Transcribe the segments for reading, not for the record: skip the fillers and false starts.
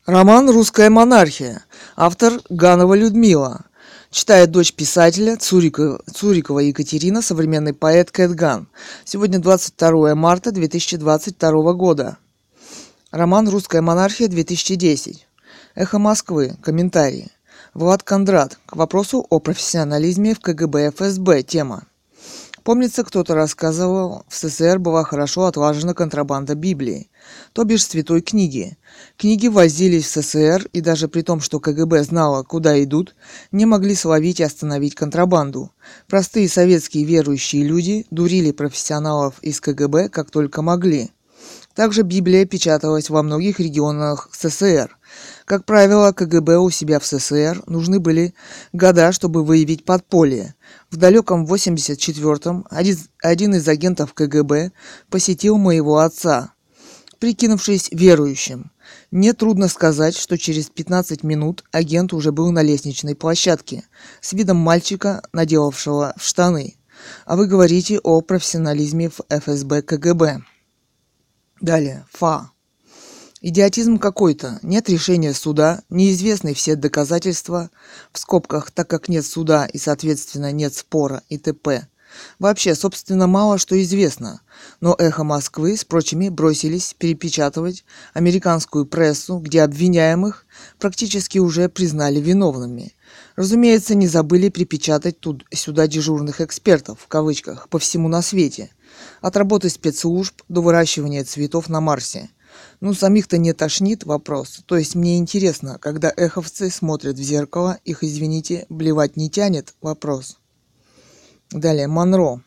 Роман «Русская монархия». Автор Ганова Людмила. Читает дочь писателя Цурикова Екатерина, современный поэт Кэт Ган. Сегодня 22 марта 2022 года. Роман «Русская монархия» 2010. Эхо Москвы. Комментарии. Влад Кондрат. К вопросу о профессионализме в КГБ ФСБ. Тема. Помнится, кто-то рассказывал, в СССР была хорошо отлажена контрабанда Библии, то бишь святой книги. Книги возились в СССР, и даже при том, что КГБ знало, куда идут, не могли словить и остановить контрабанду. Простые советские верующие люди дурили профессионалов из КГБ как только могли. Также Библия печаталась во многих регионах СССР. Как правило, КГБ у себя в СССР нужны были года, чтобы выявить подполье. В далеком 84-м один из агентов КГБ посетил моего отца, прикинувшись верующим. Мне трудно сказать, что через 15 минут агент уже был на лестничной площадке с видом мальчика, наделавшего в штаны. А вы говорите о профессионализме в ФСБ КГБ. Далее. Идиотизм какой-то. Нет решения суда, неизвестны все доказательства, в скобках, так как нет суда и, соответственно, нет спора и т.п. Вообще, собственно, мало что известно. Но «Эхо Москвы» с прочими бросились перепечатывать американскую прессу, где обвиняемых практически уже признали виновными. Разумеется, не забыли припечатать сюда дежурных экспертов, в кавычках, по всему на свете. От работы спецслужб до выращивания цветов на Марсе. Ну, самих-то не тошнит, вопрос. То есть мне интересно, когда эховцы смотрят в зеркало, их, извините, блевать не тянет, вопрос. Далее, Монро.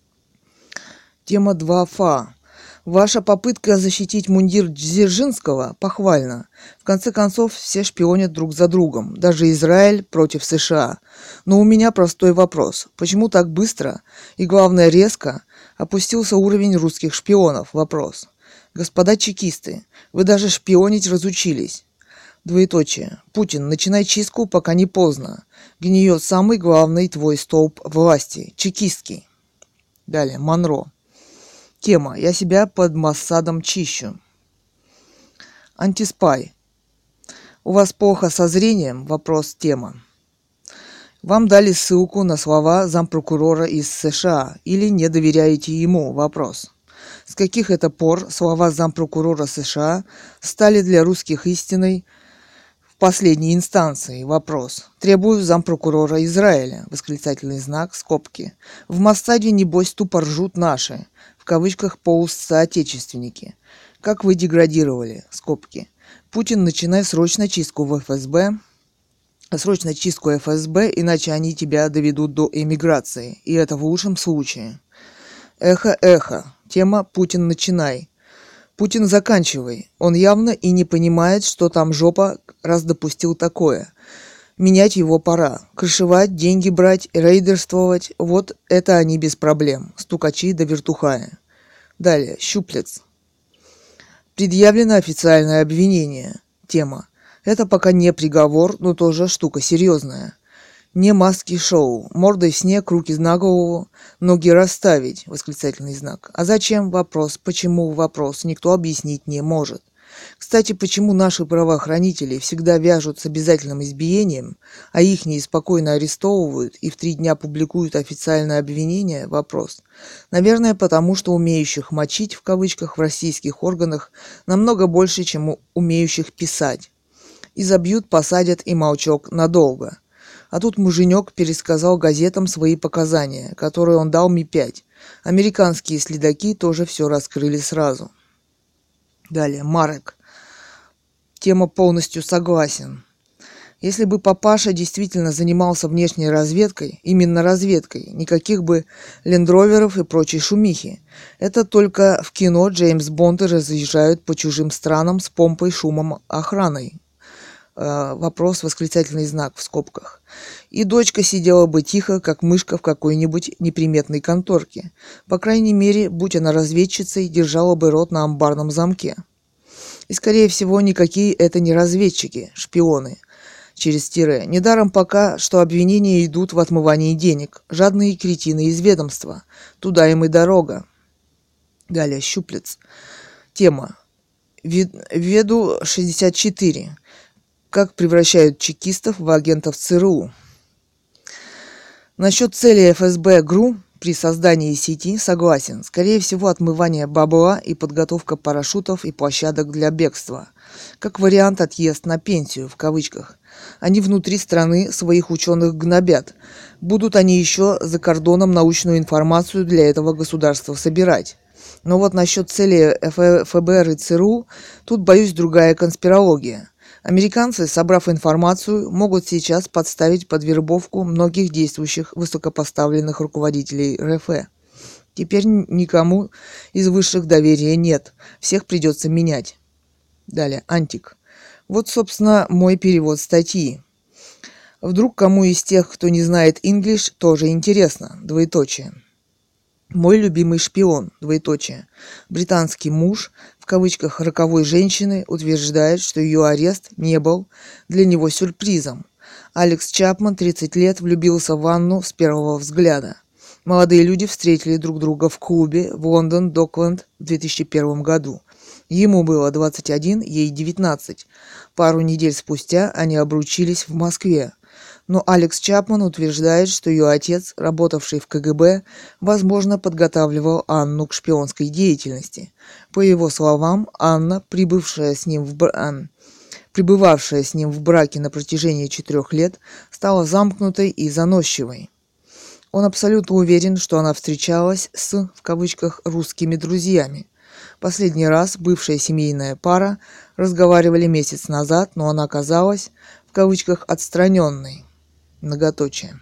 Тема 2 Ваша попытка защитить мундир Дзержинского похвальна. В конце концов, все шпионят друг за другом, даже Израиль против США. Но у меня простой вопрос. Почему так быстро и, главное, резко опустился уровень русских шпионов? Вопрос. Господа чекисты, вы даже шпионить разучились. Двоеточие. Путин, начинай чистку, пока не поздно. Гниет самый главный твой столб власти. Чекистский. Далее. Монро. Тема. Я себя под Моссадом чищу. Антиспай. У вас плохо со зрением? Вопрос. Тема. Вам дали ссылку на слова зампрокурора из США или не доверяете ему? Вопрос. С каких это пор слова зампрокурора США стали для русских истиной в последней инстанции? Вопрос. Требую зампрокурора Израиля. Восклицательный знак, скобки. В Моссаде, небось, тупо ржут наши, в кавычках, полусоотечественники. Как вы деградировали? Скобки. Путин, начинай срочно чистку в ФСБ. Срочно чистку ФСБ, иначе они тебя доведут до эмиграции. И это в лучшем случае. Эхо. Тема «Путин, начинай». Путин, заканчивай. Он явно и не понимает, что там жопа, раз допустил такое. Менять его пора. Крышевать, деньги брать, рейдерствовать. Вот это они без проблем. Стукачи да вертухая. Далее. Щуплец. Предъявлено официальное обвинение. Тема. Это пока не приговор, но тоже штука серьезная. Не маски-шоу. Мордой в снег, руки на голову, ноги расставить. Восклицательный знак. А зачем? Вопрос. Почему? Вопрос. Никто объяснить не может. Кстати, почему наши правоохранители всегда вяжут с обязательным избиением, а ихние спокойно арестовывают и в 3 дня публикуют официальное обвинение? Вопрос. Наверное, потому что умеющих мочить, в кавычках, в российских органах намного больше, чем умеющих писать. И забьют, посадят и молчок надолго. А тут муженек пересказал газетам свои показания, которые он дал Ми-5. Американские следаки тоже все раскрыли сразу. Далее. Марек. Тема полностью согласен. Если бы папаша действительно занимался внешней разведкой, именно разведкой, никаких бы лендроверов и прочей шумихи. Это только в кино Джеймс Бонды разъезжают по чужим странам с помпой, шумом, охраной. Вопрос, восклицательный знак в скобках. И дочка сидела бы тихо, как мышка в какой-нибудь неприметной конторке. По крайней мере, будь она разведчицей, держала бы рот на амбарном замке. И, скорее всего, никакие это не разведчики, шпионы. Через тире. Недаром пока, что обвинения идут в отмывании денег. Жадные кретины из ведомства. Туда им и дорога. Далее. Щуплец. Тема. Веду-64. Как превращают чекистов в агентов ЦРУ. Насчет цели ФСБ ГРУ при создании сети согласен. Скорее всего, отмывание бабла и подготовка парашютов и площадок для бегства. Как вариант отъезд на пенсию, в кавычках. Они внутри страны своих ученых гнобят. Будут они еще за кордоном научную информацию для этого государства собирать. Но вот насчет цели ФБР и ЦРУ, тут, боюсь, другая конспирология. Американцы, собрав информацию, могут сейчас подставить под вербовку многих действующих высокопоставленных руководителей РФ. Теперь никому из высших доверия нет. Всех придется менять. Далее, Антик. Вот, собственно, мой перевод статьи. Вдруг кому из тех, кто не знает English, тоже интересно. Двоеточие. Мой любимый шпион, двоеточие. Британский муж, в кавычках, роковой женщины, утверждает, что ее арест не был для него сюрпризом. Алекс Чапман, 30 лет, влюбился в Анну с первого взгляда. Молодые люди встретили друг друга в клубе в Лондон Докленд в 2001 году. Ему было 21, ей 19. Пару недель спустя они обручились в Москве. Но Алекс Чапман утверждает, что ее отец, работавший в КГБ, возможно, подготавливал Анну к шпионской деятельности. По его словам, Анна, пребывавшая с ним в браке на протяжении 4 лет, стала замкнутой и заносчивой. Он абсолютно уверен, что она встречалась с, в кавычках, русскими друзьями. Последний раз бывшая семейная пара разговаривали месяц назад, но она оказалась, в кавычках, отстраненной. Многоточие.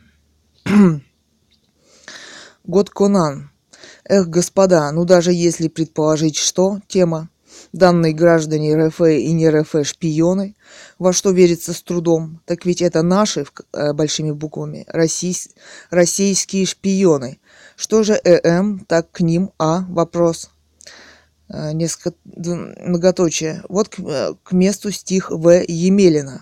Год Конан. Эх, господа, ну даже если предположить, что тема данные граждане РФ и не РФ шпионы, во что верится с трудом, так ведь это наши, большими буквами, российские шпионы. Что же так к ним, вопрос. Несколько многоточие. Вот к месту стих В. Емелина.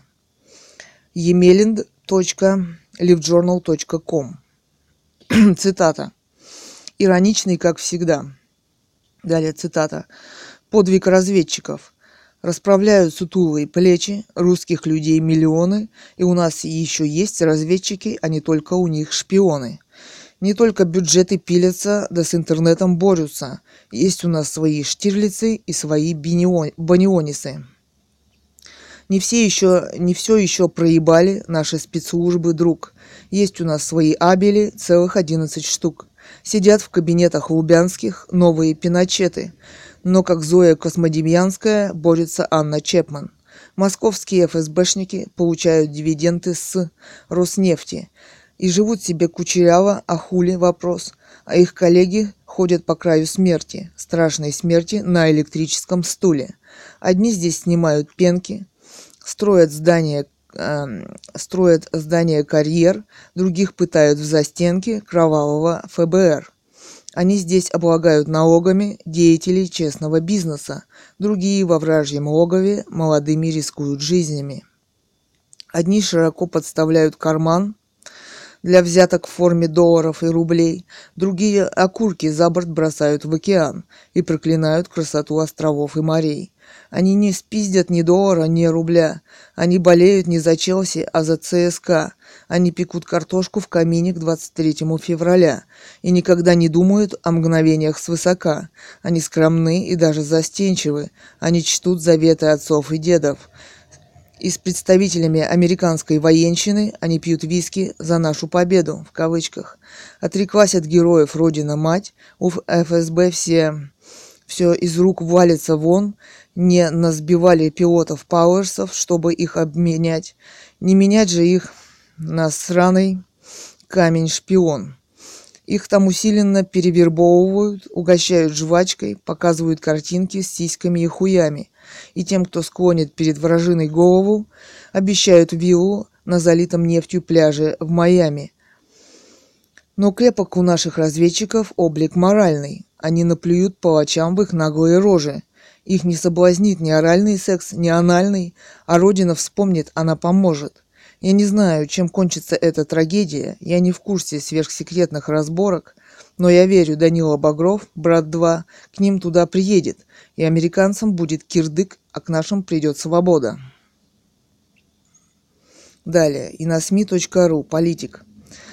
emelind.livejournal.com. Цитата. Ироничный, как всегда. Далее цитата. Подвиг разведчиков. Расправляют сутулые плечи, русских людей миллионы, и у нас еще есть разведчики, а не только у них шпионы. Не только бюджеты пилятся, да с интернетом борются. Есть у нас свои Штирлицы и свои Банионисы. Не все еще проебали наши спецслужбы, друг. Есть у нас свои Абели, целых 11 штук. Сидят в кабинетах лубянских новые пиночеты. Но как Зоя Космодемьянская борется Анна Чепман. Московские ФСБшники получают дивиденды с Роснефти. И живут себе кучеряво, а хули вопрос. А их коллеги ходят по краю смерти, страшной смерти на электрическом стуле. Одни здесь снимают пенки, строят здания карьер, других пытают в застенке кровавого ФБР. Они здесь облагают налогами деятелей честного бизнеса, другие во вражьем логове молодыми рискуют жизнями. Одни широко подставляют карман для взяток в форме долларов и рублей, другие окурки за борт бросают в океан и проклинают красоту островов и морей. Они не спиздят ни доллара, ни рубля. Они болеют не за Челси, а за ЦСКА. Они пекут картошку в камине к 23 февраля и никогда не думают о мгновениях свысока. Они скромны и даже застенчивы. Они чтут заветы отцов и дедов. И с представителями американской военщины они пьют виски за нашу победу, в кавычках. Отреклась от героев Родина-мать, у ФСБ все из рук валится вон, не насбивали пилотов Пауэрсов, чтобы их обменять. Не менять же их на сраный камень-шпион. Их там усиленно перевербовывают, угощают жвачкой, показывают картинки с сиськами и хуями. И тем, кто склонит перед вражиной голову, обещают виллу на залитом нефтью пляже в Майами. Но крепок у наших разведчиков облик моральный. Они наплюют палачам в их наглые рожи. Их не соблазнит ни оральный секс, ни анальный, а Родина вспомнит, она поможет. Я не знаю, чем кончится эта трагедия, я не в курсе сверхсекретных разборок, Но я верю, Данила Багров, брат 2, к ним туда приедет, и американцам будет кирдык, а к нашим придет свобода. Далее, и на СМИ.ру, политик.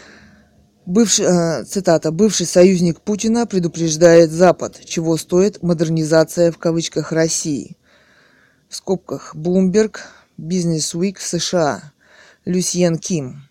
Цитата. «Бывший союзник Путина предупреждает Запад, чего стоит модернизация в кавычках России». В скобках Bloomberg, Business Week, США. Люсьен Ким.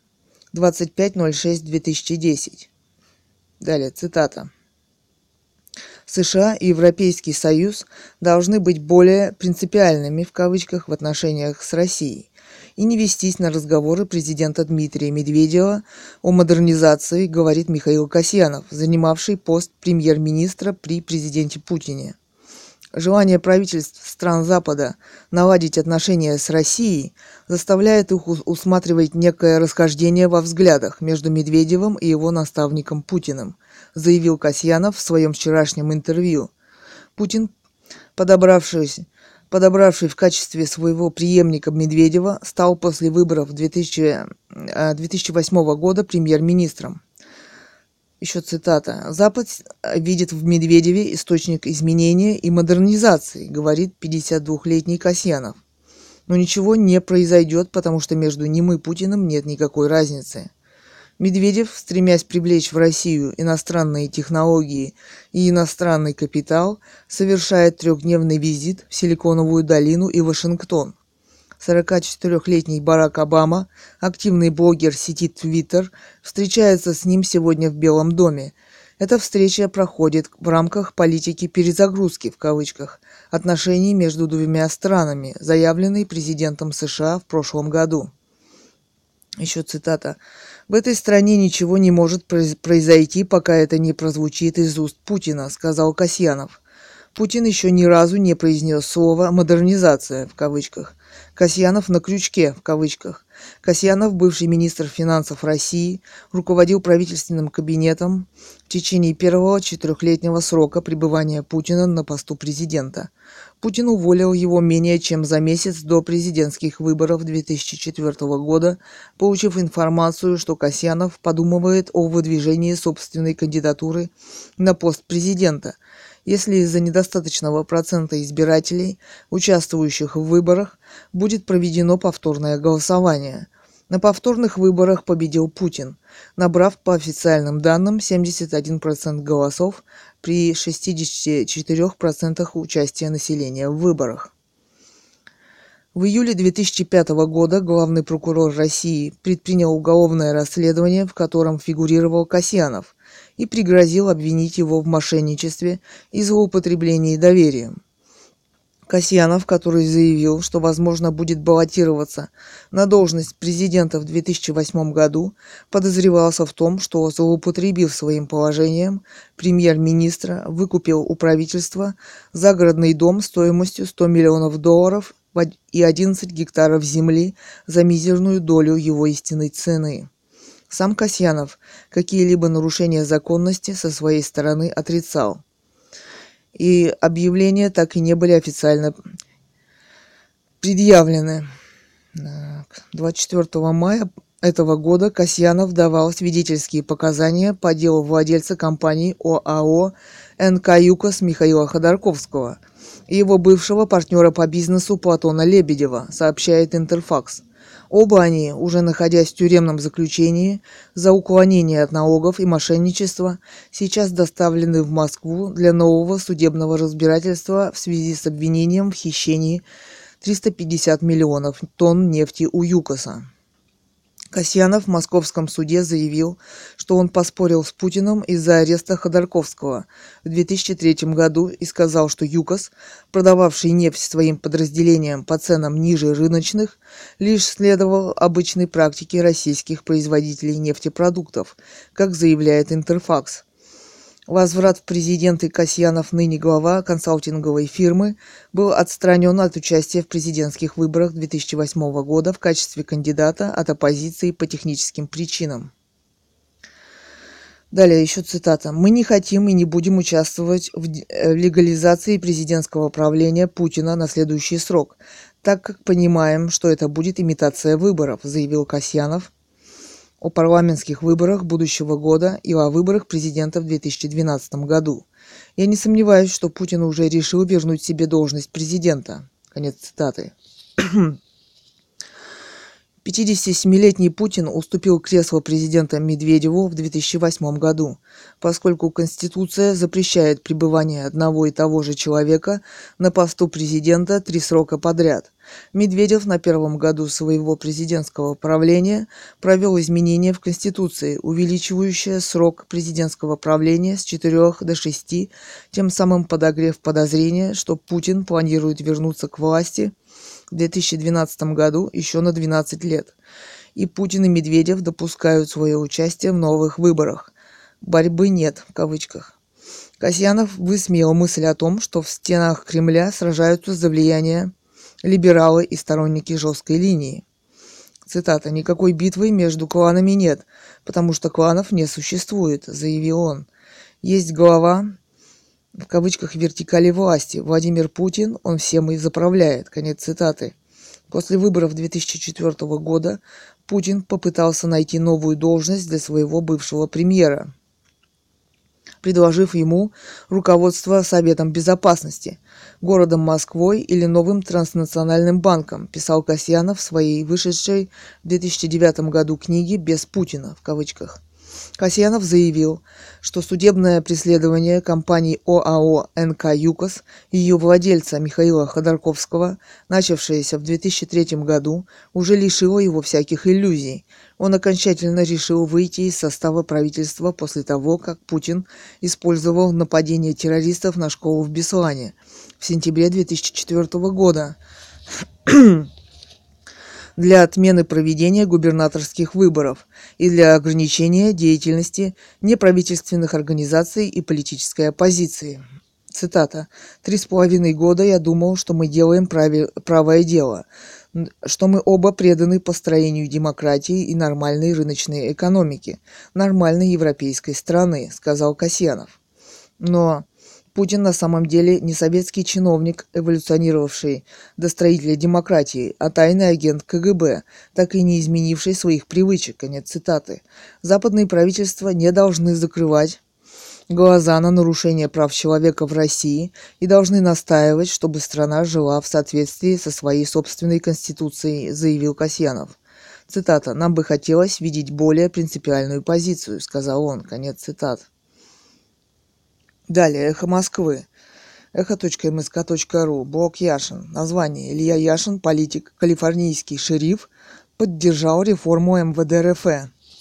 25.06.2010. Далее, цитата. США и Европейский Союз должны быть более принципиальными в кавычках в отношениях с Россией и не вестись на разговоры президента Дмитрия Медведева о модернизации, говорит Михаил Касьянов, занимавший пост премьер-министра при президенте Путине. Желание правительств стран Запада наладить отношения с Россией заставляет их усматривать некое расхождение во взглядах между Медведевым и его наставником Путиным, заявил Касьянов в своем вчерашнем интервью. Путин, подобравший в качестве своего преемника Медведева, стал после выборов 2008 года премьер-министром. Еще цитата. «Запад видит в Медведеве источник изменения и модернизации», говорит 52-летний Касьянов. Но ничего не произойдет, потому что между ним и Путиным нет никакой разницы. Медведев, стремясь привлечь в Россию иностранные технологии и иностранный капитал, совершает 3-дневный визит в Силиконовую долину и Вашингтон. 44-летний Барак Обама, активный блогер сети Twitter, встречается с ним сегодня в Белом доме. Эта встреча проходит в рамках политики «перезагрузки» в кавычках отношений между двумя странами, заявленной президентом США в прошлом году. Еще цитата. «В этой стране ничего не может произойти, пока это не прозвучит из уст Путина», сказал Касьянов. Путин еще ни разу не произнес слово «модернизация» в кавычках. Касьянов на крючке в кавычках. Касьянов, бывший министр финансов России, руководил правительственным кабинетом в течение первого 4-летнего срока пребывания Путина на посту президента. Путин уволил его менее чем за месяц до президентских выборов 2004 года, получив информацию, что Касьянов подумывает о выдвижении собственной кандидатуры на пост президента, если из-за недостаточного процента избирателей, участвующих в выборах, будет проведено повторное голосование. На повторных выборах победил Путин, набрав по официальным данным 71% голосов при 64% участия населения в выборах. В июле 2005 года главный прокурор России предпринял уголовное расследование, в котором фигурировал Касьянов, и пригрозил обвинить его в мошенничестве и злоупотреблении доверием. Касьянов, который заявил, что, возможно, будет баллотироваться на должность президента в 2008 году, подозревался в том, что, злоупотребив своим положением премьер-министра, выкупил у правительства загородный дом стоимостью $100 миллионов и 11 гектаров земли за мизерную долю его истинной цены. Сам Касьянов какие-либо нарушения законности со своей стороны отрицал. И объявления так и не были официально предъявлены. 24 мая этого года Касьянов давал свидетельские показания по делу владельца компании ОАО «НК ЮКОС» Михаила Ходорковского и его бывшего партнера по бизнесу Платона Лебедева, сообщает Интерфакс. Оба они, уже находясь в тюремном заключении за уклонение от налогов и мошенничество, сейчас доставлены в Москву для нового судебного разбирательства в связи с обвинением в хищении 350 миллионов тонн нефти у ЮКОСа. Касьянов в московском суде заявил, что он поспорил с Путиным из-за ареста Ходорковского в 2003 году и сказал, что ЮКОС, продававший нефть своим подразделениям по ценам ниже рыночных, лишь следовал обычной практике российских производителей нефтепродуктов, как заявляет Интерфакс. Возврат в президенты Касьянов, ныне глава консалтинговой фирмы, был отстранен от участия в президентских выборах 2008 года в качестве кандидата от оппозиции по техническим причинам. Далее еще цитата. «Мы не хотим и не будем участвовать в легализации президентского правления Путина на следующий срок, так как понимаем, что это будет имитация выборов», заявил Касьянов о парламентских выборах будущего года и о выборах президента в 2012 году. Я не сомневаюсь, что Путин уже решил вернуть себе должность президента. Конец цитаты. 57-летний Путин уступил кресло президента Медведеву в 2008 году, поскольку Конституция запрещает пребывание одного и того же человека на посту президента 3 срока подряд. Медведев на первом году своего президентского правления провел изменения в Конституции, увеличивающие срок президентского правления с 4 до 6, тем самым подогрев подозрения, что Путин планирует вернуться к власти в 2012 году еще на 12 лет. И Путин и Медведев допускают свое участие в новых выборах. «Борьбы нет», в кавычках. Касьянов высмеял мысль о том, что в стенах Кремля сражаются за влияние либералы и сторонники жесткой линии. Цитата: «Никакой битвы между кланами нет, потому что кланов не существует», заявил он. «Есть глава, в кавычках, вертикали власти. Владимир Путин, он всем и заправляет». Конец цитаты. После выборов 2004 года Путин попытался найти новую должность для своего бывшего премьера, предложив ему руководство Советом Безопасности, городом Москвой или новым транснациональным банком, писал Касьянов в своей вышедшей в 2009 году книге «Без Путина», в кавычках. Касьянов заявил, что судебное преследование компании ОАО «НК ЮКОС» и ее владельца Михаила Ходорковского, начавшееся в 2003 году, уже лишило его всяких иллюзий. Он окончательно решил выйти из состава правительства после того, как Путин использовал нападение террористов на школу в Беслане в сентябре 2004 года для отмены проведения губернаторских выборов и для ограничения деятельности неправительственных организаций и политической оппозиции. Цитата: «3,5 года я думал, что мы делаем правое дело, что мы оба преданы построению демократии и нормальной рыночной экономики, нормальной европейской страны», сказал Касьянов. Но Путин на самом деле не советский чиновник, эволюционировавший до строителя демократии, а тайный агент КГБ, так и не изменивший своих привычек. Конец цитаты. Западные правительства не должны закрывать глаза на нарушение прав человека в России и должны настаивать, чтобы страна жила в соответствии со своей собственной конституцией, заявил Касьянов. Цитата: «Нам бы хотелось видеть более принципиальную позицию», сказал он. Конец цитат. Далее. «Эхо Москвы». Эхо.msk.ру. Блог Яшин. Название: Илья Яшин, политик, калифорнийский шериф, поддержал реформу МВД РФ.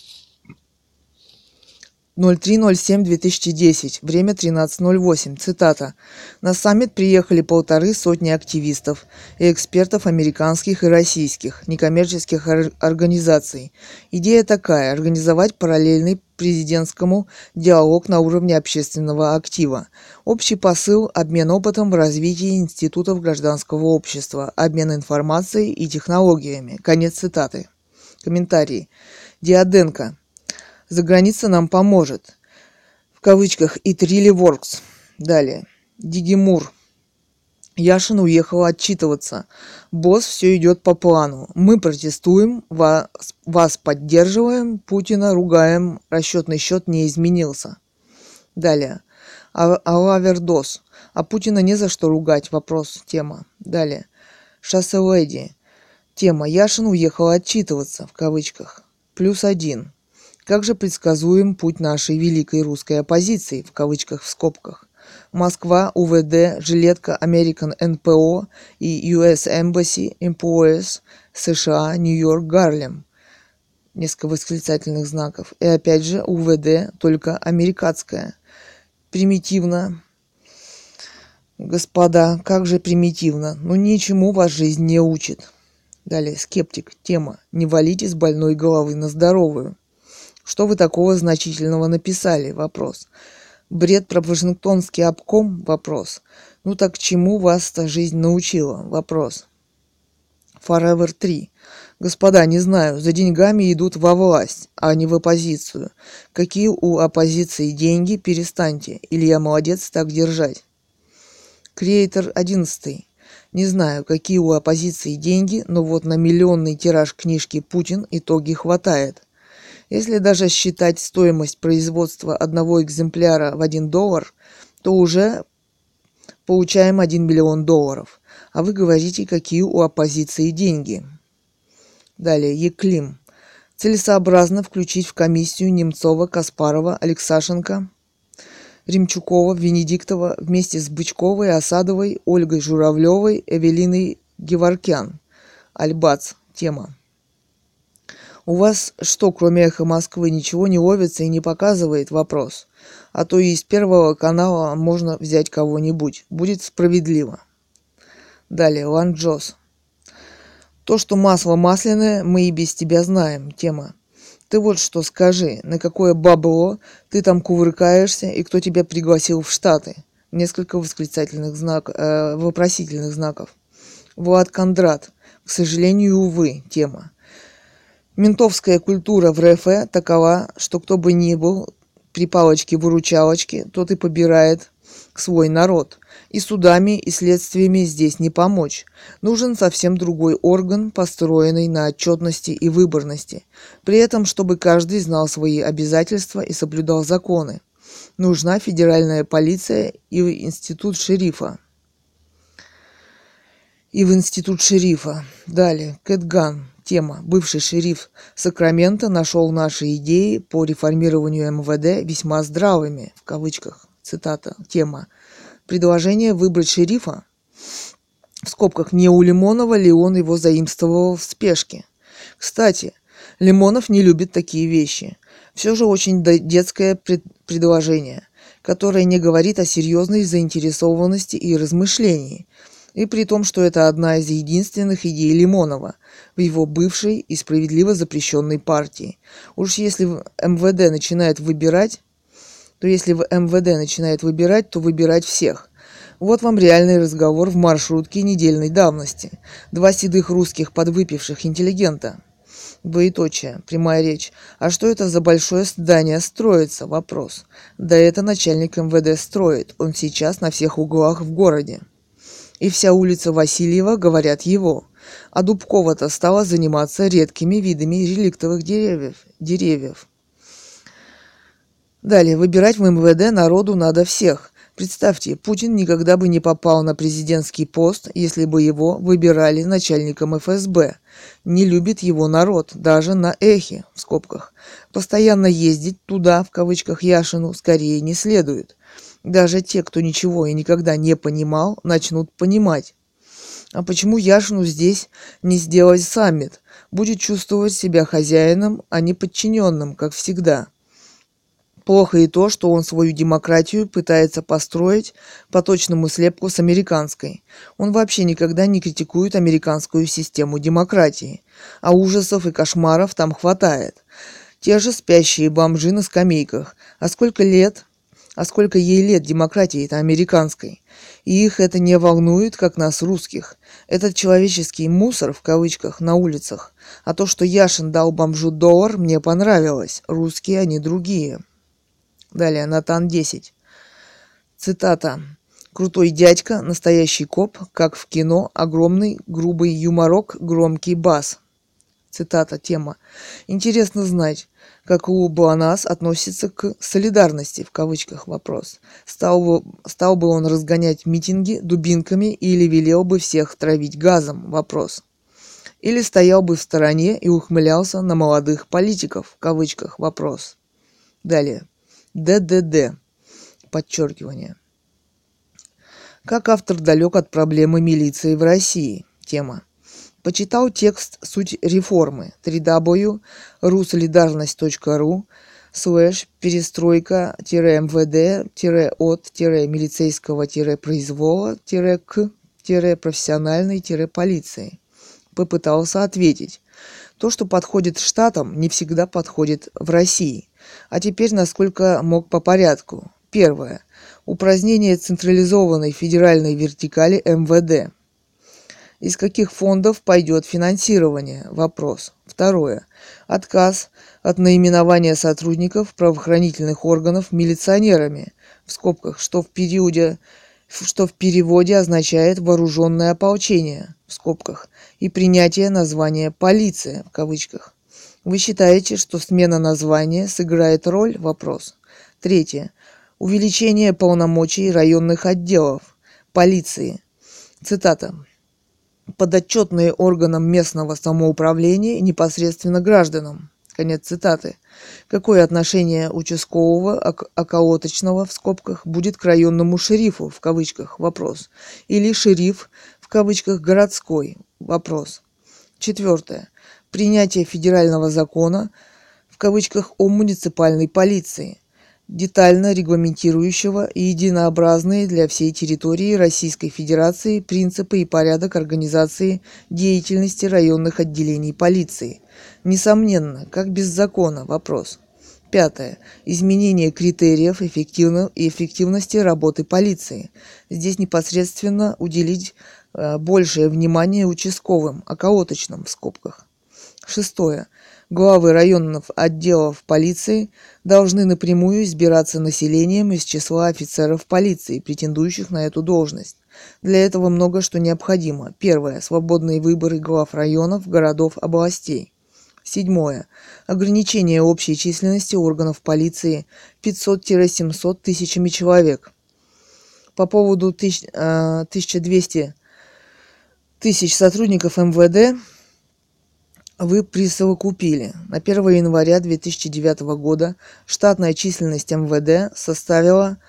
03.07.2010. Время 13.08. Цитата: «На саммит приехали 150 активистов и экспертов американских и российских некоммерческих организаций. Идея такая: организовать параллельный президентскому диалог на уровне общественного актива. Общий посыл – обмен опытом в развитии институтов гражданского общества, обмен информацией и технологиями». Конец цитаты. Комментарий. Диаденко. «За-граница нам поможет». В кавычках «It really works». Далее. Дигимур. Яшин уехал отчитываться. «Босс, все идет по плану. Мы протестуем, вас поддерживаем, Путина ругаем, расчетный счет не изменился». Далее. Алавердос. «А Путина не за что ругать». Вопрос. Тема. Далее. Шоссе-леди. Тема. Яшин уехал отчитываться. В кавычках. +1. Как же предсказуем путь нашей великой русской оппозиции, в кавычках, в скобках. Москва, УВД, жилетка American NPO и US Embassy Employees, США, Нью-Йорк, Гарлем. Несколько восклицательных знаков. И опять же УВД, только американская. Примитивно. Господа, как же примитивно. Ну ничему вас жизнь не учит. Далее, скептик. Тема. Не валите с больной головы на здоровую. Что вы такого значительного написали? Вопрос. Бред про Вашингтонский обком? Вопрос. Ну так чему вас-то жизнь научила? Вопрос. Forever 3. Господа, не знаю, за деньгами идут во власть, а не в оппозицию. Какие у оппозиции деньги? Перестаньте. Илья молодец так держать. Креатор 11. Не знаю, какие у оппозиции деньги, но вот на миллионный тираж книжки «Путин» итоги хватает. Если даже считать стоимость производства одного экземпляра в $1, то уже получаем $1 миллион. А вы говорите, какие у оппозиции деньги. Далее, Еклим. Целесообразно включить в комиссию Немцова, Каспарова, Алексашенко, Ремчукова, Венедиктова вместе с Бычковой, Осадовой, Ольгой Журавлевой, Эвелиной Геворкян. Альбац. Тема. У вас что, кроме «Эхо Москвы», ничего не ловится и не показывает? Вопрос. А то и из Первого канала можно взять кого-нибудь. Будет справедливо. Далее, Ланджос. То, что масло масляное, мы и без тебя знаем. Тема. Ты вот что скажи, на какое бабло ты там кувыркаешься и кто тебя пригласил в Штаты? Несколько вопросительных знаков. Влад Кондрат. К сожалению, увы. Тема. Ментовская культура в РФ такова, что кто бы ни был при палочке-выручалочке, тот и побирает свой народ. И судами, и следствиями здесь не помочь. Нужен совсем другой орган, построенный на отчетности и выборности. При этом, чтобы каждый знал свои обязательства и соблюдал законы. Нужна федеральная полиция и институт шерифа. Далее, Кэтган. Тема. Бывший шериф Сакрамента нашел наши идеи по реформированию МВД весьма здравыми, в кавычках. Цитата. Тема. Предложение выбрать шерифа, в скобках, не у Лимонова ли он его заимствовал в спешке. Кстати, Лимонов не любит такие вещи. Все же очень детское предложение, которое не говорит о серьезной заинтересованности и размышлении. И при том, что это одна из единственных идей Лимонова в его бывшей и справедливо запрещенной партии. Уж если в МВД начинает выбирать, то выбирать всех. Вот вам реальный разговор в маршрутке недельной давности. Два седых русских подвыпивших интеллигента. Двоеточие. Прямая речь. А что это за большое здание строится? Вопрос. Да это начальник МВД строит. Он сейчас на всех углах в городе. И вся улица Васильева говорят его. А Дубкова-то стала заниматься редкими видами реликтовых деревьев. Далее, выбирать в МВД народу надо всех. Представьте, Путин никогда бы не попал на президентский пост, если бы его выбирали начальником ФСБ. Не любит его народ, даже на эхе, в скобках. Постоянно ездить туда, в кавычках, Яшину, скорее не следует. Даже те, кто ничего и никогда не понимал, начнут понимать. А почему Яшину здесь не сделать саммит? Будет чувствовать себя хозяином, а не подчиненным, как всегда. Плохо и то, что он свою демократию пытается построить по точному слепку с американской. Он вообще никогда не критикует американскую систему демократии. А ужасов и кошмаров там хватает. Те же спящие бомжи на скамейках. А сколько ей лет демократии-то американской? И их это не волнует, как нас, русских. Этот человеческий мусор, в кавычках, на улицах. А то, что Яшин дал бомжу $1, мне понравилось. Русские они другие. Далее, Натан 10. Цитата. Крутой дядька, настоящий коп, как в кино, огромный, грубый юморок, громкий бас. Цитата. Тема. Интересно знать, как у ГЛОНАСС относится к солидарности, в кавычках, вопрос. Стал бы он разгонять митинги дубинками или велел бы всех травить газом, вопрос. Или стоял бы в стороне и ухмылялся на молодых политиков, в кавычках, вопрос. Далее. ДДД. Подчеркивание. Как автор далек от проблемы милиции в России. Тема. Почитал текст «Суть реформы» www.перестройка-мвд-от-перестройка-произвола-к-профессиональной-полиции. Попытался ответить. То, что подходит штатам, не всегда подходит в России. А теперь, насколько мог, по порядку. Первое. Упразднение централизованной федеральной вертикали МВД. Из каких фондов пойдет финансирование? Вопрос. Второе. Отказ от наименования сотрудников правоохранительных органов милиционерами, в скобках, что в переводе означает вооруженное ополчение, в скобках, и принятие названия полиция, в кавычках. Вы считаете, что смена названия сыграет роль? Вопрос. Третье. Увеличение полномочий районных отделов полиции. Цитата. Подотчетные органам местного самоуправления непосредственно гражданам. Конец цитаты. Какое отношение участкового, околоточного, в скобках, будет к районному шерифу, в кавычках, вопрос. Или шериф, в кавычках, городской, вопрос. Четвертое. Принятие федерального закона, в кавычках, о муниципальной полиции, детально регламентирующего и единообразные для всей территории Российской Федерации принципы и порядок организации деятельности районных отделений полиции. Несомненно, как без закона, вопрос. Пятое. Изменение критериев эффективности работы полиции. Здесь непосредственно уделить большее внимание участковым, околоточным, в скобках. Шестое. Главы районных отделов полиции должны напрямую избираться населением из числа офицеров полиции, претендующих на эту должность. Для этого много что необходимо. Первое. Свободные выборы глав районов, городов, областей. Седьмое. Ограничение общей численности органов полиции 500-700 тысячами человек. По поводу 1200 тысяч сотрудников МВД вы присовокупили. На 1 января 2009 года штатная численность МВД составила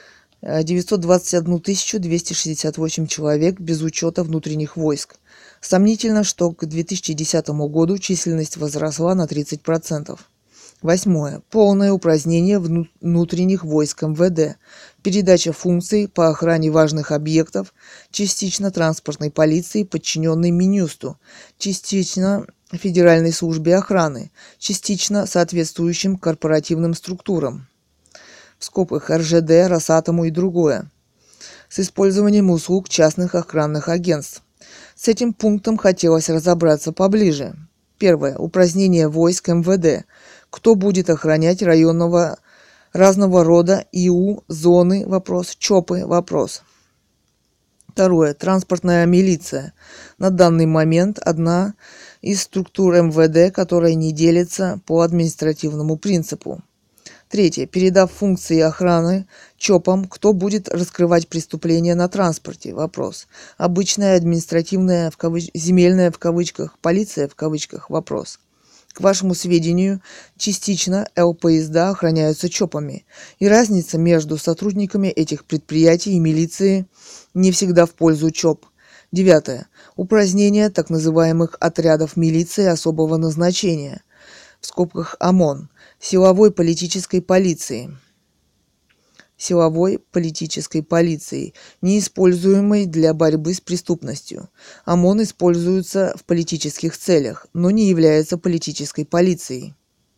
921 268 человек без учета внутренних войск. Сомнительно, что к 2010 году численность возросла на 30%. Восьмое. Полное упразднение внутренних войск МВД. Передача функций по охране важных объектов, частично транспортной полиции, подчиненной Минюсту, частично Федеральной службе охраны, частично соответствующим корпоративным структурам, в скобках РЖД, Росатому и другое, с использованием услуг частных охранных агентств. С этим пунктом хотелось разобраться поближе. Первое. Упразднение войск МВД. Кто будет охранять районного разного рода ИУ, зоны, вопрос, ЧОПы, вопрос. Второе. Транспортная милиция. На данный момент одна из структур МВД, которая не делится по административному принципу. Третье. Передав функции охраны ЧОПам, кто будет раскрывать преступления на транспорте? Вопрос. Обычная административная, земельная в кавычках, полиция в кавычках? Вопрос. К вашему сведению, частично ЛПСД охраняются ЧОПами, и разница между сотрудниками этих предприятий и милиции не всегда в пользу ЧОП. Девятое. Упразднение так называемых отрядов милиции особого назначения, в скобках ОМОН, силовой политической полиции, неиспользуемой для борьбы с преступностью. ОМОН используется в политических целях, но не является политической полицией.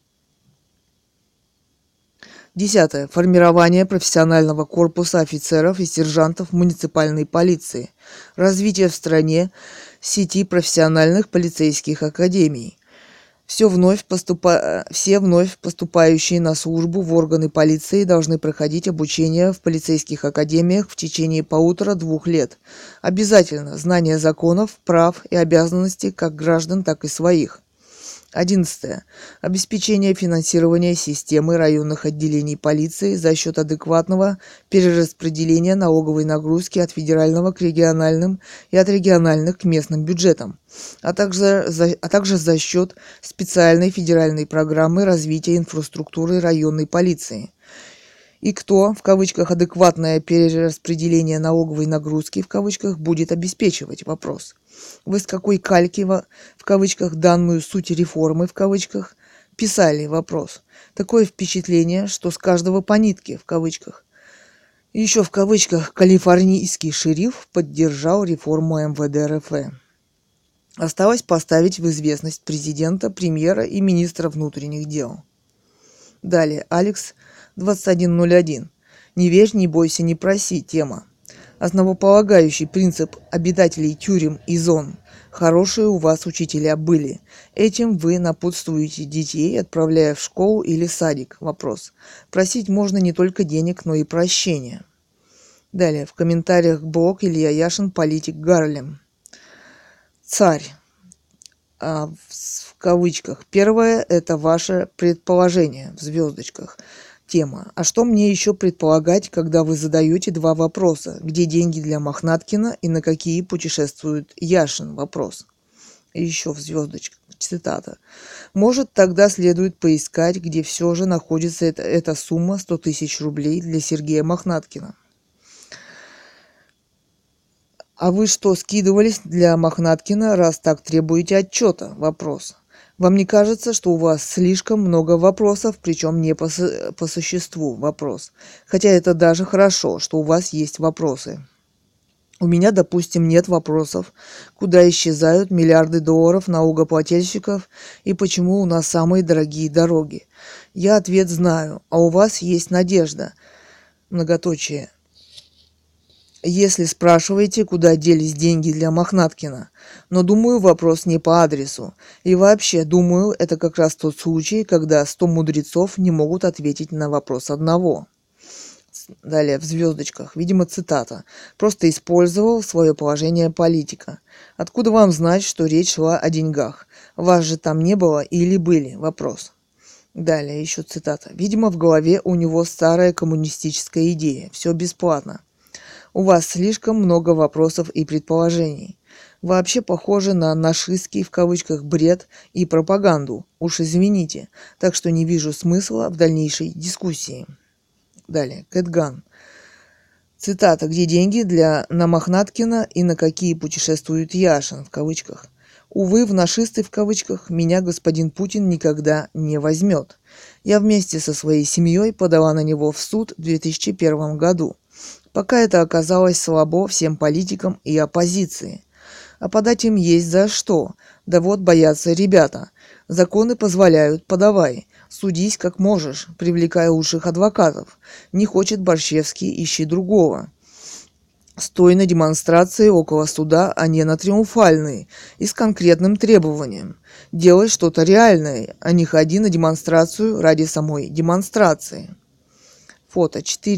Десятое. Формирование профессионального корпуса офицеров и сержантов муниципальной полиции. Развитие в стране сети профессиональных полицейских академий. Все вновь поступающие на службу в органы полиции должны проходить обучение в полицейских академиях в течение 1,5-2 лет. Обязательно знание законов, прав и обязанностей как граждан, так и своих. 11. Обеспечение финансирования системы районных отделений полиции за счет адекватного перераспределения налоговой нагрузки от федерального к региональным и от региональных к местным бюджетам, а также за счет специальной федеральной программы развития инфраструктуры районной полиции. И кто, в кавычках, адекватное перераспределение налоговой нагрузки, в кавычках, будет обеспечивать? Вопрос. Вы с какой кальки, в кавычках, данную суть реформы, в кавычках, писали? Вопрос. Такое впечатление, что с каждого по нитке, в кавычках. Еще в кавычках, калифорнийский шериф поддержал реформу МВД РФ. Осталось поставить в известность президента, премьера и министра внутренних дел. Далее. Алекс 2101. Не верь, не бойся, не проси. Тема. Основополагающий принцип обитателей тюрем и зон. Хорошие у вас учителя были. Этим вы напутствуете детей, отправляя в школу или садик. Вопрос. Просить можно не только денег, но и прощения. Далее. В комментариях блог Илья Яшин, политик Гарлем. Царь. в кавычках. Первое – это ваше предположение в звездочках. Тема. А что мне еще предполагать, когда вы задаете два вопроса? Где деньги для Мохнаткина и на какие путешествует Яшин? Вопрос. И еще в звездочках. Цитата. Может, тогда следует поискать, где все же находится эта сумма 100 тысяч рублей для Сергея Мохнаткина. А вы что, скидывались для Мохнаткина, раз так требуете отчета? Вопрос. Вам не кажется, что у вас слишком много вопросов, причем не по существу? Вопрос. Хотя это даже хорошо, что у вас есть вопросы. У меня, допустим, нет вопросов, куда исчезают миллиарды долларов налогоплательщиков и почему у нас самые дорогие дороги. Я ответ знаю, а у вас есть надежда. Многоточие. Если спрашиваете, куда делись деньги для Мохнаткина. Но думаю, вопрос не по адресу. И вообще, думаю, это как раз тот случай, когда 100 мудрецов не могут ответить на вопрос одного. Далее, в звездочках, видимо, цитата. Просто использовал свое положение политика. Откуда вам знать, что речь шла о деньгах? Вас же там не было или были? Вопрос. Далее, еще цитата. Видимо, в голове у него старая коммунистическая идея. Все бесплатно. У вас слишком много вопросов и предположений. Вообще похоже на нашистский в кавычках бред и пропаганду. Уж извините. Так что не вижу смысла в дальнейшей дискуссии. Далее. Кэтган. Цитата. Где деньги на Мохнаткина и на какие путешествует Яшин в кавычках. Увы, в нашисты в кавычках меня господин Путин никогда не возьмет. Я вместе со своей семьей подала на него в суд в 2001 году. Пока это оказалось слабо всем политикам и оппозиции. А подать им есть за что. Да вот боятся ребята. Законы позволяют, подавай. Судись как можешь, привлекая лучших адвокатов. Не хочет Борщевский, ищи другого. Стой на демонстрации около суда, а не на триумфальной, и с конкретным требованием. Делай что-то реальное, а не ходи на демонстрацию ради самой демонстрации. Фото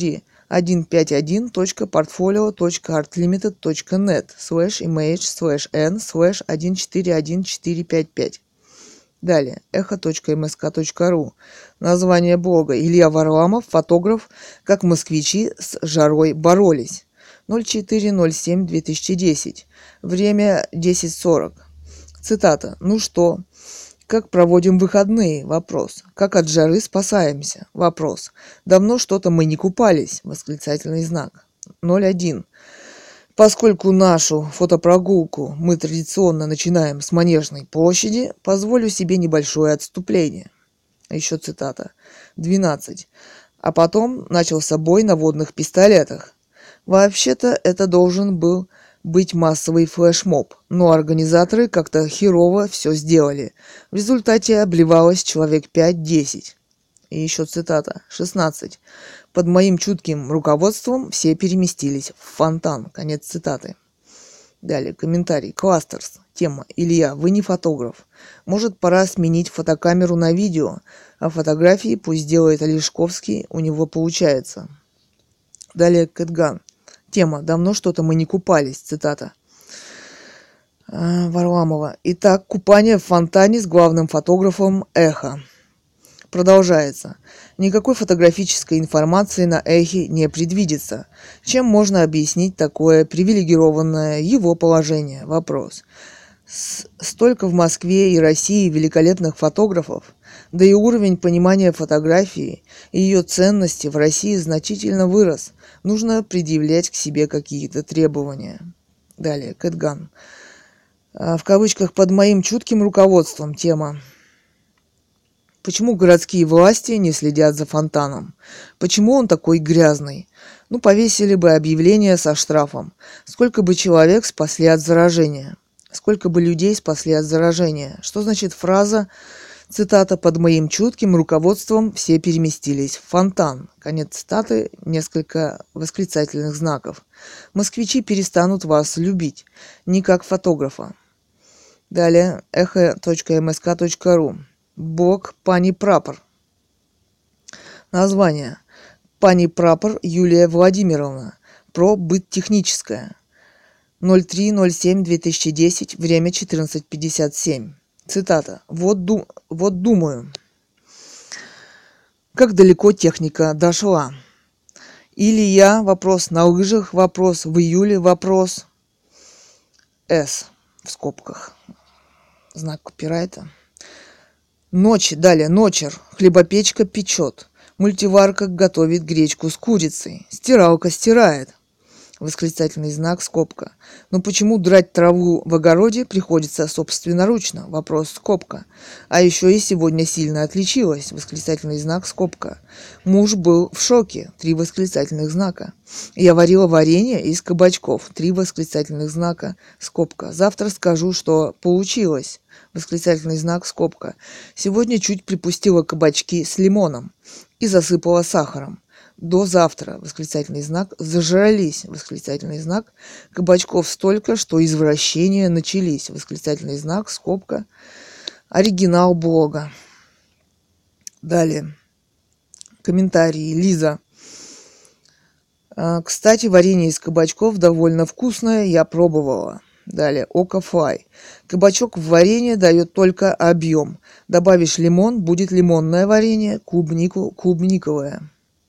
4151.portfolio.artlimited.net/image/n/141455. Далее. эхо.msk.ру. Название блога. Илья Варламов, фотограф, как москвичи с жарой боролись. 04.07.2010. Время 10:40. Цитата. Ну что? Как проводим выходные? Вопрос. Как от жары спасаемся? Вопрос. Давно что-то мы не купались? Восклицательный знак. 01. Поскольку нашу фотопрогулку мы традиционно начинаем с Манежной площади, позволю себе небольшое отступление. Еще цитата. 12. А потом начался бой на водных пистолетах. Вообще-то это должен был быть массовый флешмоб, но организаторы как-то херово все сделали. В результате обливалось человек 5-10. И еще цитата. 16. Под моим чутким руководством все переместились в фонтан. Конец цитаты. Далее, комментарий. Кластерс. Тема. Илья, вы не фотограф. Может, пора сменить фотокамеру на видео, а фотографии пусть делает Олешковский, у него получается. Далее, Кэтган. Тема. Давно что-то мы не купались. Цитата. Варламова. Итак, купание в фонтане с главным фотографом «Эхо». Продолжается. Никакой фотографической информации на «Эхе» не предвидится. Чем можно объяснить такое привилегированное его положение? Вопрос. Столько в Москве и России великолепных фотографов, да и уровень понимания фотографии и ее ценности в России значительно вырос. Нужно предъявлять к себе какие-то требования. Далее, Кэтган. В кавычках «под моим чутким руководством» тема. Почему городские власти не следят за фонтаном? Почему он такой грязный? Ну, повесили бы объявление со штрафом. Сколько бы человек спасли от заражения? Сколько бы людей спасли от заражения? Что значит фраза, цитата, «под моим чутким руководством все переместились в фонтан». Конец цитаты, несколько восклицательных знаков. Москвичи перестанут вас любить, не как фотографа. Далее, эхо.msk.ру. Блог Пани Прапор. Название. Пани Прапор Юлия Владимировна. Про быт техническое. 03.07.2010. Время 14:57. Цитата. Вот думаю, как далеко техника дошла. Или я, вопрос, на лыжах, вопрос, в июле, вопрос, С, в скобках, знак копирайта. Ночь, далее, ночер, хлебопечка печет, мультиварка готовит гречку с курицей, стиралка стирает. Восклицательный знак, скобка. Но почему драть траву в огороде приходится собственноручно? Вопрос, скобка. А еще и сегодня сильно отличилась. Восклицательный знак, скобка. Муж был в шоке. 3 восклицательных знака. Я варила варенье из кабачков. 3 восклицательных знака, скобка. Завтра скажу, что получилось. Восклицательный знак, скобка. Сегодня чуть припустила кабачки с лимоном и засыпала сахаром. До завтра, восклицательный знак, зажрались, восклицательный знак, кабачков столько, что извращения начались, восклицательный знак, скобка, оригинал блога. Далее, комментарии, Лиза. Кстати, варенье из кабачков довольно вкусное, я пробовала. Далее, Окафлай. Кабачок в варенье дает только объем. Добавишь лимон, будет лимонное варенье, клубниковое.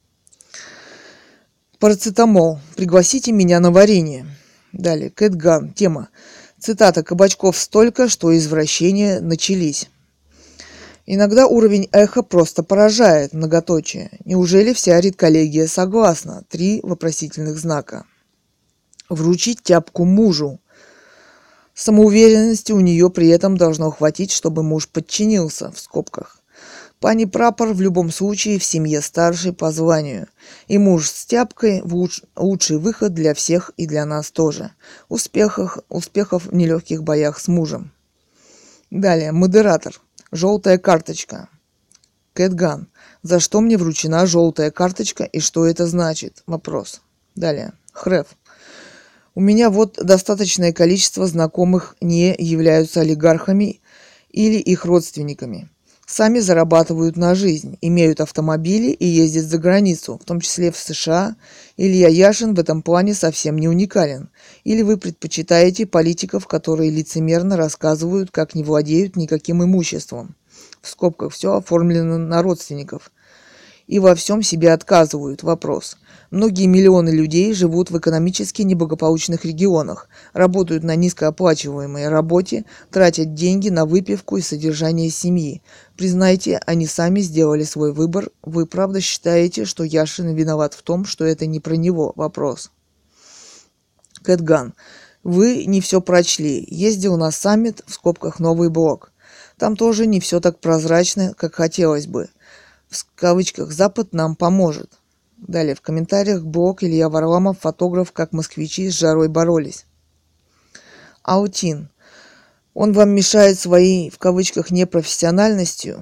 Парацетамол. Пригласите меня на варенье. Далее. Кэтган. Тема. Цитата. Кабачков столько, что извращения начались. Иногда уровень эха просто поражает. Многоточие. Неужели вся редколлегия согласна? 3 вопросительных знака. Вручить тяпку мужу. Самоуверенности у нее при этом должно хватить, чтобы муж подчинился. В скобках. Пани прапор в любом случае в семье старший по званию. И муж с тяпкой лучший выход для всех и для нас тоже. Успехов в нелегких боях с мужем. Далее. Модератор. Желтая карточка. Кэтган. За что мне вручена желтая карточка и что это значит? Вопрос. Далее. Хреф. У меня вот достаточное количество знакомых не являются олигархами или их родственниками. Сами зарабатывают на жизнь, имеют автомобили и ездят за границу, в том числе в США. Илья Яшин в этом плане совсем не уникален. Или вы предпочитаете политиков, которые лицемерно рассказывают, как не владеют никаким имуществом. В скобках все оформлено на родственников. И во всем себе отказывают. Вопрос. Многие миллионы людей живут в экономически неблагополучных регионах, работают на низкооплачиваемой работе, тратят деньги на выпивку и содержание семьи. Признайте, они сами сделали свой выбор. Вы правда считаете, что Яшин виноват в том, что это не про него? Вопрос. Кэтган. Вы не все прочли. Ездил на саммит, в скобках новый блок. Там тоже не все так прозрачно, как хотелось бы. В кавычках «Запад нам поможет». Далее в комментариях блог Илья Варламов, фотограф, как москвичи с жарой боролись. Аутин. Он вам мешает своей, в кавычках, непрофессиональностью,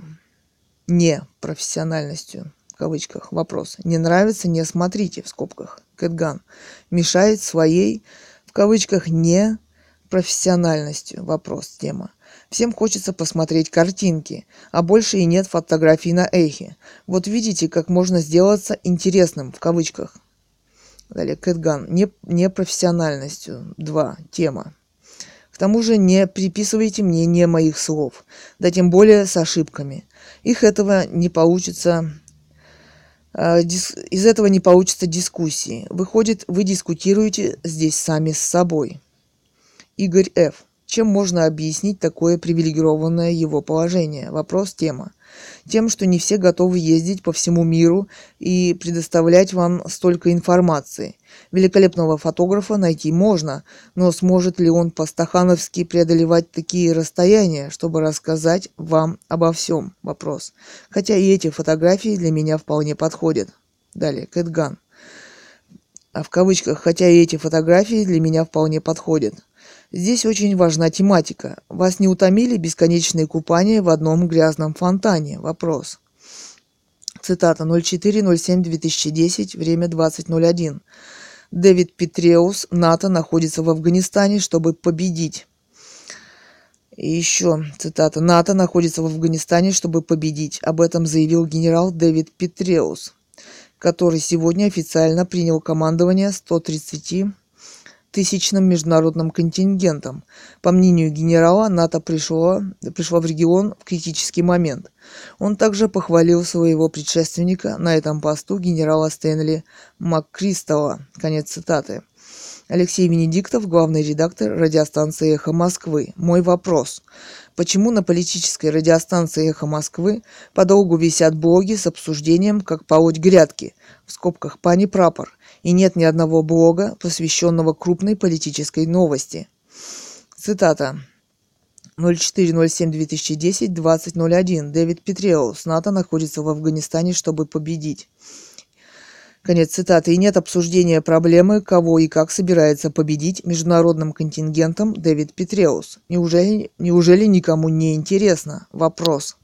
в кавычках, вопрос. Не нравится, не смотрите, в скобках. Кэтган. Мешает своей, в кавычках, непрофессиональностью, вопрос, тема. Всем хочется посмотреть картинки, а больше и нет фотографий на эхе. Вот видите, как можно сделаться интересным, в кавычках. Далее, Кэтган. Непрофессиональностью. 2. Тема. К тому же не приписывайте мне не моих слов, да тем более с ошибками. Из этого не получится дискуссии. Выходит, вы дискутируете здесь сами с собой. Игорь Ф. Чем можно объяснить такое привилегированное его положение? Вопрос, тема. Тем, что не все готовы ездить по всему миру и предоставлять вам столько информации. Великолепного фотографа найти можно, но сможет ли он по-стахановски преодолевать такие расстояния, чтобы рассказать вам обо всем? Вопрос. Хотя и эти фотографии для меня вполне подходят. Далее, Кэтган. В кавычках, хотя и эти фотографии для меня вполне подходят. Здесь очень важна тематика. Вас не утомили бесконечные купания в одном грязном фонтане? Вопрос. Цитата 04.07.2010, время 20.01. Дэвид Петреус, НАТО находится в Афганистане, чтобы победить. И еще цитата. НАТО находится в Афганистане, чтобы победить. Об этом заявил генерал Дэвид Петреус, который сегодня официально принял командование 130 тысячным международным контингентом. По мнению генерала, НАТО пришло в регион в критический момент. Он также похвалил своего предшественника на этом посту, генерала Стэнли МакКристалла. Конец цитаты. Алексей Венедиктов, главный редактор радиостанции «Эхо Москвы». Мой вопрос. Почему на политической радиостанции «Эхо Москвы» подолгу висят блоги с обсуждением «Как полоть грядки» в скобках «Пани Прапор» и нет ни одного блога, посвященного крупной политической новости? Цитата. 04.07.2010, 20.01. Дэвид Петреус. НАТО находится в Афганистане, чтобы победить. Конец цитаты. И нет обсуждения проблемы, кого и как собирается победить международным контингентом Дэвид Петреус. Неужели никому не интересно? Вопрос.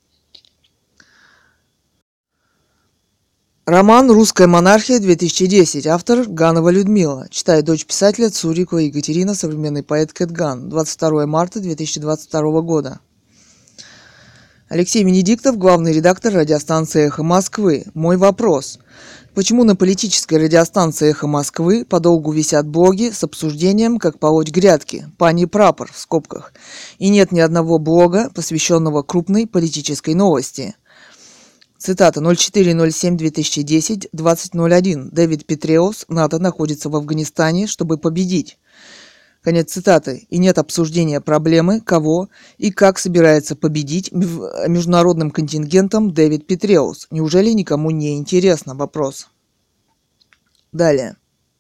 Роман «Русская монархия» 2010. Автор Ганова Людмила. Читает дочь писателя Цурикова Екатерина, современный поэт Кэт Ган. 22 марта 2022 года. Алексей Венедиктов, главный редактор радиостанции «Эхо Москвы». Мой вопрос. Почему на политической радиостанции «Эхо Москвы» подолгу висят блоги с обсуждением «Как полоть грядки» «Пани Прапор» в скобках, и нет ни одного блога, посвященного крупной политической новости? Цитата. 04.07.2010, 20.01. Дэвид Петреус. НАТО находится в Афганистане, чтобы победить. Конец цитаты. И нет обсуждения проблемы, кого и как собирается победить международным контингентом Дэвид Петреус. Неужели никому не интересно? Вопрос. Далее.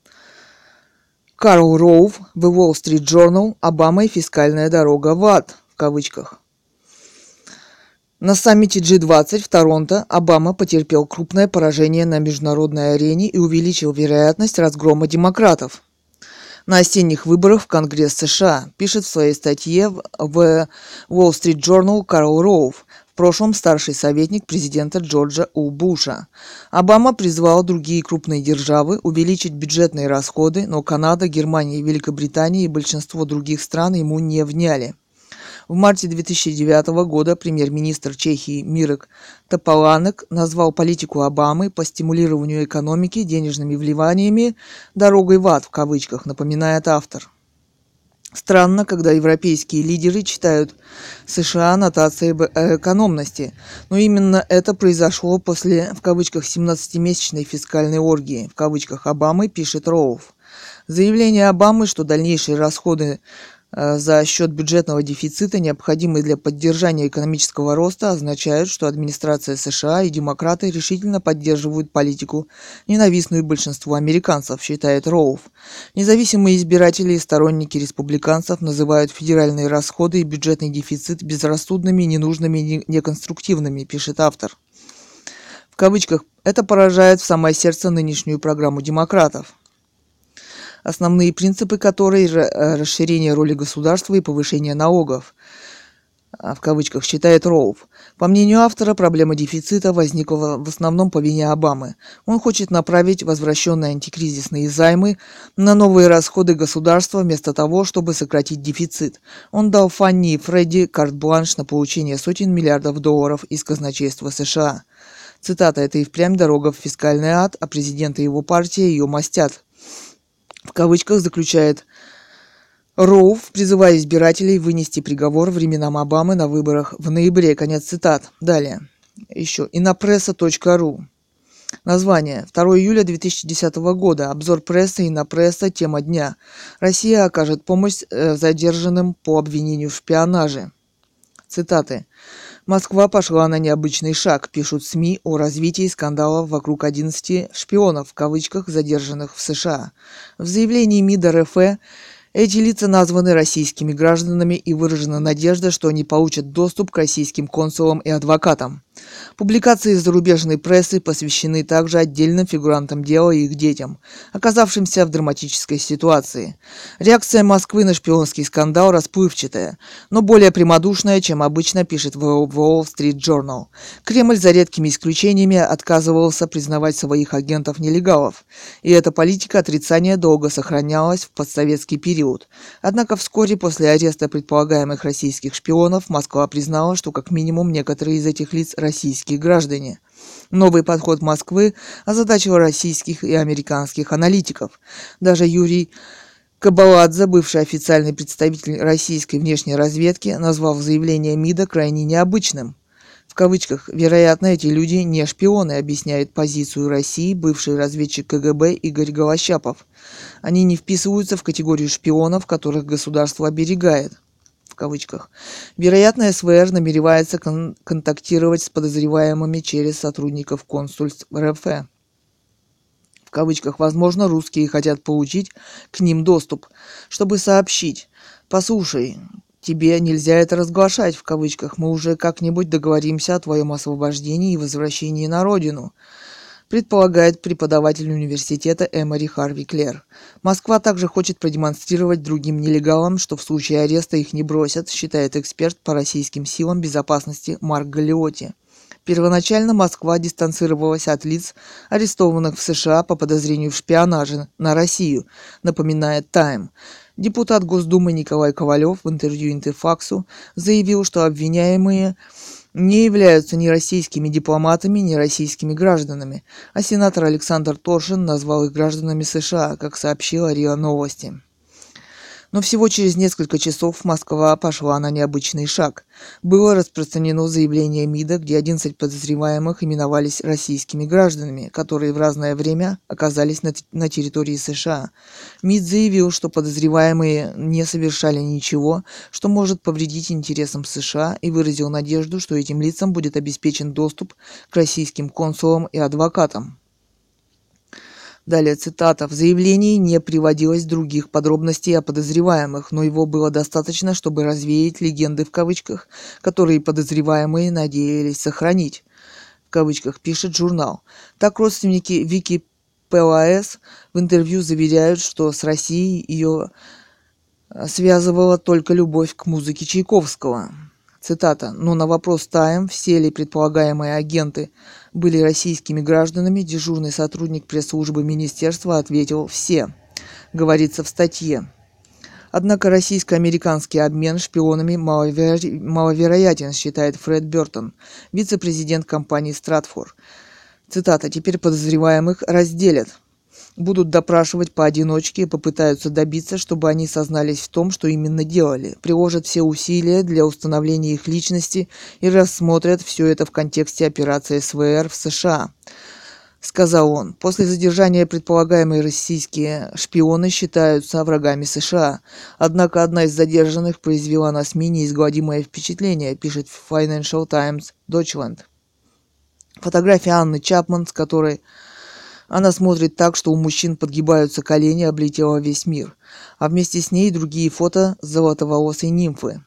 Карл Роув, The Wall Street Journal. Обама и фискальная дорога в ад. В кавычках. На саммите G20 в Торонто Обама потерпел крупное поражение на международной арене и увеличил вероятность разгрома демократов на осенних выборах в Конгресс США, пишет в своей статье в Wall Street Journal Карл Роув, в прошлом старший советник президента Джорджа У. Буша. Обама призвал другие крупные державы увеличить бюджетные расходы, но Канада, Германия, Великобритания и большинство других стран ему не вняли. В марте 2009 года премьер-министр Чехии Мирек Тополанек назвал политику Обамы по стимулированию экономики денежными вливаниями «дорогой в ад», в кавычках, напоминает автор. Странно, когда европейские лидеры читают США нотации об экономности, но именно это произошло после, в кавычках, 17-месячной фискальной оргии, в кавычках, Обамы, пишет Роув. Заявление Обамы, что дальнейшие расходы за счет бюджетного дефицита, необходимые для поддержания экономического роста, означают, что администрация США и демократы решительно поддерживают политику, ненавистную большинству американцев, считает Роув. Независимые избиратели и сторонники республиканцев называют федеральные расходы и бюджетный дефицит безрассудными, ненужными и неконструктивными, пишет автор. В кавычках, это поражает в самое сердце нынешнюю программу демократов, основные принципы которой расширение роли государства и повышение налогов, в кавычках, считает Роув. По мнению автора, проблема дефицита возникла в основном по вине Обамы. Он хочет направить возвращенные антикризисные займы на новые расходы государства вместо того, чтобы сократить дефицит. Он дал Фанни и Фредди карт-бланш на получение сотен миллиардов долларов из казначейства США. Цитата. «Это и впрямь дорога в фискальный ад, а президент и его партия ее мастят», в кавычках, заключает Роув, призывая избирателей вынести приговор временам Обамы на выборах в ноябре. Конец цитат. Далее. Еще. Инопресса.ру. Название. 2 июля 2010 года. Обзор прессы. Инопресса. Тема дня. Россия окажет помощь задержанным по обвинению в шпионаже. Цитаты. Москва пошла на необычный шаг, пишут СМИ о развитии скандалов вокруг 11 шпионов, в кавычках, задержанных в США. В заявлении МИД РФ эти лица названы российскими гражданами и выражена надежда, что они получат доступ к российским консулам и адвокатам. Публикации зарубежной прессы посвящены также отдельным фигурантам дела и их детям, оказавшимся в драматической ситуации. Реакция Москвы на шпионский скандал расплывчатая, но более прямодушная, чем обычно, пишет Wall Street Journal. Кремль, за редкими исключениями, отказывался признавать своих агентов-нелегалов, и эта политика отрицания долго сохранялась в постсоветский период. Однако вскоре после ареста предполагаемых российских шпионов Москва признала, что как минимум некоторые из этих лиц российские граждане. Новый подход Москвы озадачил российских и американских аналитиков. Даже Юрий Кабаладзе, бывший официальный представитель российской внешней разведки, назвал заявление МИДа крайне необычным. В кавычках, вероятно, эти люди не шпионы, объясняет позицию России бывший разведчик КГБ Игорь Голощапов. Они не вписываются в категорию шпионов, которых государство оберегает. В кавычках. Вероятно, СВР намеревается контактировать с подозреваемыми через сотрудников консульств РФ. В кавычках. Возможно, русские хотят получить к ним доступ, чтобы сообщить. Послушай, тебе нельзя это разглашать, в кавычках. Мы уже как-нибудь договоримся о твоем освобождении и возвращении на родину, предполагает преподаватель университета Эмори Харви Клер. Москва также хочет продемонстрировать другим нелегалам, что в случае ареста их не бросят, считает эксперт по российским силам безопасности Марк Галлиотти. Первоначально Москва дистанцировалась от лиц, арестованных в США по подозрению в шпионаже на Россию, напоминает Time. Депутат Госдумы Николай Ковалев в интервью Интерфаксу заявил, что обвиняемые не являются ни российскими дипломатами, ни российскими гражданами, а сенатор Александр Торшин назвал их гражданами США, как сообщила РИА Новости. Но всего через несколько часов Москва пошла на необычный шаг. Было распространено заявление МИДа, где 11 подозреваемых именовались российскими гражданами, которые в разное время оказались на территории США. МИД заявил, что подозреваемые не совершали ничего, что может повредить интересам США, и выразил надежду, что этим лицам будет обеспечен доступ к российским консулам и адвокатам. Далее цитата. В заявлении не приводилось других подробностей о подозреваемых, но его было достаточно, чтобы развеять легенды в кавычках, которые подозреваемые надеялись сохранить. В кавычках пишет журнал. Так родственники Вики ПЛАС в интервью заверяют, что с Россией ее связывала только любовь к музыке Чайковского. Цитата. Но на вопрос Time, все ли предполагаемые агенты были российскими гражданами, дежурный сотрудник пресс-службы министерства ответил «все», говорится в статье. Однако российско-американский обмен шпионами маловероятен, считает Фред Бертон, вице-президент компании Stratfor. Цитата. Теперь подозреваемых разделят. Будут допрашивать поодиночке и попытаются добиться, чтобы они сознались в том, что именно делали, приложат все усилия для установления их личности и рассмотрят все это в контексте операции СВР в США, сказал он. После задержания предполагаемые российские шпионы считаются врагами США. Однако одна из задержанных произвела на СМИ неизгладимое впечатление, пишет Financial Times Deutschland. Фотография Анны Чапман, с которой она смотрит так, что у мужчин подгибаются колени, облетела весь мир. А вместе с ней другие фото золотоволосой нимфы.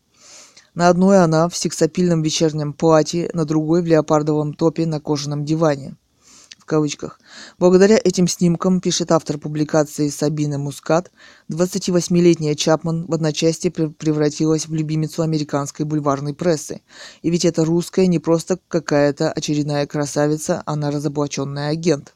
На одной она в сексапильном вечернем платье, на другой в леопардовом топе на кожаном диване. В кавычках. Благодаря этим снимкам, пишет автор публикации Сабина Мускат, 28-летняя Чапман в одночасье превратилась в любимицу американской бульварной прессы. И ведь эта русская не просто какая-то очередная красавица, она разоблаченный агент.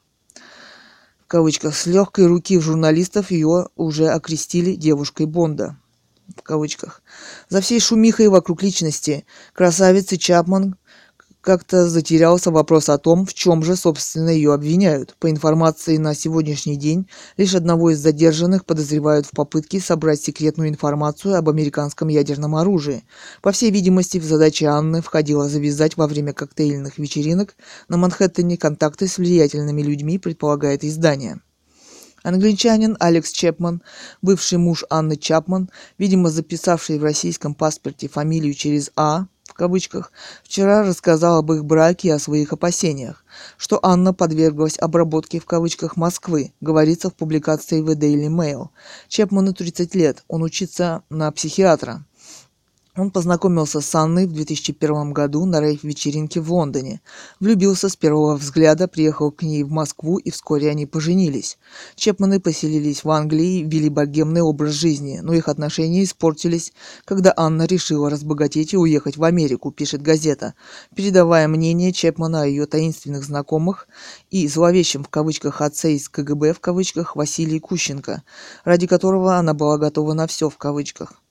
В кавычках, с легкой руки журналистов ее уже окрестили девушкой Бонда. В кавычках. За всей шумихой вокруг личности красавицы Чапман как-то затерялся вопрос о том, в чем же, собственно, ее обвиняют. По информации на сегодняшний день, лишь одного из задержанных подозревают в попытке собрать секретную информацию об американском ядерном оружии. По всей видимости, в задачи Анны входило завязать во время коктейльных вечеринок на Манхэттене контакты с влиятельными людьми, предполагает издание. Англичанин Алекс Чепман, бывший муж Анны Чапман, видимо записавший в российском паспорте фамилию через «А», в кавычках, вчера рассказал об их браке и о своих опасениях, что Анна подверглась обработке в кавычках Москвы, говорится в публикации в Daily Mail. Чепману 30 лет, он учится на психиатра. Он познакомился с Анной в 2001 году на рейв-вечеринке в Лондоне. Влюбился с первого взгляда, приехал к ней в Москву, и вскоре они поженились. Чепманы поселились в Англии, вели богемный образ жизни, но их отношения испортились, когда Анна решила разбогатеть и уехать в Америку, пишет газета, передавая мнение Чепмана о ее таинственных знакомых и зловещем в кавычках отце из КГБ в кавычках Василии Кущенко, ради которого она была готова на все в кавычках.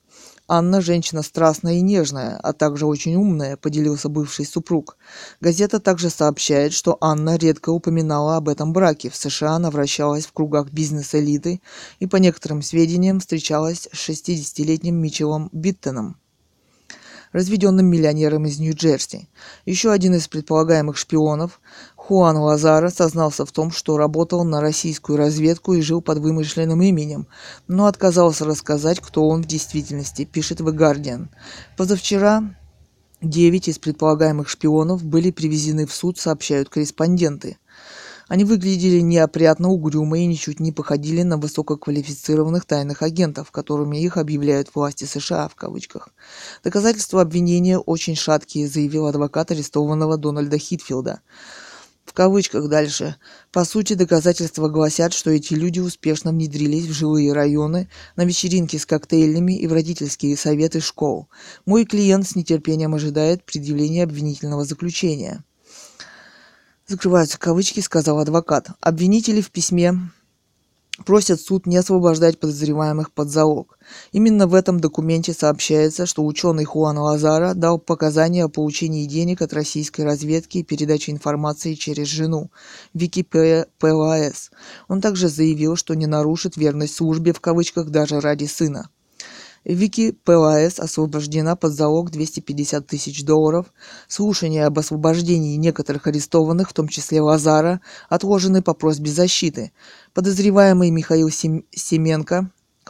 Анна – женщина страстная и нежная, а также очень умная, поделился бывший супруг. Газета также сообщает, что Анна редко упоминала об этом браке. В США она вращалась в кругах бизнес-элиты и, по некоторым сведениям, встречалась с 60-летним Митчеллом Биттеном, разведенным миллионером из Нью-Джерси. Еще один из предполагаемых шпионов, Хуан Лазара, сознался в том, что работал на российскую разведку и жил под вымышленным именем, но отказался рассказать, кто он в действительности, пишет The Guardian. Позавчера 9 из предполагаемых шпионов были привезены в суд, сообщают корреспонденты. Они выглядели неопрятно, угрюмо и ничуть не походили на высококвалифицированных тайных агентов, которыми их объявляют власти США в кавычках. Доказательства обвинения очень шаткие, заявил адвокат арестованного Дональда Хитфилда. В кавычках дальше. По сути, доказательства гласят, что эти люди успешно внедрились в жилые районы, на вечеринки с коктейлями и в родительские советы школ. Мой клиент с нетерпением ожидает предъявления обвинительного заключения. Закрываются кавычки, сказал адвокат. Обвинители в письме просят суд не освобождать подозреваемых под залог. Именно в этом документе сообщается, что ученый Хуан Лазара дал показания о получении денег от российской разведки и передаче информации через жену, Вики ПЛАС. Он также заявил, что не нарушит верность службе в кавычках даже ради сына. Вики ПЛАС освобождена под залог $250 тысяч. Слушания об освобождении некоторых арестованных, в том числе Лазара, отложены по просьбе защиты. Подозреваемый Михаил Семенко,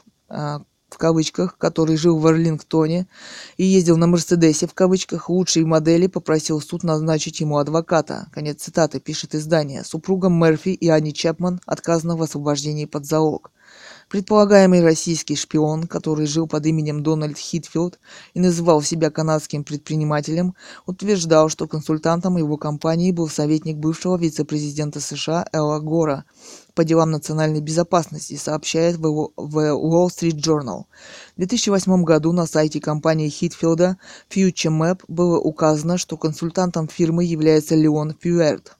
в кавычках, который жил в Арлингтоне и ездил на «Мерседесе», в кавычках, лучшей модели, попросил суд назначить ему адвоката. Конец цитаты, пишет издание. Супругам Мерфи и Анни Чепман отказано в освобождении под залог. Предполагаемый российский шпион, который жил под именем Дональд Хитфилд и называл себя канадским предпринимателем, утверждал, что консультантом его компании был советник бывшего вице-президента США Эла Гора по делам национальной безопасности, сообщает The Wall Street Journal. В 2008 году на сайте компании Хитфилда FutureMap было указано, что консультантом фирмы является Леон Фьюэрт.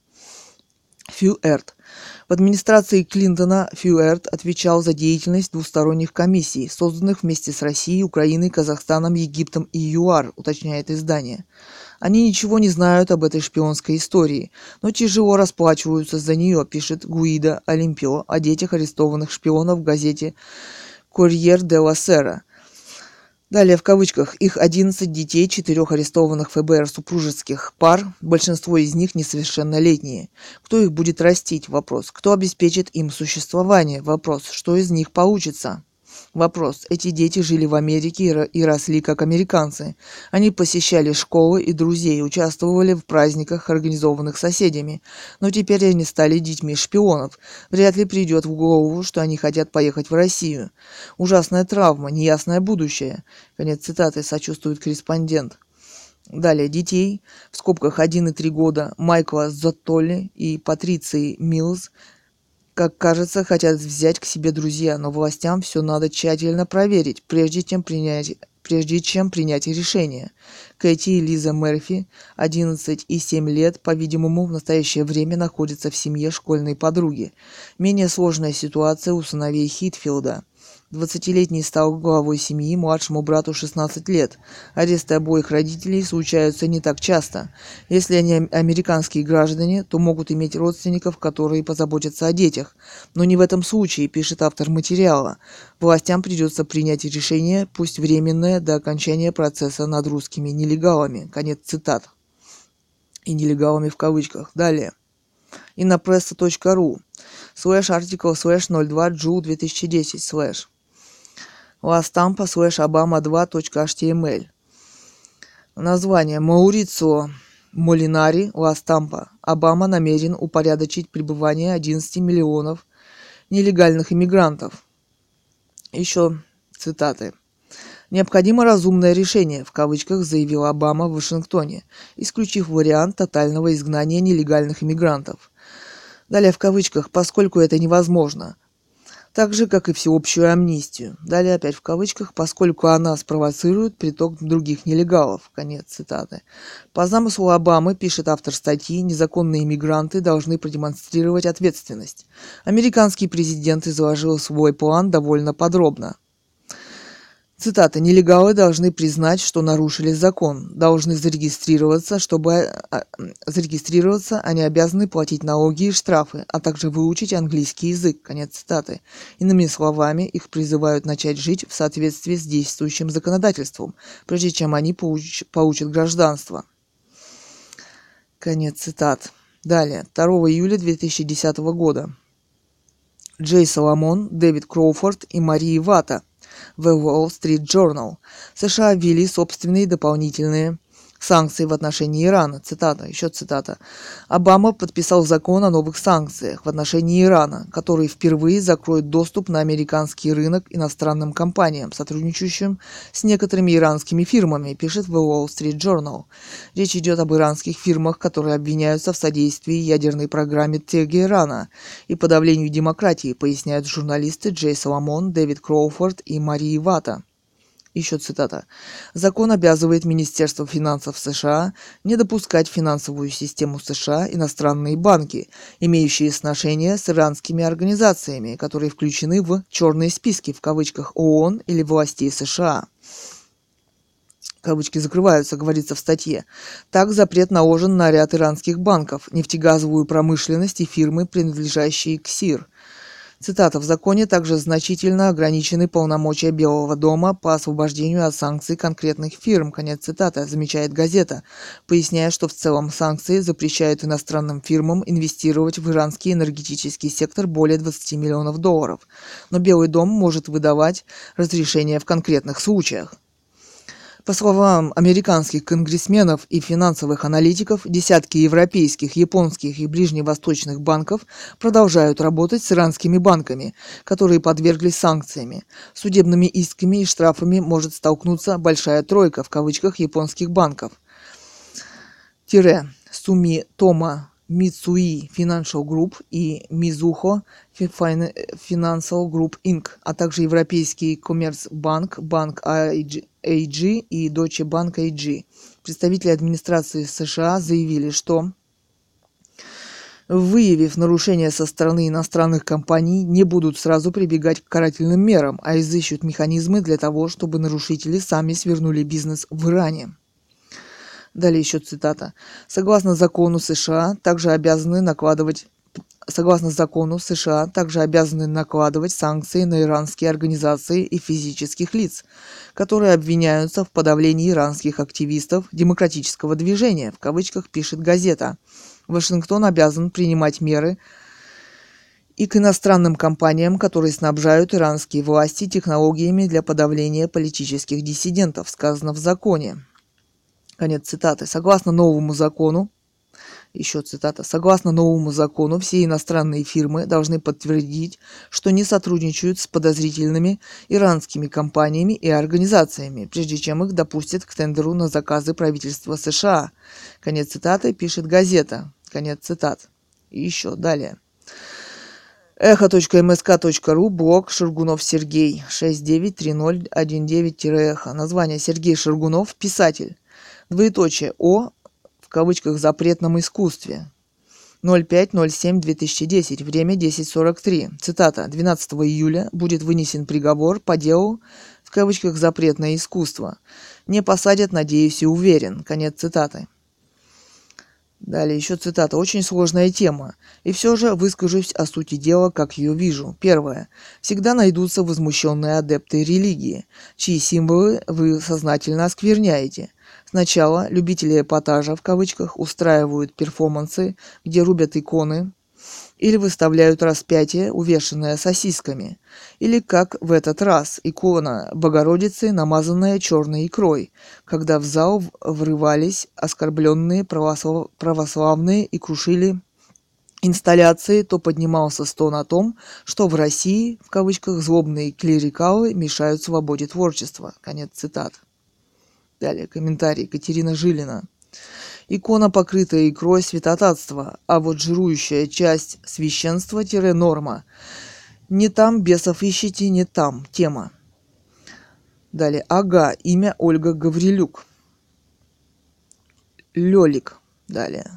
В администрации Клинтона Фьюэрт отвечал за деятельность двусторонних комиссий, созданных вместе с Россией, Украиной, Казахстаном, Египтом и ЮАР, уточняет издание. Они ничего не знают об этой шпионской истории, но тяжело расплачиваются за нее, пишет Гуидо Олимпио о детях арестованных шпионов в газете «Корьер де ла Сера». Далее в кавычках, их 11 детей, 4 арестованных ФБР супружеских пар, большинство из них несовершеннолетние. Кто их будет растить? Вопрос. Кто обеспечит им существование? Вопрос. Что из них получится? Вопрос. Эти дети жили в Америке и росли как американцы. Они посещали школы и друзей, участвовали в праздниках, организованных соседями. Но теперь они стали детьми шпионов. Вряд ли придет в голову, что они хотят поехать в Россию. Ужасная травма, неясное будущее. Конец цитаты, сочувствует корреспондент. Далее. Детей, в скобках 1 и 3 года, Майкла Зоттоли и Патриции Миллз, как кажется, хотят взять к себе друзья, но властям все надо тщательно проверить, прежде чем принять решение. Кэти и Лиза Мерфи, 11 и 7 лет, по-видимому, в настоящее время находятся в семье школьной подруги. Менее сложная ситуация у сыновей Хитфилда. 20-летний стал главой семьи, младшему брату 16 лет. Аресты обоих родителей случаются не так часто. Если они американские граждане, то могут иметь родственников, которые позаботятся о детях. Но не в этом случае, пишет автор материала. Властям придется принять решение, пусть временное, до окончания процесса над русскими нелегалами. Конец цитат. И нелегалами в кавычках. Далее. Innopressa.ru /article/02 /LaStampa/Obama2.html. Название. Маурицио Молинари, Ла-Стампа. Обама намерен упорядочить пребывание 11 миллионов нелегальных иммигрантов. Еще цитаты. «Необходимо разумное решение», в кавычках заявил Обама в Вашингтоне, исключив вариант тотального изгнания нелегальных иммигрантов. Далее в кавычках, поскольку это невозможно. Так же, как и всеобщую амнистию. Далее опять в кавычках, поскольку она спровоцирует приток других нелегалов. Конец цитаты. По замыслу Обамы, пишет автор статьи, незаконные иммигранты должны продемонстрировать ответственность. Американский президент изложил свой план довольно подробно. Цитата. «Нелегалы должны признать, что нарушили закон, должны зарегистрироваться, они обязаны платить налоги и штрафы, а также выучить английский язык». Конец цитаты. Иными словами, их призывают начать жить в соответствии с действующим законодательством, прежде чем они получат гражданство. Конец цитат. Далее. 2 июля 2010 года. Джей Соломон, Дэвид Кроуфорд и Мария Вата. The Wall Street Journal. США ввели собственные дополнительные санкции в отношении Ирана. Цитата, еще цитата. «Обама подписал закон о новых санкциях в отношении Ирана, который впервые закроет доступ на американский рынок иностранным компаниям, сотрудничающим с некоторыми иранскими фирмами», пишет The Wall Street Journal. Речь идет об иранских фирмах, которые обвиняются в содействии ядерной программе Тегерана и подавлению демократии, поясняют журналисты Джей Соломон, Дэвид Кроуфорд и Мария Вата. Еще цитата. «Закон обязывает Министерство финансов США не допускать в финансовую систему США иностранные банки, имеющие сношения с иранскими организациями, которые включены в «черные списки» в кавычках ООН или властей США». Кавычки закрываются, говорится в статье. Так, запрет наложен на ряд иранских банков, нефтегазовую промышленность и фирмы, принадлежащие к СИР. Цитата. «В законе также значительно ограничены полномочия Белого дома по освобождению от санкций конкретных фирм». Конец цитаты, замечает газета, поясняя, что в целом санкции запрещают иностранным фирмам инвестировать в иранский энергетический сектор более 20 миллионов долларов. Но Белый дом может выдавать разрешения в конкретных случаях. По словам американских конгрессменов и финансовых аналитиков, десятки европейских, японских и ближневосточных банков продолжают работать с иранскими банками, которые подверглись санкциями. Судебными исками и штрафами может столкнуться «большая тройка» в кавычках японских банков. Сумитомо Mitsui Financial Group и Mizuho Financial Group Inc., а также европейский Коммерцбанк, Банк AG и Deutsche Bank AG. Представители администрации США заявили, что, выявив нарушения со стороны иностранных компаний, не будут сразу прибегать к карательным мерам, а изыщут механизмы для того, чтобы нарушители сами свернули бизнес в Иране. Далее еще цитата. Согласно закону США также обязаны накладывать санкции на иранские организации и физических лиц, которые обвиняются в подавлении иранских активистов демократического движения, в кавычках пишет газета. Вашингтон обязан принимать меры и к иностранным компаниям, которые снабжают иранские власти технологиями для подавления политических диссидентов, сказано в законе. Конец цитаты. Согласно новому закону, еще цитата, согласно новому закону, все иностранные фирмы должны подтвердить, что не сотрудничают с подозрительными иранскими компаниями и организациями, прежде чем их допустят к тендеру на заказы правительства США. Конец цитаты, пишет газета. Конец цитат. И еще далее. Эхо.msk.ру, блог Шаргунов Сергей, 693019-эхо. Название: Сергей Шаргунов, писатель. Двоеточие О, в кавычках, запретном искусстве. 05.07.2010, время 10:43. Цитата. 12 июля будет вынесен приговор по делу, в кавычках, запретное искусство. Не посадят, надеюсь и уверен. Конец цитаты. Далее еще цитата. Очень сложная тема. И все же выскажусь о сути дела, как ее вижу. Первое. Всегда найдутся возмущенные адепты религии, чьи символы вы сознательно оскверняете. Сначала любители эпатажа, в кавычках, устраивают перформансы, где рубят иконы или выставляют распятие, увешанное сосисками. Или, как в этот раз, икона Богородицы, намазанная черной икрой, когда в зал врывались оскорбленные православные и крушили инсталляции, то поднимался стон о том, что в России, в кавычках, злобные клерикалы мешают свободе творчества. Конец цитат. Далее комментарий. Екатерина Жилина. Икона, покрытая икрой, святотатство, а вот жирующая часть священства-норма. Не там бесов ищите, не там. Тема. Далее. Ага. Имя Ольга Гаврилюк. Лёлик. Далее.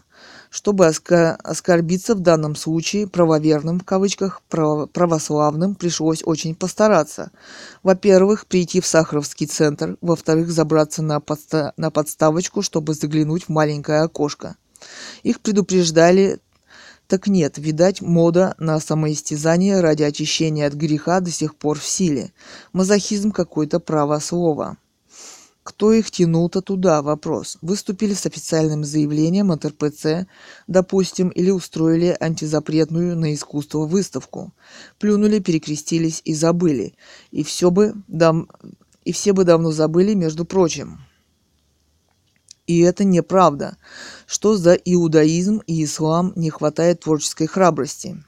чтобы оскорбиться в данном случае правоверным, в кавычках, православным пришлось очень постараться. Во-первых, прийти в Сахаровский центр, во-вторых, забраться на подставочку, чтобы заглянуть в маленькое окошко. Их предупреждали, так нет, видать, мода на самоистязание ради очищения от греха до сих пор в силе. Мазохизм какой-то, право слово. Кто их тянул-то туда? Вопрос. Выступили с официальным заявлением от РПЦ, допустим, или устроили антизапретную на искусство выставку. Плюнули, перекрестились и забыли. И все бы давно забыли, между прочим. И это неправда. Что за иудаизм и ислам не хватает творческой храбрости?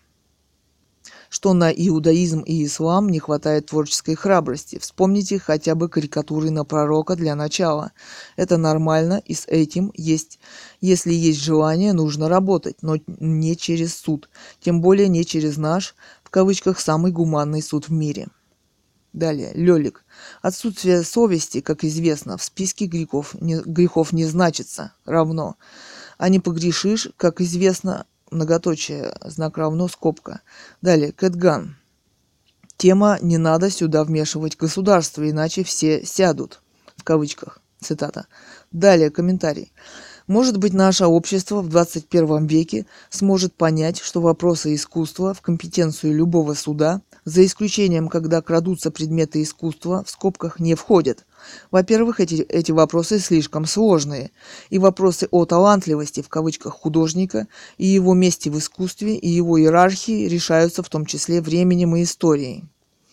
Что на иудаизм и ислам не хватает творческой храбрости. Вспомните хотя бы карикатуры на пророка для начала. Это нормально, и с этим если есть желание, нужно работать, но не через суд. Тем более не через наш, в кавычках, самый гуманный суд в мире. Далее, Лёлик. Отсутствие совести, как известно, в списке грехов не значится, равно. А не погрешишь, как известно, многоточие, знак равно, скобка. Далее, Кэтган. Тема «Не надо сюда вмешивать государство, иначе все сядут», в кавычках, цитата. Далее, комментарий. Может быть, наше общество в 21 веке сможет понять, что вопросы искусства в компетенцию любого суда, за исключением, когда крадутся предметы искусства, в скобках не входят. Во-первых, эти вопросы слишком сложные, и вопросы о талантливости, в кавычках, художника и его месте в искусстве и его иерархии решаются в том числе временем и историей.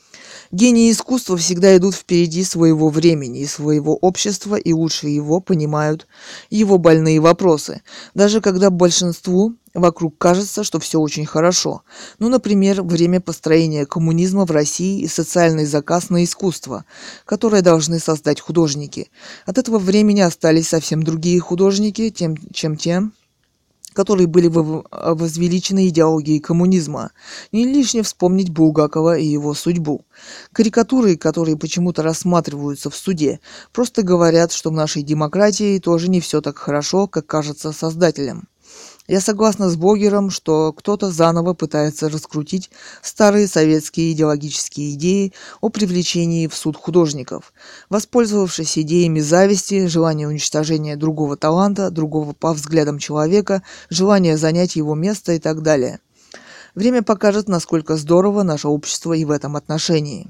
Гении искусства всегда идут впереди своего времени и своего общества и лучше его понимают его больные вопросы, даже когда большинству вокруг кажется, что все очень хорошо. Ну, например, время построения коммунизма в России и социальный заказ на искусство, которое должны создать художники. От этого времени остались совсем другие художники, чем те, которые были возвеличены идеологией коммунизма. Не лишне вспомнить Булгакова и его судьбу. Карикатуры, которые почему-то рассматриваются в суде, просто говорят, что в нашей демократии тоже не все так хорошо, как кажется создателям. Я согласна с блогером, что кто-то заново пытается раскрутить старые советские идеологические идеи о привлечении в суд художников, воспользовавшись идеями зависти, желания уничтожения другого таланта, другого по взглядам человека, желания занять его место и так далее. Время покажет, насколько здорово наше общество и в этом отношении.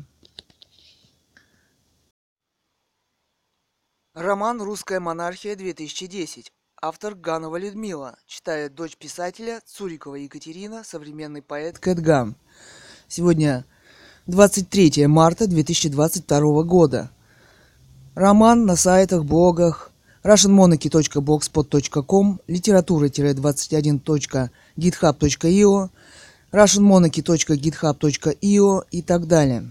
Роман «Русская монархия» 2010. Автор Ганова Людмила. Читает дочь писателя Цурикова Екатерина, современный поэт Кэтган. Сегодня 23 марта 2022 года. Роман на сайтах, блогах russianmonarchy.blogspot.com, literatura-21.github.io, russianmonarchy.github.io и так далее.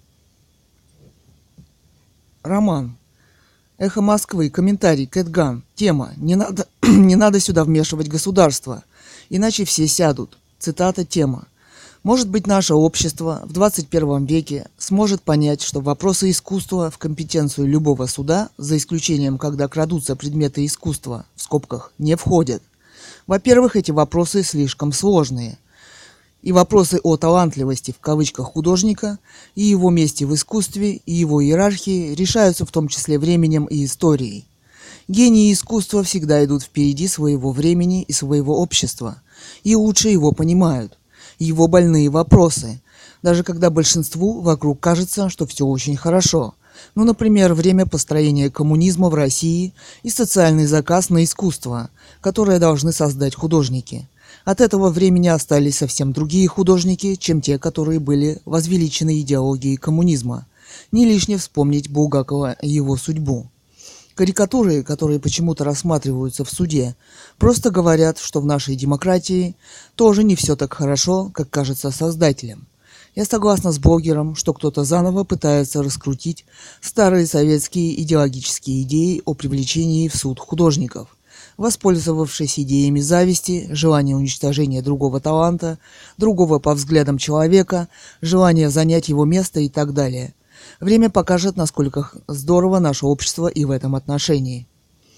Роман. Эхо Москвы. Комментарий. Кэтган. Тема. Не надо сюда вмешивать государство, иначе все сядут. Цитата. Тема. Может быть, наше общество в 21 веке сможет понять, что вопросы искусства в компетенцию любого суда, за исключением, когда крадутся предметы искусства, в скобках, не входят. Во-первых, эти вопросы слишком сложные. И вопросы о талантливости, в кавычках, художника и его месте в искусстве и его иерархии решаются в том числе временем и историей. Гении искусства всегда идут впереди своего времени и своего общества, и лучше его понимают, его больные вопросы, даже когда большинству вокруг кажется, что все очень хорошо. Ну, например, время построения коммунизма в России и социальный заказ на искусство, которое должны создать художники. От этого времени остались совсем другие художники, чем те, которые были возвеличены идеологией коммунизма. Не лишне вспомнить Булгакова и его судьбу. Карикатуры, которые почему-то рассматриваются в суде, просто говорят, что в нашей демократии тоже не все так хорошо, как кажется создателям. Я согласна с блогером, что кто-то заново пытается раскрутить старые советские идеологические идеи о привлечении в суд художников, воспользовавшись идеями зависти, желания уничтожения другого таланта, другого по взглядам человека, желания занять его место и так далее. Время покажет, насколько здорово наше общество и в этом отношении.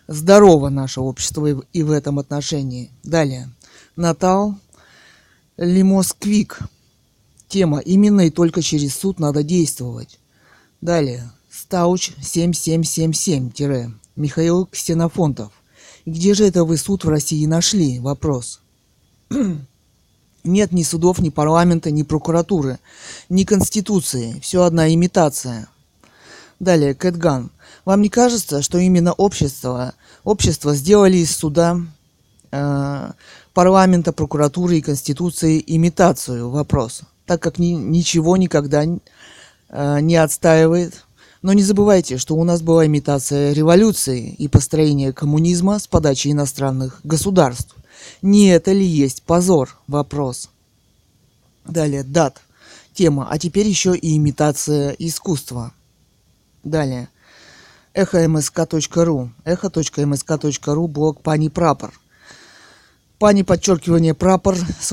Здорово наше общество и в этом отношении. Далее. Натал Лимосквик. Тема «Именно и только через суд надо действовать». Далее. Стауч 7777- Михаил Ксенофонтов. Где же это вы суд в России нашли? Вопрос. Нет ни судов, ни парламента, ни прокуратуры, ни конституции. Все одна имитация. Далее. Кэтган. Вам не кажется, что именно общество сделали из суда, парламента, прокуратуры и конституции имитацию? Вопрос. Так как ничего никогда не отстаивает. Но не забывайте, что у нас была имитация революции и построения коммунизма с подачи иностранных государств. Не это ли есть позор? Вопрос. Далее. Дат. Тема. А теперь еще и имитация искусства. Далее. Эхо.msk.ру. Эхо.msk.ру. Блог Пани Прапор. Пани подчеркивание Прапор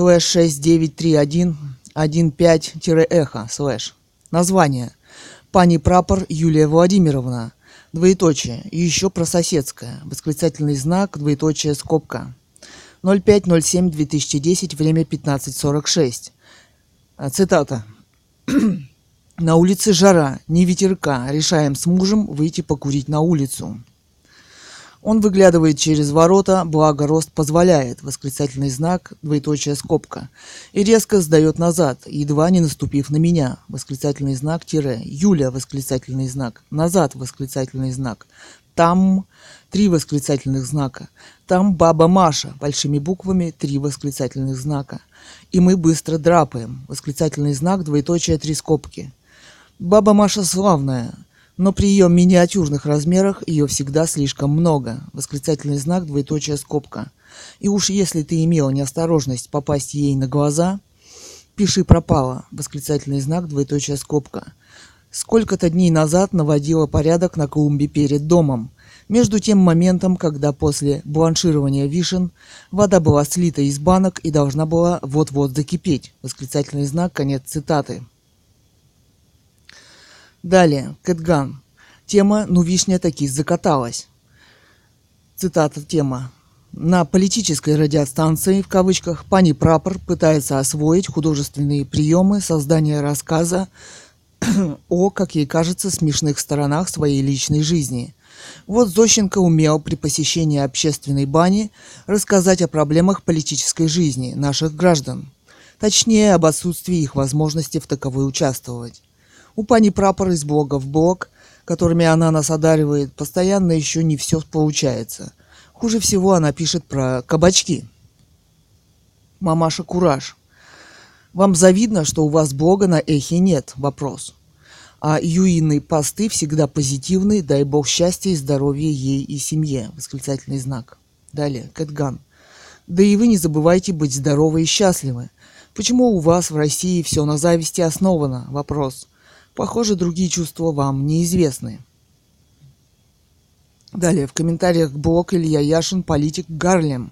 /693115-эхо /. Название. Пани Прапор Юлия Владимировна. Двоеточие. И еще прососедская. Восклицательный знак, двоеточие, скобка. 05.07.2010. Время 15:46. Цитата. На улице жара, ни ветерка. Решаем с мужем выйти покурить на улицу. Он выглядывает через ворота, благо рост позволяет, восклицательный знак, двоеточие, скобка, и резко сдает назад, едва не наступив на меня, восклицательный знак, тире, Юля, восклицательный знак, назад, восклицательный знак, там, 3 восклицательных знака, там баба Маша, большими буквами, 3 восклицательных знака, и мы быстро драпаем, восклицательный знак, двоеточие, 3 скобки. Баба Маша славная, но при ее миниатюрных размерах ее всегда слишком много. Восклицательный знак, двоеточие, скобка. И уж если ты имел неосторожность попасть ей на глаза, пиши пропало. Восклицательный знак, двоеточие, скобка. Сколько-то дней назад наводила порядок на клумбе перед домом. Между тем моментом, когда после бланширования вишен вода была слита из банок и должна была вот-вот закипеть. Восклицательный знак, конец цитаты. Далее. Кэтган. Тема «Ну вишня таки закаталась». Цитата тема. На политической радиостанции, в кавычках, Пани Прапор пытается освоить художественные приемы создания рассказа о, как ей кажется, смешных сторонах своей личной жизни. Вот Зощенко умел при посещении общественной бани рассказать о проблемах политической жизни наших граждан. Точнее, об отсутствии их возможности в таковой участвовать. У Пани Прапор из блога в блог, которыми она нас одаривает, постоянно еще не все получается. Хуже всего она пишет про кабачки. Мамаша Кураж. Вам завидно, что у вас блога на Эхе нет? Вопрос. А Юины посты всегда позитивны, дай бог счастья и здоровья ей и семье. Восклицательный знак. Далее. Кэтган. Да и вы не забывайте быть здоровы и счастливы. Почему у вас в России все на зависти основано? Вопрос. Похоже, другие чувства вам неизвестны. Далее, в комментариях блог Илья Яшин, политик, Гарлем.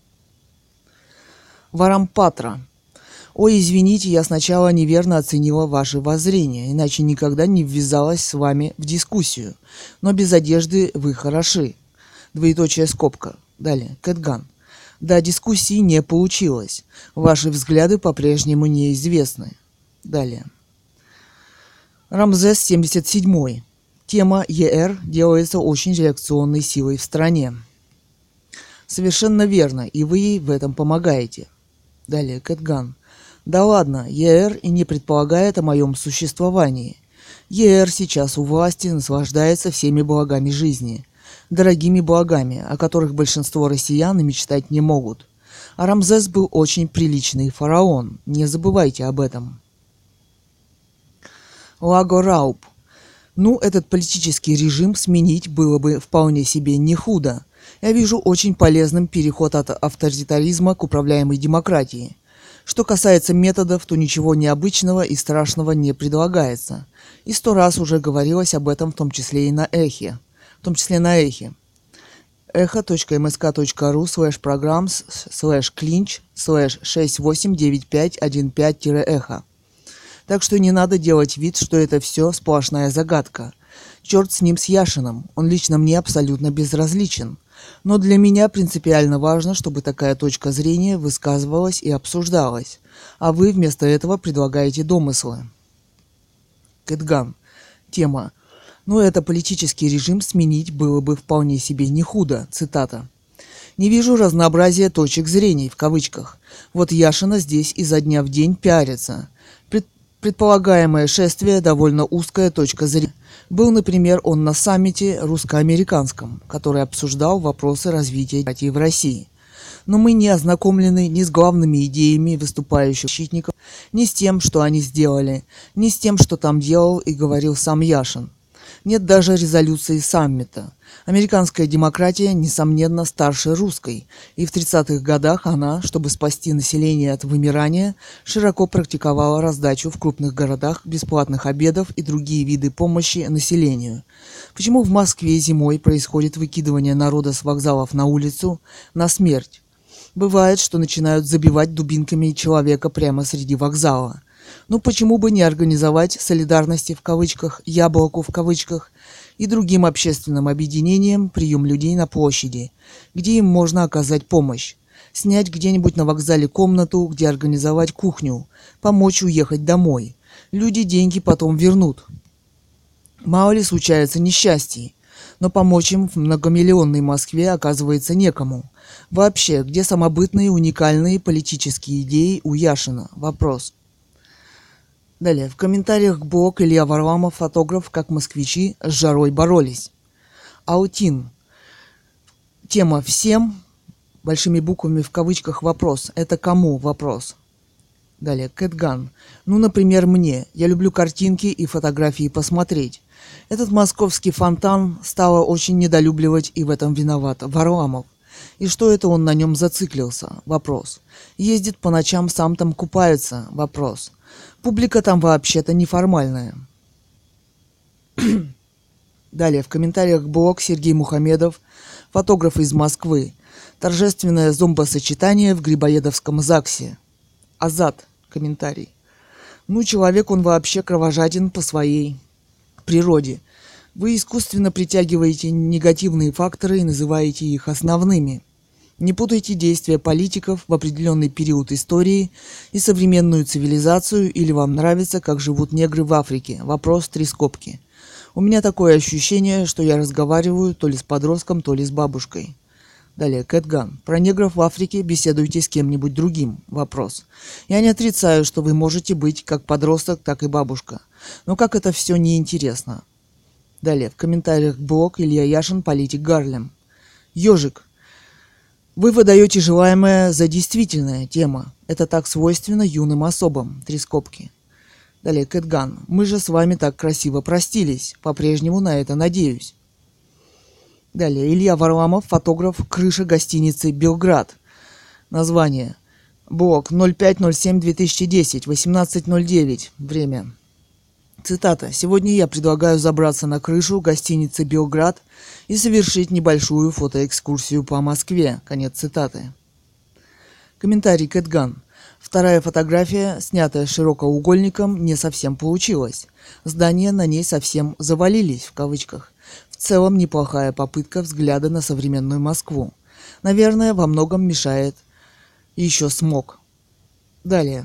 Варампатра. Ой, извините, я сначала неверно оценила ваши воззрения, иначе никогда не ввязалась с вами в дискуссию. Но без одежды вы хороши. Двоеточие, скобка. Далее, Кэтган. Да, дискуссии не получилось. Ваши взгляды по-прежнему неизвестны. Далее. Рамзес 77. Тема ЕР делается очень реакционной силой в стране. Совершенно верно, и вы ей в этом помогаете. Далее, Кэтган. Да ладно, ЕР и не предполагает о моем существовании. ЕР сейчас у власти наслаждается всеми благами жизни. Дорогими благами, о которых большинство россиян и мечтать не могут. А Рамзес был очень приличный фараон, не забывайте об этом. Лаго Рауб. Ну, этот политический режим сменить было бы вполне себе не худо. Я вижу очень полезным переход от авторитаризма к управляемой демократии. Что касается методов, то ничего необычного и страшного не предлагается. И 100 раз уже говорилось об этом, в том числе и на Эхе. Эхо.msk.ру /programs/clinch/689515-эхо. Так что не надо делать вид, что это все сплошная загадка. Черт с ним, с Яшиным, он лично мне абсолютно безразличен. Но для меня принципиально важно, чтобы такая точка зрения высказывалась и обсуждалась, а вы вместо этого предлагаете домыслы. Кэтган. Тема. Ну, это политический режим сменить было бы вполне себе не худо. Цитата. Не вижу разнообразия точек зрений, в кавычках. Вот Яшина здесь изо дня в день пиарится. Предполагаемое шествие довольно узкая точка зрения. Был, например, он на саммите русско-американском, который обсуждал вопросы развития демократии в России. Но мы не ознакомлены ни с главными идеями выступающих защитников, ни с тем, что они сделали, ни с тем, что там делал и говорил сам Яшин. Нет даже резолюции саммита. Американская демократия, несомненно, старше русской, и в 30-х годах она, чтобы спасти население от вымирания, широко практиковала раздачу в крупных городах бесплатных обедов и другие виды помощи населению. Почему в Москве зимой происходит выкидывание народа с вокзалов на улицу на смерть? Бывает, что начинают забивать дубинками человека прямо среди вокзала. Ну почему бы не организовать солидарности в кавычках, яблоку в кавычках и другим общественным объединениям прием людей на площади, где им можно оказать помощь, снять где-нибудь на вокзале комнату, где организовать кухню, помочь уехать домой. Люди деньги потом вернут. Мало ли случается несчастий, но помочь им в многомиллионной Москве оказывается некому. Вообще, где самобытные уникальные политические идеи у Яшина? Вопрос. Далее. В комментариях блог Илья Варламов, фотограф, как москвичи с жарой боролись. Аутин. Тема «Всем», большими буквами в кавычках, вопрос. Это кому вопрос? Далее. Кэтган. Ну, например, мне. Я люблю картинки и фотографии посмотреть. Этот московский фонтан стало очень недолюбливать, и в этом виноват Варламов. И что это он на нем зациклился? Вопрос. Ездит по ночам, сам там купается? Вопрос. Публика там вообще-то неформальная. Далее, в комментариях блог Сергей Мухамедов, фотограф из Москвы. Торжественное зомбосочетание в Грибоедовском ЗАГСе. Азат. Комментарий. Ну, человек он вообще кровожаден по своей природе. Вы искусственно притягиваете негативные факторы и называете их основными. Не путайте действия политиков в определенный период истории и современную цивилизацию, или вам нравится, как живут негры в Африке. Вопрос 3 скобки. У меня такое ощущение, что я разговариваю то ли с подростком, то ли с бабушкой. Далее, Кэтган. Про негров в Африке беседуйте с кем-нибудь другим. Вопрос. Я не отрицаю, что вы можете быть как подросток, так и бабушка. Но как это все неинтересно. Далее, в комментариях блог Илья Яшин, политик Гарлем. Ёжик. Вы выдаете желаемое за действительное. Тема. Это так свойственно юным особам. 3 скобки. Далее, Кэтган. Мы же с вами так красиво простились. По-прежнему на это надеюсь. Далее, Илья Варламов, фотограф, крыша гостиницы «Белград». Название. Блог 05.07.2010, 18.09. Время. Цитата. «Сегодня я предлагаю забраться на крышу гостиницы «Белград» и совершить небольшую фотоэкскурсию по Москве». Конец цитаты. Комментарий Кэтган. Вторая фотография, снятая широкоугольником, не совсем получилась. Здания на ней совсем «завалились» в кавычках. В целом неплохая попытка взгляда на современную Москву. Наверное, во многом мешает еще смог. Далее.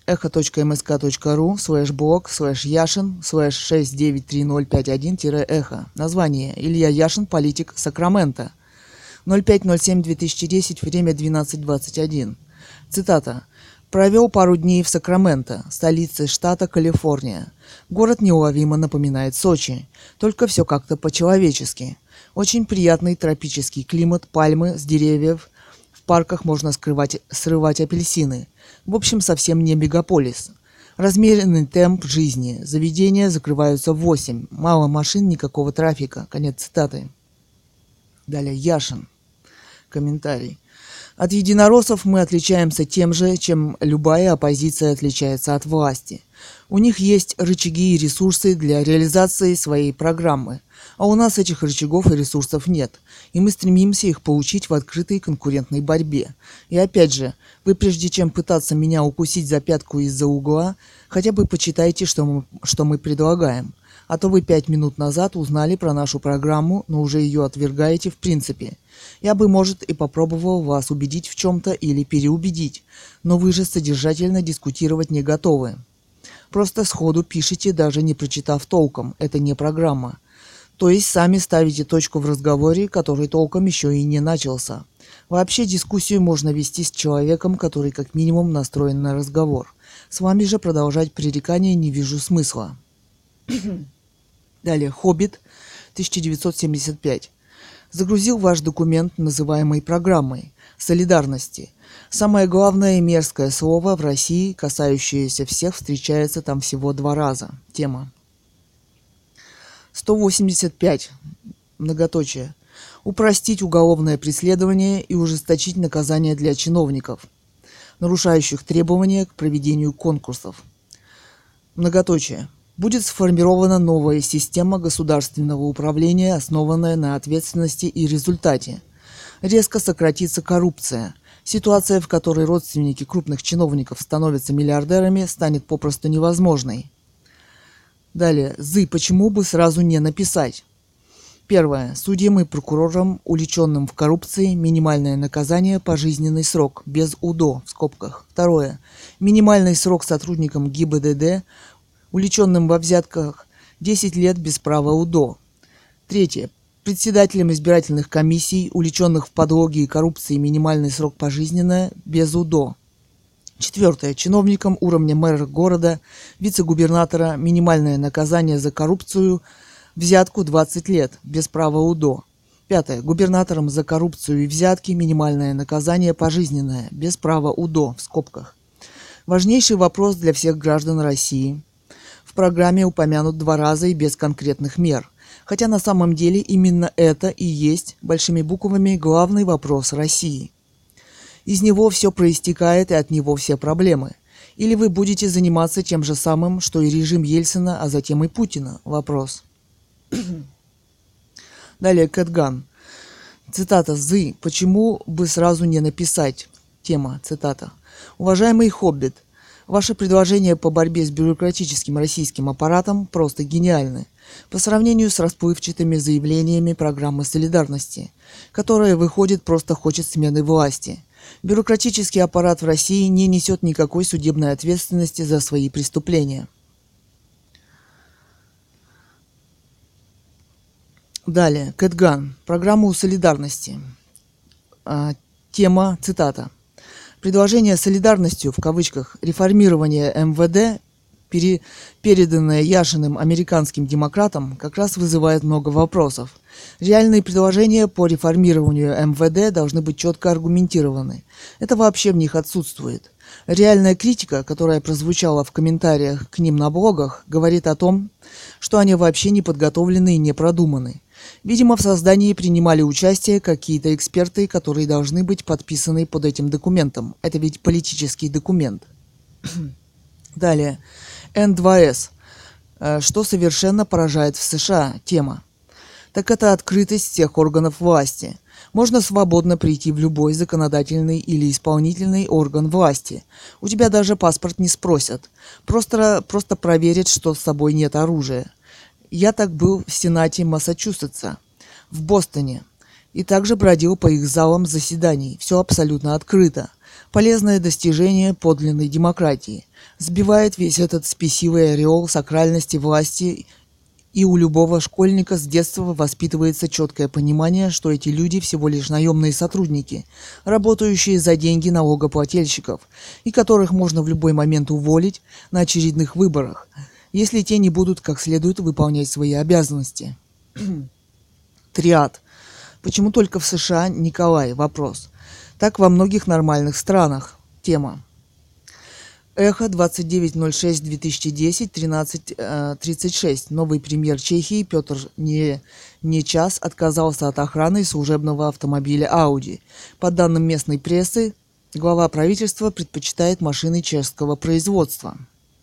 echo.msk.ru/blog/Яшин/693051-эхо. Название. Илья Яшин, политик, Сакраменто. 05.07.2010, время 12:21. Цитата. «Провел пару дней в Сакраменто, столице штата Калифорния. Город неуловимо напоминает Сочи, только все как-то по-человечески. Очень приятный тропический климат, пальмы с деревьев, в парках можно срывать апельсины. В общем, совсем не мегаполис. Размеренный темп жизни, заведения закрываются в 8, мало машин, никакого трафика». Конец цитаты. Далее, Яшин. Комментарий. От единороссов мы отличаемся тем же, чем любая оппозиция отличается от власти. У них есть рычаги и ресурсы для реализации своей программы, а у нас этих рычагов и ресурсов нет, и мы стремимся их получить в открытой конкурентной борьбе. И опять же, вы прежде чем пытаться меня укусить за пятку из-за угла, хотя бы почитайте, что мы предлагаем. А то вы 5 минут назад узнали про нашу программу, но уже ее отвергаете в принципе. Я бы, может, и попробовал вас убедить в чем-то или переубедить, но вы же содержательно дискутировать не готовы. Просто сходу пишите, даже не прочитав толком. Это не программа. То есть сами ставите точку в разговоре, который толком еще и не начался. Вообще дискуссию можно вести с человеком, который как минимум настроен на разговор. С вами же продолжать пререкание не вижу смысла. Далее. «Хоббит», 1975. Загрузил ваш документ, называемый программой солидарности. Самое главное и мерзкое слово в России, касающееся всех, встречается там всего 2 раза. Тема. 185. Многоточие. Упростить уголовное преследование и ужесточить наказание для чиновников, нарушающих требования к проведению конкурсов. Многоточие. Будет сформирована новая система государственного управления, основанная на ответственности и результате. Резко сократится коррупция. Ситуация, в которой родственники крупных чиновников становятся миллиардерами, станет попросту невозможной. Далее. Почему бы сразу не написать? Первое. Судьям и прокурорам, уличенным в коррупции, минимальное наказание – пожизненный срок, без УДО, в скобках. Второе. Минимальный срок сотрудникам ГИБДД, уличенным во взятках, 10 лет без права УДО. Третье. Председателям избирательных комиссий, уличенных в подлоге и коррупции, минимальный срок пожизненное, без УДО. Четвертое. Чиновникам уровня мэра города, вице-губернатора, минимальное наказание за коррупцию, взятку 20 лет, без права УДО. Пятое. Губернаторам за коррупцию и взятки, минимальное наказание пожизненное, без права УДО, в скобках. Важнейший вопрос для всех граждан России. В программе упомянут 2 раза и без конкретных мер. Хотя на самом деле именно это и есть, большими буквами, главный вопрос России. Из него все проистекает и от него все проблемы. Или вы будете заниматься тем же самым, что и режим Ельцина, а затем и Путина? Вопрос. Далее. Кэтган. Цитата. Почему бы сразу не написать? Тема. Цитата. Уважаемый Хоббит, ваше предложение по борьбе с бюрократическим российским аппаратом просто гениальны. По сравнению с расплывчатыми заявлениями программы солидарности, которая, выходит, просто хочет смены власти. Бюрократический аппарат в России не несет никакой судебной ответственности за свои преступления. Далее. Кэтган. Программу солидарности. Тема. Цитата. Предложение солидарностью, в кавычках, реформирования МВД, переданное Яшиным американским демократам, как раз вызывает много вопросов. Реальные предложения по реформированию МВД должны быть четко аргументированы. Это вообще в них отсутствует. Реальная критика, которая прозвучала в комментариях к ним на блогах, говорит о том, что они вообще не подготовлены и не продуманы. Видимо, в создании принимали участие какие-то эксперты, которые должны быть подписаны под этим документом. Это ведь политический документ. Далее. N2S. Что совершенно поражает в США? Тема. Так это открытость всех органов власти. Можно свободно прийти в любой законодательный или исполнительный орган власти. У тебя даже паспорт не спросят. Просто проверят, что с собой нет оружия. Я так был в Сенате Массачусетса, в Бостоне, и также бродил по их залам заседаний. Все абсолютно открыто. Полезное достижение подлинной демократии. Сбивает весь этот спесивый ореол сакральности власти, и у любого школьника с детства воспитывается четкое понимание, что эти люди всего лишь наемные сотрудники, работающие за деньги налогоплательщиков, и которых можно в любой момент уволить на очередных выборах, если те не будут как следует выполнять свои обязанности. Триад. Почему только в США, Николай? Вопрос. Так во многих нормальных странах. Тема. Эхо, 29.06.2010, 13.36. Новый премьер Чехии Петр Нечас отказался от охраны служебного автомобиля Audi. По данным местной прессы, глава правительства предпочитает машины чешского производства.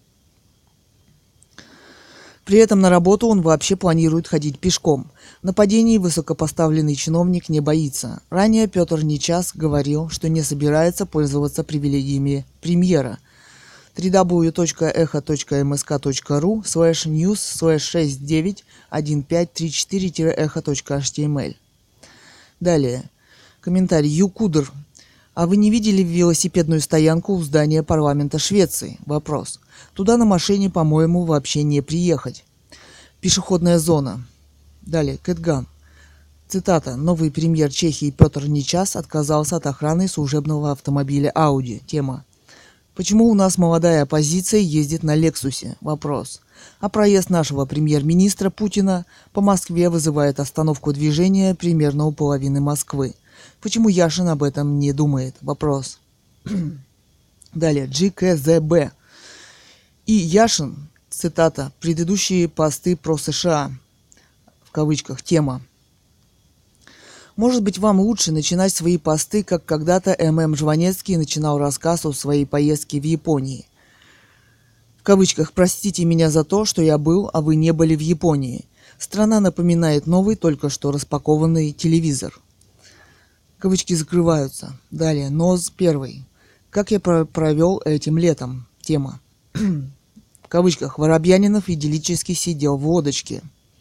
При этом на работу он вообще планирует ходить пешком. Нападений высокопоставленный чиновник не боится. Ранее Петр Нечас говорил, что не собирается пользоваться привилегиями премьера. www.echo.msk.ru/news/691534-echo.html. Далее. Комментарий. Юкудр. А вы не видели велосипедную стоянку у здания парламента Швеции? Вопрос. Туда на машине, по-моему, вообще не приехать. Пешеходная зона. Далее. Кэтган. Цитата. Новый премьер Чехии Петр Нечас отказался от охраны служебного автомобиля Audi. Тема. Почему у нас молодая оппозиция ездит на Лексусе? Вопрос. А проезд нашего премьер-министра Путина по Москве вызывает остановку движения примерно у половины Москвы. Почему Яшин об этом не думает? Вопрос. Далее. GKZB. И Яшин, цитата, предыдущие посты про США, в кавычках, тема. Может быть, вам лучше начинать свои посты, как когда-то М.М. Жванецкий начинал рассказ о своей поездке в Японии. В кавычках, простите меня за то, что я был, а вы не были в Японии. Страна напоминает новый, только что распакованный телевизор. Кавычки закрываются. Далее. НОЗ 1. Как я провел этим летом? Тема. В кавычках. Воробьянинов идиллически сидел в лодочке.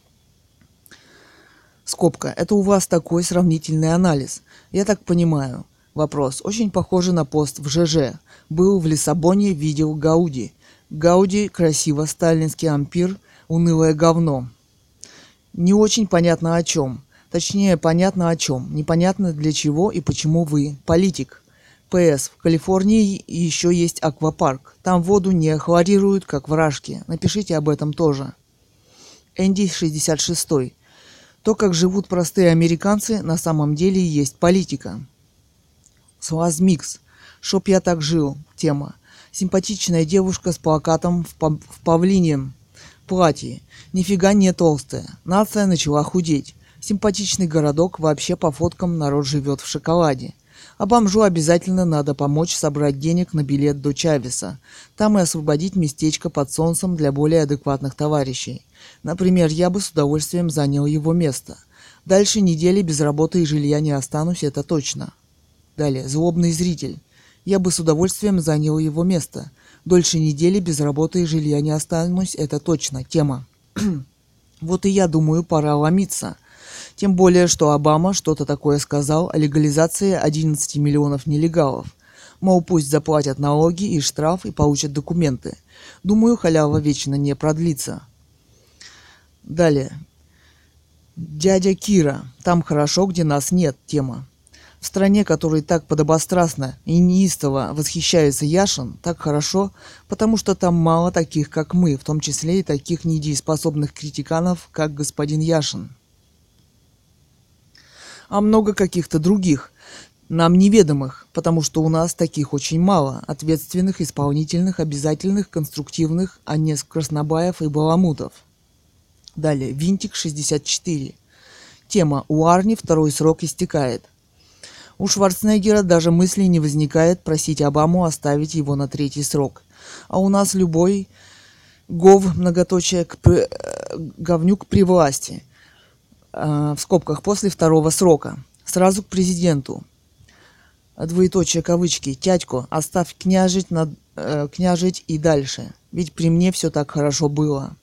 Скобка. Это у вас такой сравнительный анализ. Я так понимаю. Вопрос. Очень похоже на пост в ЖЖ. Был в Лиссабоне, видел Гауди. Гауди красиво, сталинский ампир, унылое говно. Не очень понятно о чем. Точнее, понятно о чем. Непонятно для чего и почему вы политик. ПС. В Калифорнии еще есть аквапарк. Там воду не хлорируют, как в Рашке. Напишите об этом тоже. Энди 66. То, как живут простые американцы, на самом деле есть политика. Слазмикс. Чтоб я так жил. Тема. Симпатичная девушка с плакатом в павлиньем платье. Нифига не толстая. Нация начала худеть. Симпатичный городок, вообще по фоткам народ живет в шоколаде. А бомжу обязательно надо помочь собрать денег на билет до Чавеса. Там и освободить местечко под солнцем для более адекватных товарищей. Например, я бы с удовольствием занял его место. Дальше недели без работы и жилья не останусь, это точно. Далее. Злобный зритель. Я бы с удовольствием занял его место. Дольше недели без работы и жилья не останусь, это точно. Тема. Вот и я думаю, пора ломиться. Тем более, что Обама что-то такое сказал о легализации 11 миллионов нелегалов. Мол, пусть заплатят налоги и штраф и получат документы. Думаю, халява вечно не продлится. Далее. Дядя Кира. Там хорошо, где нас нет. Тема. В стране, которой так подобострастно и неистово восхищается Яшин, так хорошо, потому что там мало таких, как мы, в том числе и таких недееспособных критиканов, как господин Яшин. А много каких-то других, нам неведомых, потому что у нас таких очень мало, ответственных, исполнительных, обязательных, конструктивных, а не краснобаев и баламутов. Далее. Винтик 64. Тема. У Арни второй срок истекает. У Шварценеггера даже мысли не возникает просить Обаму оставить его на 3-й срок. А у нас любой говнюк при власти. В скобках после 2-го срока. Сразу к президенту. Двоеточие кавычки. Тядько, оставь княжить и дальше. Ведь при мне все так хорошо было.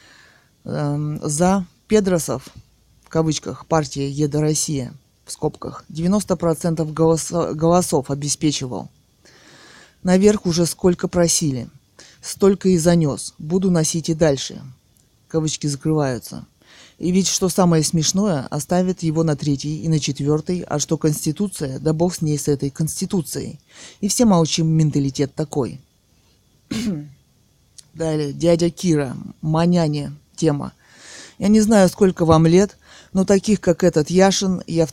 За Педросов, в кавычках, партия Еда Россия, в скобках, 90% голосов обеспечивал. Наверх уже сколько просили. Столько и занес. Буду носить и дальше. Кавычки закрываются. И ведь, что самое смешное, оставят его на 3-й и на 4-й, а что Конституция, да бог с ней, с этой Конституцией. И все молчим, менталитет такой. Далее, дядя Кира, маняне, тема. Я не знаю, сколько вам лет, но таких, как этот Яшин, я в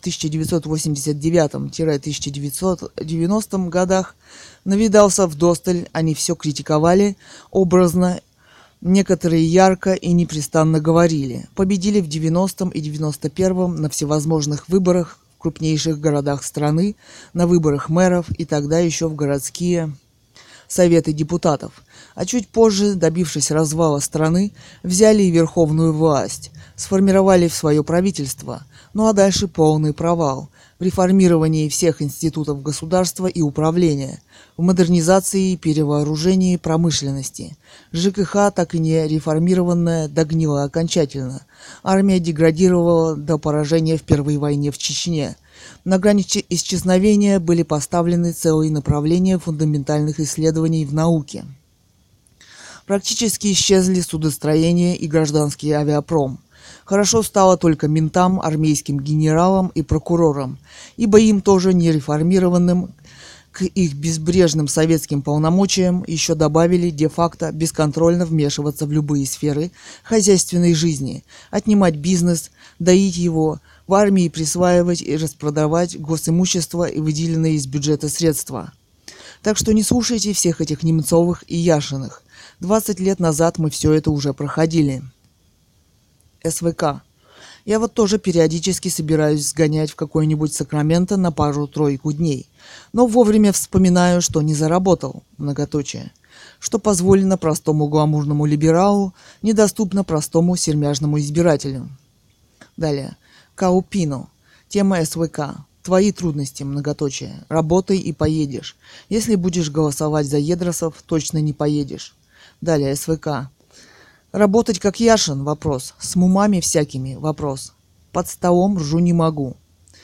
1989-1990 годах навидался вдосталь, они все критиковали, образно, некоторые ярко и непрестанно говорили. Победили в 90-м и 91-м на всевозможных выборах в крупнейших городах страны, на выборах мэров и тогда еще в городские Советы депутатов, а чуть позже, добившись развала страны, взяли и верховную власть, сформировали свое правительство, ну а дальше полный провал в реформировании всех институтов государства и управления, в модернизации и перевооружении промышленности. ЖКХ, так и не реформированная, догнила окончательно. Армия деградировала до поражения в Первой войне в Чечне. На грани исчезновения были поставлены целые направления фундаментальных исследований в науке. Практически исчезли судостроение и гражданский авиапром. Хорошо стало только ментам, армейским генералам и прокурорам, ибо им тоже нереформированным к их безбрежным советским полномочиям еще добавили де-факто бесконтрольно вмешиваться в любые сферы хозяйственной жизни, отнимать бизнес, доить его, в армии присваивать и распродавать госимущество и выделенные из бюджета средства. Так что не слушайте всех этих Немцовых и Яшиных. 20 лет назад мы все это уже проходили. СВК. Я вот тоже периодически собираюсь сгонять в какое-нибудь Сакраменто на пару-тройку дней, но вовремя вспоминаю, что не заработал, многоточие, что позволено простому гламурному либералу, недоступно простому сермяжному избирателю. Далее. Каупино. Тема СВК. Твои трудности, многоточие. Работай и поедешь. Если будешь голосовать за Едросов, точно не поедешь. Далее. СВК. Работать как Яшин? Вопрос. С мумами всякими? Вопрос. Под столом ржу не могу.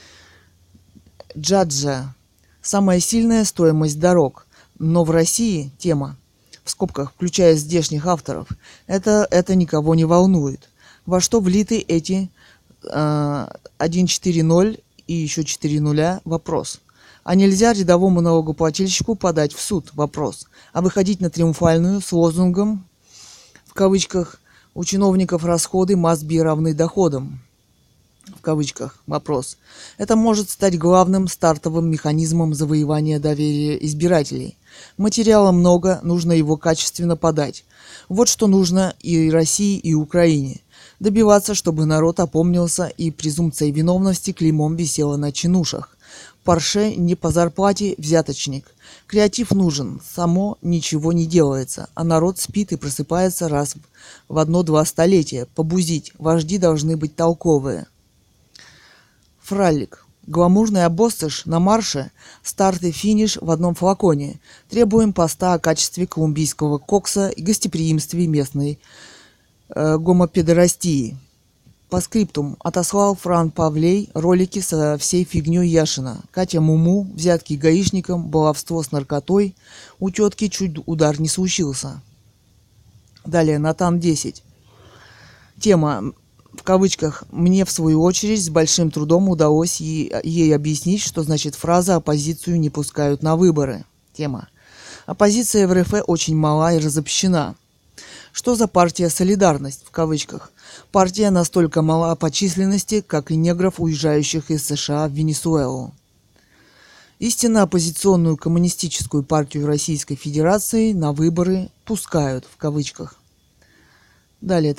Джаджа. Самая сильная стоимость дорог. Но в России тема, в скобках, включая здешних авторов, это никого не волнует. Во что влиты эти 1.4.0 и еще 4 нуля? Вопрос. А нельзя рядовому налогоплательщику подать в суд? Вопрос. А выходить на триумфальную с лозунгом, в кавычках, у чиновников расходы МАСБИ равны доходам? В кавычках. Вопрос. Это может стать главным стартовым механизмом завоевания доверия избирателей. Материала много, нужно его качественно подать. Вот что нужно и России, и Украине. Добиваться, чтобы народ опомнился и презумпция виновности клеймом висела на чинушах. Порше не по зарплате взяточник. Креатив нужен, само ничего не делается, а народ спит и просыпается раз в 1-2 столетия. Побузить, вожди должны быть толковые. Фралик. Гламурный обоссыш на марше, старт и финиш в одном флаконе. Требуем поста о качестве колумбийского кокса и гостеприимстве местной гомопедерастии. По скриптум. Отослал Фран Павлей ролики со всей фигней Яшина. Катя Муму, взятки гаишникам, баловство с наркотой. У тетки чуть удар не случился. Далее. Натан 10. Тема, в кавычках, мне в свою очередь с большим трудом удалось ей объяснить, что значит фраза «оппозицию не пускают на выборы». Тема. Оппозиция в РФ очень мала и разобщена. Что за партия «Солидарность» в кавычках? Партия настолько мала по численности, как и негров, уезжающих из США в Венесуэлу. Истинно оппозиционную коммунистическую партию Российской Федерации на выборы «пускают» в кавычках. Далее.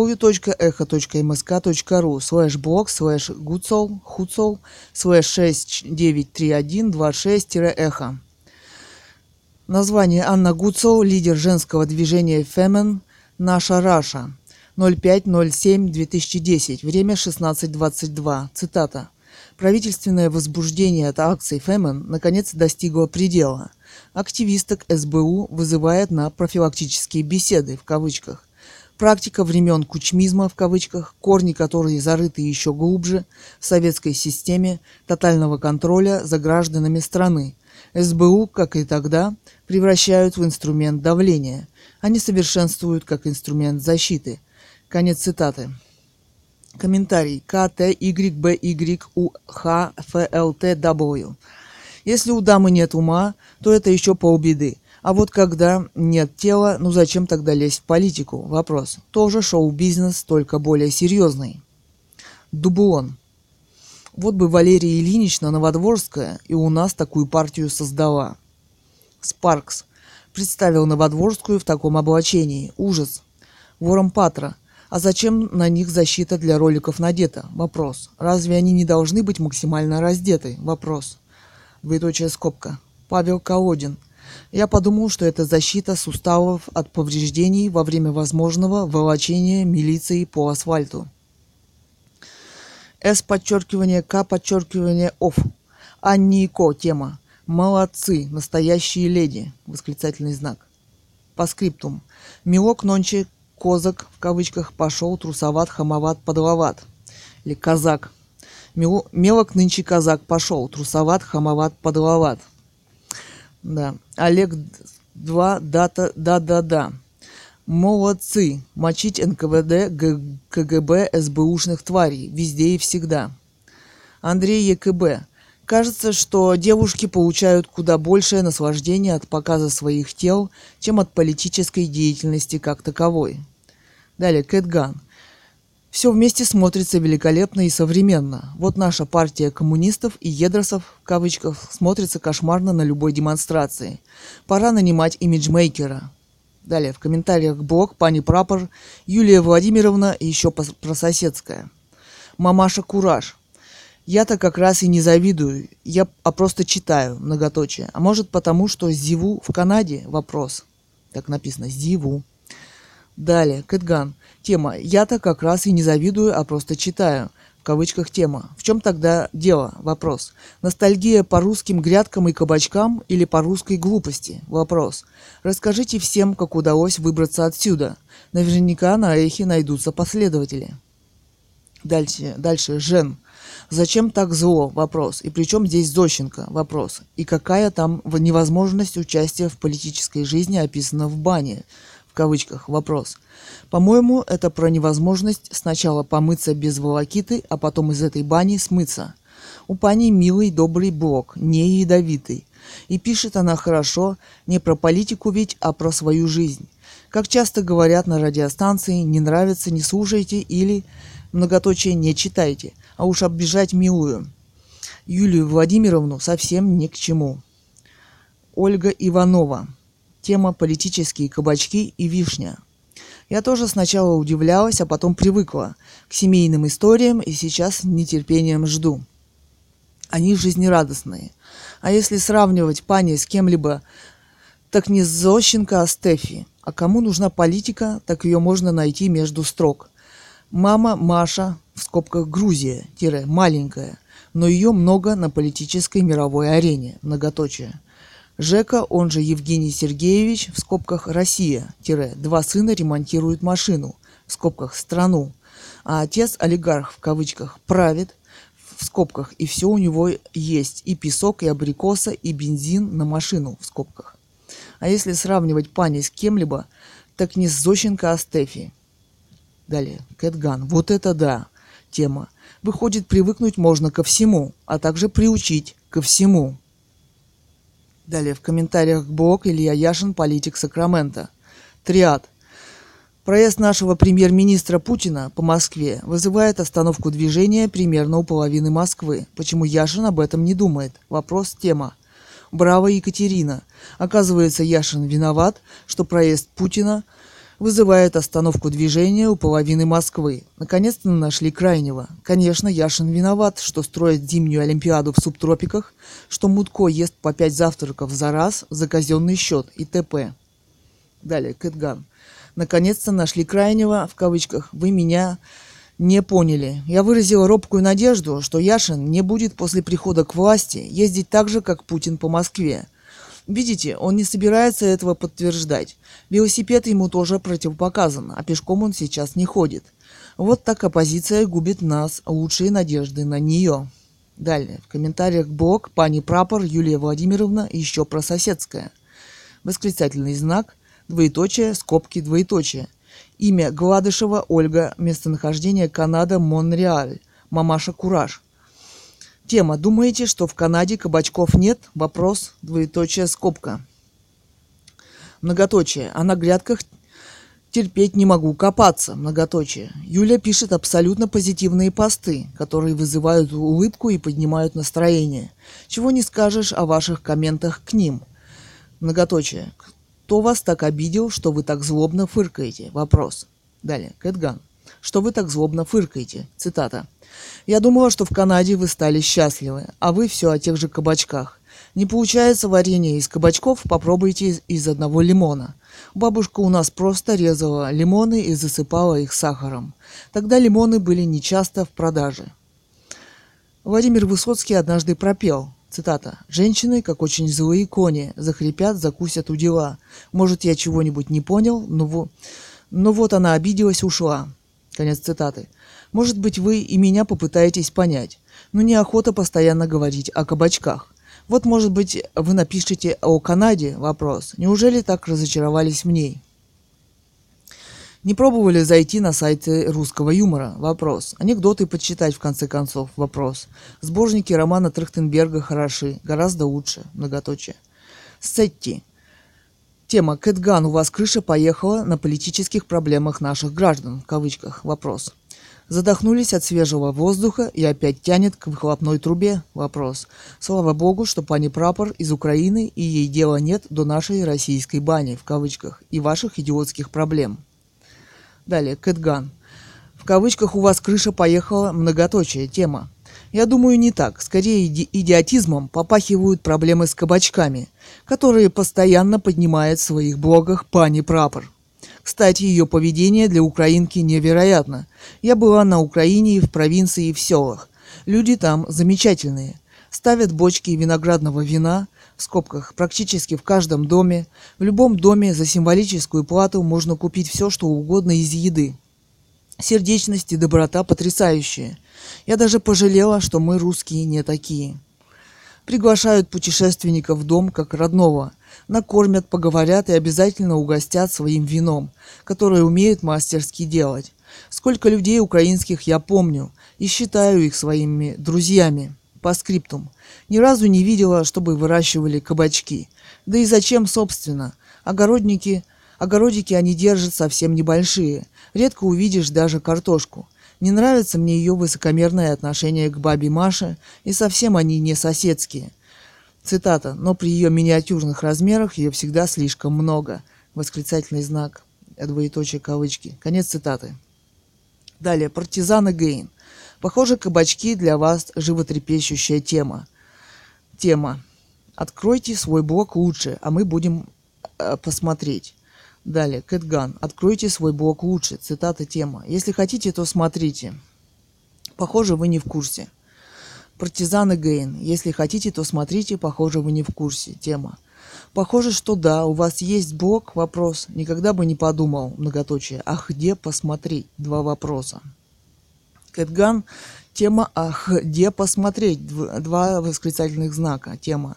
www.echo.msk.ru/blog/gutsol/693126-эхо. Название: Анна Гуцол, лидер женского движения Фемен «Наша Раша». 05.07.2010. Время 16:22. Цитата. Правительственное возбуждение от акций Фемен наконец достигло предела. Активисток СБУ вызывает на профилактические беседы в кавычках. Практика времен кучмизма в кавычках, корни которой зарыты еще глубже в советской системе тотального контроля за гражданами страны. СБУ, как и тогда, превращают в инструмент давления. Они совершенствуют как инструмент защиты. Конец цитаты. Комментарий. КТYБYУХФЛТW. Если у дамы нет ума, то это еще полбеды. А вот когда нет тела, ну зачем тогда лезть в политику? Вопрос. Тоже шоу-бизнес, только более серьезный. Дублон. Вот бы Валерия Ильинична Новодворская и у нас такую партию создала. Спаркс. Представил Новодворскую в таком облачении. Ужас. Воромпатра. А зачем на них защита для роликов надета? Вопрос. Разве они не должны быть максимально раздеты? Вопрос. Двоеточие скобка. Павел Колодин. Я подумал, что это защита суставов от повреждений во время возможного волочения милиции по асфальту. С подчеркивание, К подчеркивание, ОФ. Анни и Ко. Тема. Молодцы, настоящие леди. Восклицательный знак. По скриптум. Милок нонче козак, в кавычках, пошел трусоват, хамоват, подловат. Или казак. Мелок нынче казак пошел, трусоват, хамоват, подловат. Да. Олег 2, дата, да. Молодцы, мочить НКВД, КГБ, СБУшных тварей, везде и всегда. Андрей ЕКБ. Кажется, что девушки получают куда большее наслаждение от показа своих тел, чем от политической деятельности как таковой. Далее, Кэтган. Все вместе смотрится великолепно и современно. Вот наша партия коммунистов и едросов, в кавычках, смотрится кошмарно на любой демонстрации. Пора нанимать имиджмейкера. Далее, в комментариях блог, пани Прапор, Юлия Владимировна и еще прососедская. Мамаша Кураж. Я-то как раз и не завидую, просто читаю, многоточие. А может потому, что зиву в Канаде? Вопрос. Так написано, зиву. Далее, Кэтган. Тема. Я-то как раз и не завидую, а просто читаю. В кавычках тема. В чем тогда дело? Вопрос. Ностальгия по русским грядкам и кабачкам или по русской глупости? Вопрос. Расскажите всем, как удалось выбраться отсюда. Наверняка на эхе найдутся последователи. Дальше. Жен. Зачем так зло? Вопрос. И при чем здесь Зощенко? Вопрос. И какая там невозможность участия в политической жизни описана в бане? В кавычках. Вопрос. По-моему, это про невозможность сначала помыться без волокиты, а потом из этой бани смыться. У пани милый, добрый блог, не ядовитый. И пишет она хорошо, не про политику ведь, а про свою жизнь. Как часто говорят на радиостанции, не нравится, не слушайте или, многоточие, не читайте. А уж оббежать милую Юлию Владимировну совсем ни к чему. Ольга Иванова. Тема политические кабачки и вишня. Я тоже сначала удивлялась, а потом привыкла к семейным историям и сейчас с нетерпением жду. Они жизнерадостные. А если сравнивать пани с кем-либо, так не с Зощенко, а с Стефи. А кому нужна политика, так ее можно найти между строк. Мама Маша, в скобках Грузия, маленькая, но ее много на политической мировой арене, многоточие. Жека, он же Евгений Сергеевич, в скобках Россия, два сына ремонтируют машину, в скобках страну, а отец олигарх, в кавычках, правит, в скобках, и все у него есть, и песок, и абрикоса, и бензин на машину, в скобках. А если сравнивать пани с кем-либо, так не с Зощенко, а с Стефи. Далее, Кэтган. Вот это да, тема. Выходит, привыкнуть можно ко всему, а также приучить ко всему. Далее, в комментариях блог Илья Яшин, политик Сакрамента. Триад. Проезд нашего премьер-министра Путина по Москве вызывает остановку движения примерно у половины Москвы. Почему Яшин об этом не думает? Вопрос, тема. Браво, Екатерина. Оказывается, Яшин виноват, что проезд Путина вызывает остановку движения у половины Москвы. Наконец-то нашли крайнего. Конечно, Яшин виноват, что строит зимнюю олимпиаду в субтропиках, что Мутко ест по 5 завтраков за раз за казенный счет и т.п. Далее, Кэтган. Наконец-то нашли крайнего, в кавычках. Вы меня не поняли. Я выразила робкую надежду, что Яшин не будет после прихода к власти ездить так же, как Путин по Москве. Видите, он не собирается этого подтверждать. Велосипед ему тоже противопоказан, а пешком он сейчас не ходит. Вот так оппозиция губит нас, лучшие надежды на нее. Далее, в комментариях блог пани Прапор, Юлия Владимировна и еще прососедская. Восклицательный знак, двоеточие, скобки, двоеточие. Имя Гладышева Ольга, местонахождение Канада, Монреаль, мамаша Кураж. Тема. Думаете, что в Канаде кабачков нет? Вопрос, двоеточие, скобка. Многоточие. А на грядках терпеть не могу копаться. Многоточие. Юля пишет абсолютно позитивные посты, которые вызывают улыбку и поднимают настроение. Чего не скажешь о ваших комментах к ним. Многоточие. Кто вас так обидел, что вы так злобно фыркаете? Вопрос. Далее. Кэтган. Что вы так злобно фыркаете? Цитата. «Я думала, что в Канаде вы стали счастливы, а вы все о тех же кабачках. Не получается варенье из кабачков, попробуйте из одного лимона. Бабушка у нас просто резала лимоны и засыпала их сахаром. Тогда лимоны были нечасто в продаже. Владимир Высоцкий однажды пропел, цитата: «Женщины, как очень злые кони, захрипят, закусят у дела. Может, я чего-нибудь не понял, но вот она обиделась, ушла». Конец цитаты. Может быть, вы и меня попытаетесь понять, но неохота постоянно говорить о кабачках. Вот, может быть, вы напишите о Канаде, вопрос. Неужели так разочаровались в ней? Не пробовали зайти на сайты русского юмора? Вопрос. Анекдоты почитать, в конце концов? Вопрос. Сборники романа Трахтенберга хороши, гораздо лучше, многоточие. Сетти. Тема: Кэтган, у вас крыша поехала на политических проблемах наших граждан, в кавычках, вопрос. Задохнулись от свежего воздуха и опять тянет к выхлопной трубе, вопрос. Слава богу, что пани Прапор из Украины и ей дела нет до нашей российской бани, в кавычках, и ваших идиотских проблем. Далее, Кэтган. В кавычках у вас крыша поехала, многоточие, тема. Я думаю, не так. Скорее, идиотизмом попахивают проблемы с кабачками, которые постоянно поднимает в своих блогах пани Прапор. Кстати, ее поведение для украинки невероятно. Я была на Украине и в провинции, и в селах. Люди там замечательные. Ставят бочки виноградного вина, в скобках, практически в каждом доме. В любом доме за символическую плату можно купить все, что угодно из еды. Сердечность и доброта потрясающие. Я даже пожалела, что мы, русские, не такие. Приглашают путешественников в дом как родного. Накормят, поговорят и обязательно угостят своим вином, которое умеют мастерски делать. Сколько людей украинских я помню и считаю их своими друзьями. По скриптум. Ни разу не видела, чтобы выращивали кабачки. Да и зачем, собственно? Огородики они держат совсем небольшие. Редко увидишь даже картошку. Не нравится мне ее высокомерное отношение к бабе Маше, и совсем они не соседские. Цитата. Но при ее миниатюрных размерах ее всегда слишком много. Восклицательный знак. Двоеточие кавычки. Конец цитаты. Далее. Партизаны Гейн. Похоже, кабачки для вас животрепещущая тема. Тема. Откройте свой блог лучше, а мы будем посмотреть. Далее. Кэтган. Откройте свой блог лучше. Цитата, тема. Если хотите, то смотрите. Похоже, вы не в курсе. Партизаны Гейн. Если хотите, то смотрите. Похоже, вы не в курсе. Тема. Похоже, что да, у вас есть блог? Вопрос. Никогда бы не подумал. Многоточие. Ах, где посмотреть? Два вопроса. Кэтган. Тема. Ах, где посмотреть? Два восклицательных знака. Тема.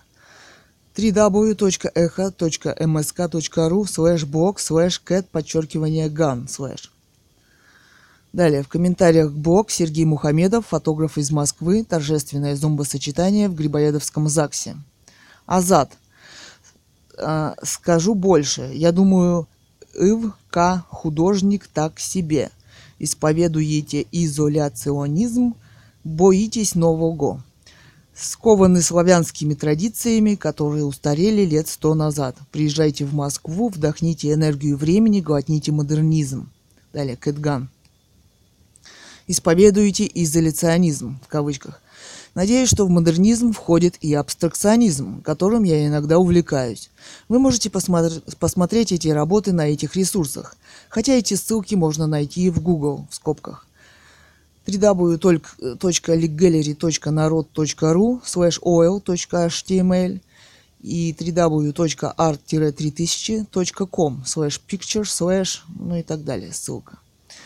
www.echo.msk.ru/blog/cat_gun/. Далее, в комментариях блог Сергей Мухамедов, фотограф из Москвы, торжественное зомбосочетание в Грибоедовском ЗАГСе. Азат. Скажу больше. Я думаю, Ив.К. художник так себе. Исповедуете изоляционизм, боитесь нового. Скованы славянскими традициями, которые устарели лет 100 назад. Приезжайте в Москву, вдохните энергию времени, глотните модернизм. Далее, Кэтган. Исповедуете изоляционизм, в кавычках. Надеюсь, что в модернизм входит и абстракционизм, которым я иногда увлекаюсь. Вы можете посмотреть эти работы на этих ресурсах, хотя эти ссылки можно найти в Google, в скобках. www.liggallery.narod.ru/oil.html и www.art-3000.com/picture/ ну и так далее, ссылка.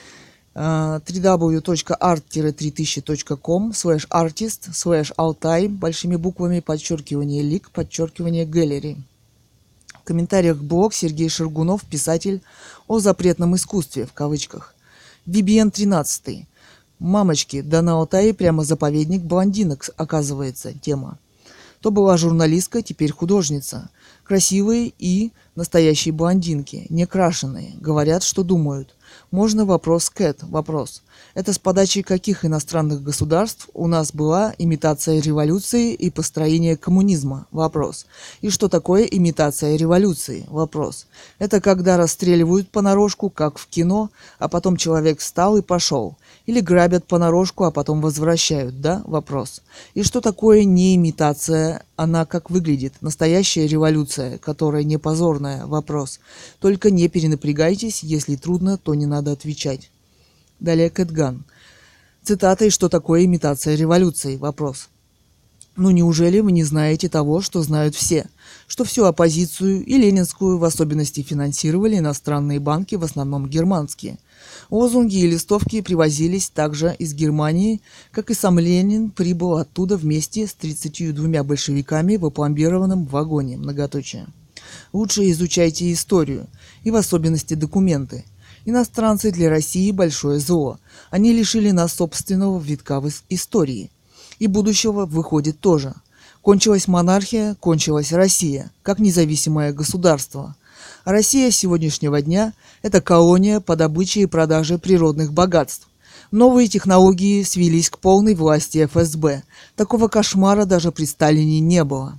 www.art-3000.com/artist/altai большими буквами _lig_gallery. В комментариях блог Сергей Шергунов, писатель о запретном искусстве, в кавычках. VBN 13. Мамочки, да на Алтае прямо заповедник блондинок, оказывается, тема. То была журналистка, теперь художница. Красивые и настоящие блондинки, не крашеные. Говорят, что думают. Можно вопрос, Кэт? Вопрос. Это с подачи каких иностранных государств у нас была имитация революции и построение коммунизма? Вопрос. И что такое имитация революции? Вопрос. Это когда расстреливают понарошку, как в кино, а потом человек встал и пошел. Или грабят понарошку, а потом возвращают, да? Вопрос. И что такое не имитация она как выглядит? Настоящая революция, которая не позорная? Вопрос. Только не перенапрягайтесь, если трудно, то не надо отвечать. Далее Кэтган. Цитата «И что такое имитация революции?» Вопрос. Ну неужели вы не знаете того, что знают все? Что всю оппозицию и ленинскую в особенности финансировали иностранные банки, в основном германские. Лозунги и листовки привозились также из Германии, как и сам Ленин прибыл оттуда вместе с 32 большевиками в опломбированном вагоне. Многоточие. Лучше изучайте историю, и в особенности документы. Иностранцы для России большое зло. Они лишили нас собственного витка в истории. И будущего выходит тоже. Кончилась монархия, кончилась Россия, как независимое государство. А Россия сегодняшнего дня – это колония по добыче и продаже природных богатств. Новые технологии свелись к полной власти ФСБ. Такого кошмара даже при Сталине не было.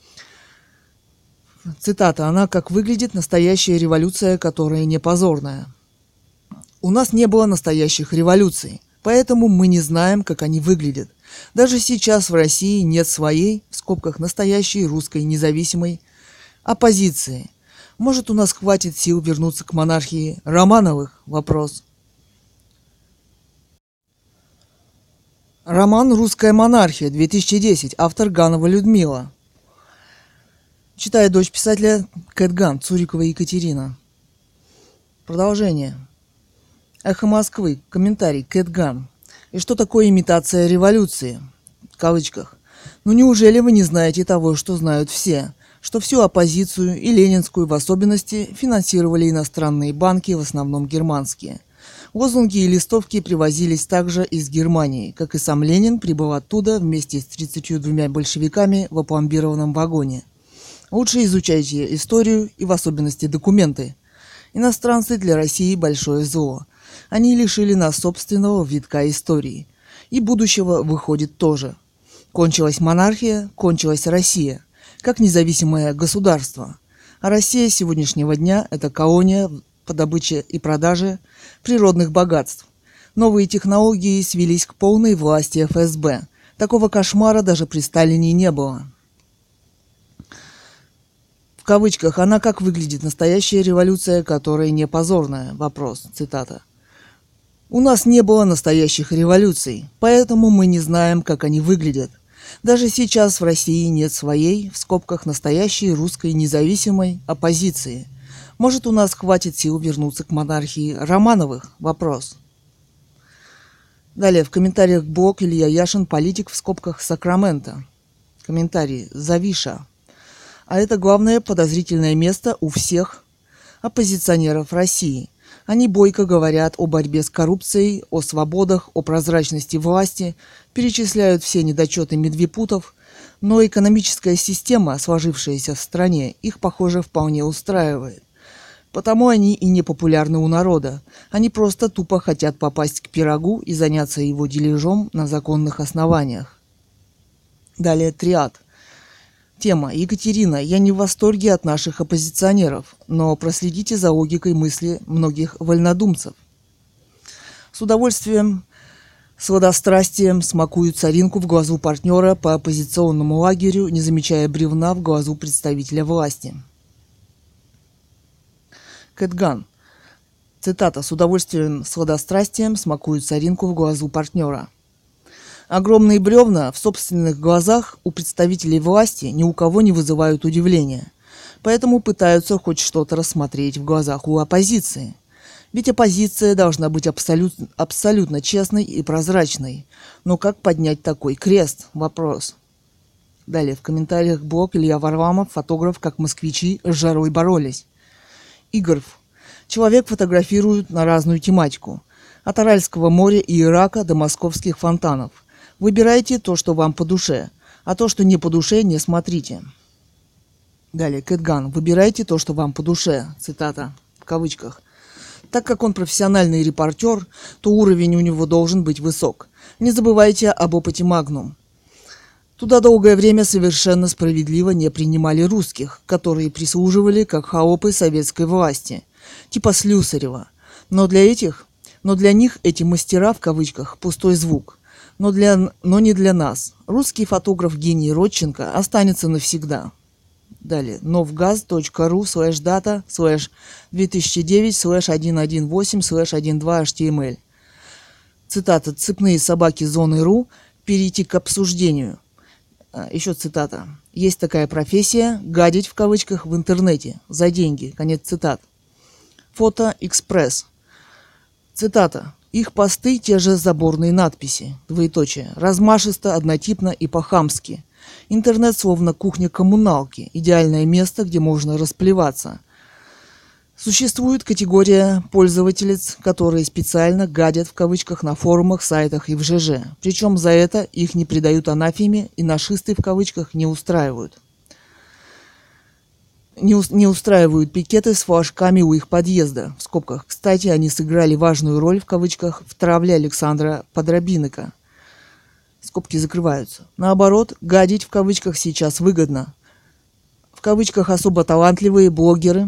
Цитата. «Она как выглядит настоящая революция, которая не позорная». У нас не было настоящих революций, поэтому мы не знаем, как они выглядят. Даже сейчас в России нет своей, в скобках, настоящей русской независимой оппозиции. Может, у нас хватит сил вернуться к монархии Романовых? Вопрос. Роман «Русская монархия», 2010, автор Ганова Людмила. Читает дочь писателя Кэтган, Цурикова Екатерина. Продолжение. Эхо Москвы. Комментарий. Кэтган. И что такое имитация революции? В кавычках. Ну неужели вы не знаете того, что знают все? Что всю оппозицию и ленинскую в особенности финансировали иностранные банки, в основном германские. Лозунги и листовки привозились также из Германии, как и сам Ленин прибыл оттуда вместе с 32 большевиками в опломбированном вагоне. Лучше изучайте историю и в особенности документы. Иностранцы для России большое зло. Они лишили нас собственного витка истории. И будущего выходит тоже. Кончилась монархия, кончилась Россия, как независимое государство. А Россия сегодняшнего дня – это колония по добыче и продаже природных богатств. Новые технологии свелись к полной власти ФСБ. Такого кошмара даже при Сталине не было. В кавычках, она как выглядит настоящая революция, которая не позорная? Вопрос. Цитата. У нас не было настоящих революций, поэтому мы не знаем, как они выглядят. Даже сейчас в России нет своей, в скобках, настоящей русской независимой оппозиции. Может, у нас хватит сил вернуться к монархии Романовых? Вопрос. Далее в комментариях блог Илья Яшин, политик, в скобках, Сакраменто. Комментарий. Завиша. А это главное подозрительное место у всех оппозиционеров России. Они бойко говорят о борьбе с коррупцией, о свободах, о прозрачности власти, перечисляют все недочеты медвепутов, но экономическая система, сложившаяся в стране, их, похоже, вполне устраивает. Потому они и не популярны у народа. Они просто тупо хотят попасть к пирогу и заняться его дележом на законных основаниях. Далее триад. Тема. Екатерина, я не в восторге от наших оппозиционеров, но проследите за логикой мысли многих вольнодумцев. С удовольствием, сладострастием смакуют соринку в глазу партнера по оппозиционному лагерю, не замечая бревна в глазу представителя власти. Кэтган. Цитата. С удовольствием, сладострастием смакуют соринку в глазу партнера. Огромные бревна в собственных глазах у представителей власти ни у кого не вызывают удивления, поэтому пытаются хоть что-то рассмотреть в глазах у оппозиции. Ведь оппозиция должна быть абсолютно честной и прозрачной. Но как поднять такой крест? Вопрос. Далее в комментариях блог Илья Варламов, фотограф, как москвичи с жарой боролись. Игорь. Человек фотографирует на разную тематику. От Аральского моря и Ирака до московских фонтанов. Выбирайте то, что вам по душе, а то, что не по душе, не смотрите. Далее, Кэтган. Выбирайте то, что вам по душе. Цитата. В кавычках. Так как он профессиональный репортер, то уровень у него должен быть высок. Не забывайте об опыте Магнум. Туда долгое время совершенно справедливо не принимали русских, которые прислуживали как холопы советской власти, типа Слюсарева. Но для них эти мастера, в кавычках, пустой звук. но не для нас. Русский фотограф гений Родченко останется навсегда. Далее. novgaz.ru/data/2009/118/12 Цитата. Цепные собаки зоны.ру. Перейти к обсуждению. Еще цитата. Есть такая профессия – гадить в кавычках в интернете. За деньги. Конец цитат. Фото Экспресс. Цитата. Их посты – те же заборные надписи. Двоеточие. Размашисто, однотипно и по-хамски. Интернет словно кухня коммуналки. Идеальное место, где можно расплеваться. Существует категория пользовательниц, которые специально гадят в кавычках на форумах, сайтах и в ЖЖ. Причем за это их не предают анафеме и нашисты в кавычках не устраивают. Не устраивают пикеты с флажками у их подъезда. В скобках. Кстати, они сыграли важную роль в кавычках в травле Александра Подробинника. Скобки закрываются. Наоборот, гадить в кавычках сейчас выгодно. В кавычках особо талантливые блогеры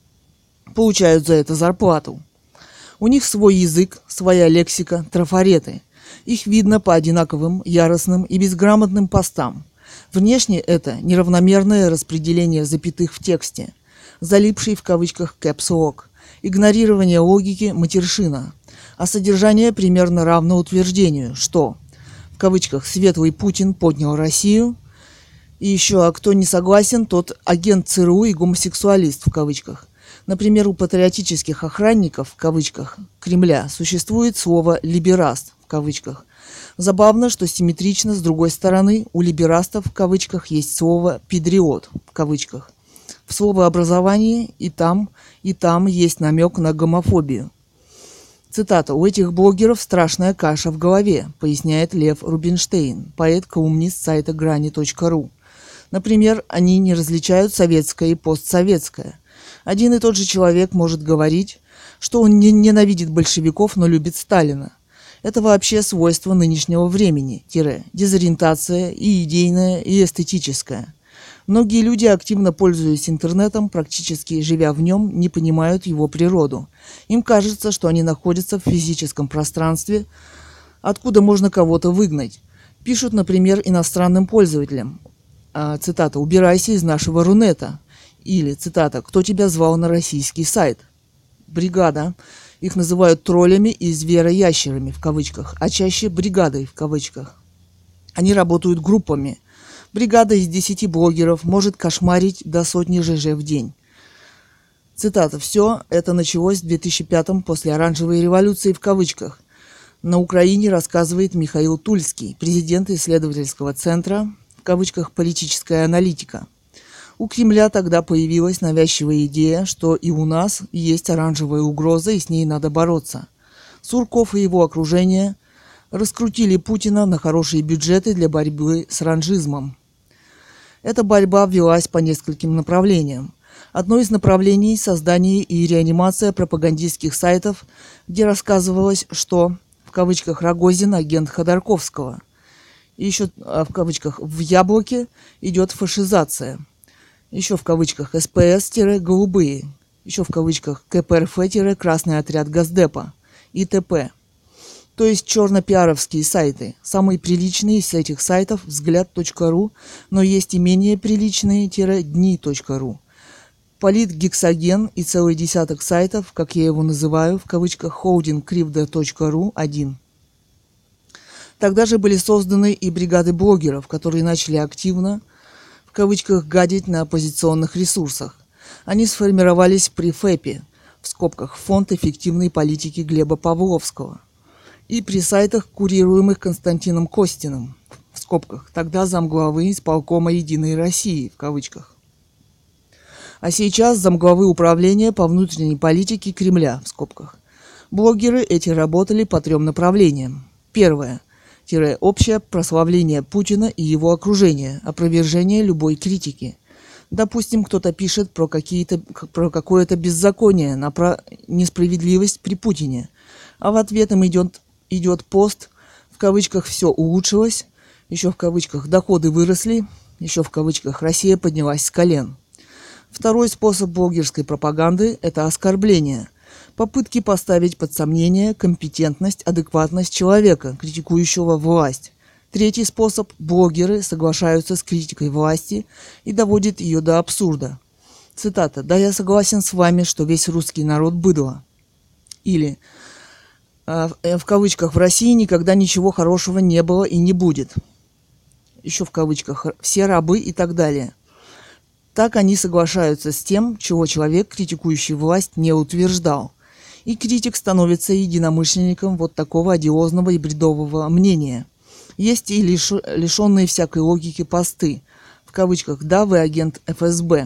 получают за это зарплату. У них свой язык, своя лексика, трафареты. Их видно по одинаковым, яростным и безграмотным постам. Внешне это неравномерное распределение запятых в тексте, залипший в кавычках кэпс-лок, игнорирование логики матершина, а содержание примерно равно утверждению, что в кавычках «светлый Путин поднял Россию», и еще «а кто не согласен, тот агент ЦРУ и гомосексуалист» в кавычках. Например, у патриотических охранников в кавычках Кремля существует слово «либераст» в кавычках. Забавно, что симметрично, с другой стороны, у либерастов в кавычках есть слово «педриот» в кавычках. В словообразовании и там есть намек на гомофобию. Цитата. «У этих блогеров страшная каша в голове», поясняет Лев Рубинштейн, поэт-колумнист сайта Грани.ру. Например, они не различают советское и постсоветское. Один и тот же человек может говорить, что он не ненавидит большевиков, но любит Сталина. Это вообще свойство нынешнего времени, дезориентация и идейная, и эстетическая. Многие люди, активно пользуясь интернетом, практически живя в нем, не понимают его природу. Им кажется, что они находятся в физическом пространстве, откуда можно кого-то выгнать. Пишут, например, иностранным пользователям. Цитата. «Убирайся из нашего Рунета». Или, цитата, «Кто тебя звал на российский сайт?» Бригада. Их называют троллями и звероящерами в кавычках, а чаще бригадой в кавычках. Они работают группами. Бригада из 10 блогеров может кошмарить до сотни ЖЖ в день. Цитата. «Все это началось в 2005-м после оранжевой революции в кавычках. На Украине, рассказывает Михаил Тульский, президент исследовательского центра в кавычках «Политическая аналитика». У Кремля тогда появилась навязчивая идея, что и у нас есть оранжевая угроза, и с ней надо бороться. Сурков и его окружение раскрутили Путина на хорошие бюджеты для борьбы с оранжизмом. Эта борьба велась по нескольким направлениям. Одно из направлений – создание и реанимация пропагандистских сайтов, где рассказывалось, что, в кавычках, Рогозин – агент Ходорковского. И еще, в кавычках, в яблоке идет фашизация. Еще в кавычках СПС-голубые, еще в кавычках КПРФ-красный отряд Госдепа и т.п. То есть черно-пиаровские сайты. Самые приличные из этих сайтов взгляд.ру, но есть и менее приличные-дни.ру. Политгексоген и целый десяток сайтов, как я его называю, в кавычках холдингкривда.ру 1. Тогда же были созданы и бригады блогеров, которые начали активно в кавычках гадить на оппозиционных ресурсах. Они сформировались при ФЭПе, в скобках Фонд эффективной политики Глеба Павловского, и при сайтах, курируемых Константином Костиным, в скобках, тогда замглавы исполкома «Единой России», в кавычках. А сейчас замглавы управления по внутренней политике Кремля, в скобках. Блогеры эти работали по 3 направлениям. Первое. Общее прославление Путина и его окружения, опровержение любой критики. Допустим, кто-то пишет про какое-то беззаконие, несправедливость при Путине, а в ответ им идет пост, в кавычках «все улучшилось», еще в кавычках «доходы выросли», еще в кавычках «Россия поднялась с колен». Второй способ блогерской пропаганды – это оскорбление. Попытки поставить под сомнение компетентность, адекватность человека, критикующего власть. Третий способ – блогеры соглашаются с критикой власти и доводят ее до абсурда. Цитата: «Да, я согласен с вами, что весь русский народ быдло». Или в кавычках: «В России никогда ничего хорошего не было и не будет». Еще в кавычках: «Все рабы» и так далее. Так они соглашаются с тем, чего человек, критикующий власть, не утверждал. И критик становится единомышленником вот такого одиозного и бредового мнения. Есть и лишенные всякой логики посты, в кавычках: «Да, вы агент ФСБ».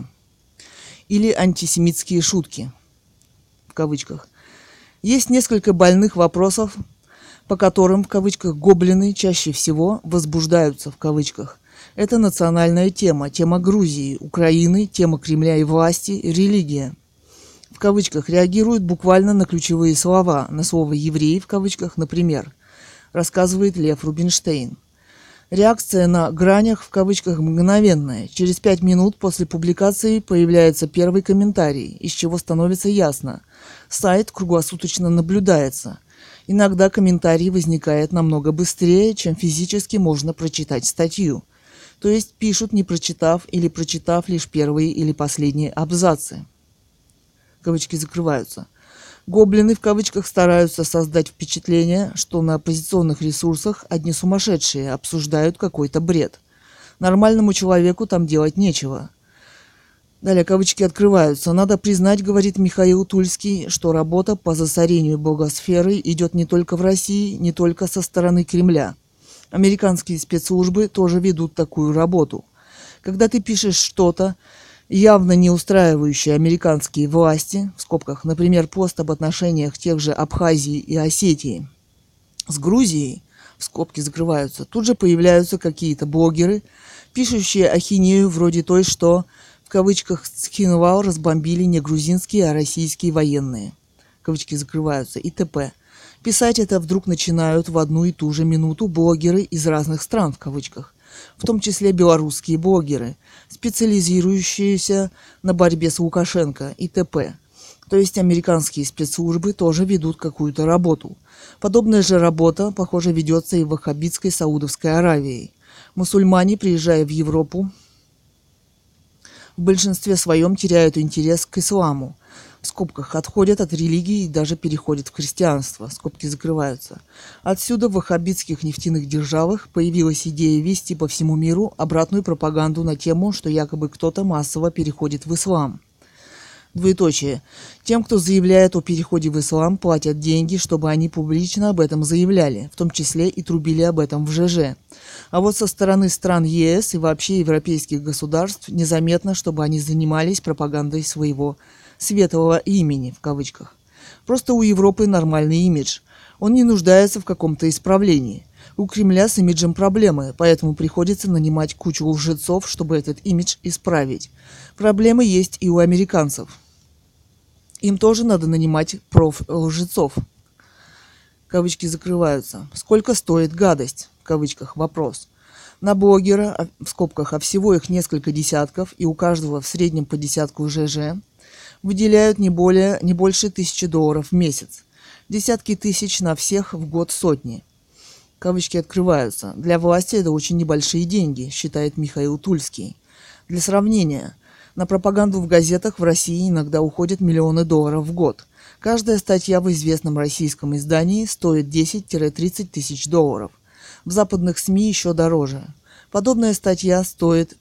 Или антисемитские шутки, в кавычках. Есть несколько больных вопросов, по которым, в кавычках, гоблины чаще всего возбуждаются, в кавычках. Это национальная тема, тема Грузии, Украины, тема Кремля и власти, религия. В кавычках реагируют буквально на ключевые слова, на слово «еврей», в кавычках, например, рассказывает Лев Рубинштейн. Реакция на гранях, в кавычках, мгновенная. Через 5 минут после публикации появляется первый комментарий, из чего становится ясно. Сайт круглосуточно наблюдается. Иногда комментарий возникает намного быстрее, чем физически можно прочитать статью. То есть пишут, не прочитав или прочитав лишь первые или последние абзацы. Кавычки закрываются. Гоблины, в кавычках, стараются создать впечатление, что на оппозиционных ресурсах одни сумасшедшие обсуждают какой-то бред. Нормальному человеку там делать нечего. Далее кавычки открываются. «Надо признать, — говорит Михаил Тульский, — что работа по засорению блогосферы идет не только в России, не только со стороны Кремля. Американские спецслужбы тоже ведут такую работу. Когда ты пишешь что-то, явно не устраивающие американские власти, в скобках, например, пост об отношениях тех же Абхазии и Осетии с Грузией, в скобки закрываются, тут же появляются какие-то блогеры, пишущие ахинею вроде той, что, в кавычках, Цхинвал разбомбили не грузинские, а российские военные, кавычки закрываются, и т.п. Писать это вдруг начинают в одну и ту же минуту блогеры из разных стран, в кавычках, в том числе белорусские блогеры, специализирующиеся на борьбе с Лукашенко и т.п. То есть американские спецслужбы тоже ведут какую-то работу. Подобная же работа, похоже, ведется и в ваххабитской Саудовской Аравии. Мусульмане, приезжая в Европу, в большинстве своем теряют интерес к исламу, в скобках, отходят от религии и даже переходят в христианство, скобки закрываются. Отсюда в ваххабитских нефтяных державах появилась идея вести по всему миру обратную пропаганду на тему, что якобы кто-то массово переходит в ислам. Двоеточие. Тем, кто заявляет о переходе в ислам, платят деньги, чтобы они публично об этом заявляли, в том числе и трубили об этом в ЖЖ. А вот со стороны стран ЕС и вообще европейских государств незаметно, чтобы они занимались пропагандой своего «светлого имени», в кавычках. Просто у Европы нормальный имидж. Он не нуждается в каком-то исправлении. У Кремля с имиджем проблемы, поэтому приходится нанимать кучу лжецов, чтобы этот имидж исправить. Проблемы есть и у американцев. Им тоже надо нанимать проф-лжецов. Кавычки закрываются. Сколько стоит гадость? В кавычках вопрос. На блогера, в скобках, а всего их несколько десятков, и у каждого в среднем по десятку ЖЖ, выделяют не больше $1000 в месяц. Десятки тысяч на всех, в год сотни. Кавычки открываются. Для власти это очень небольшие деньги, считает Михаил Тульский. Для сравнения, на пропаганду в газетах в России иногда уходят миллионы долларов в год. Каждая статья в известном российском издании стоит 10-30 тысяч долларов. В западных СМИ еще дороже. Подобная статья стоит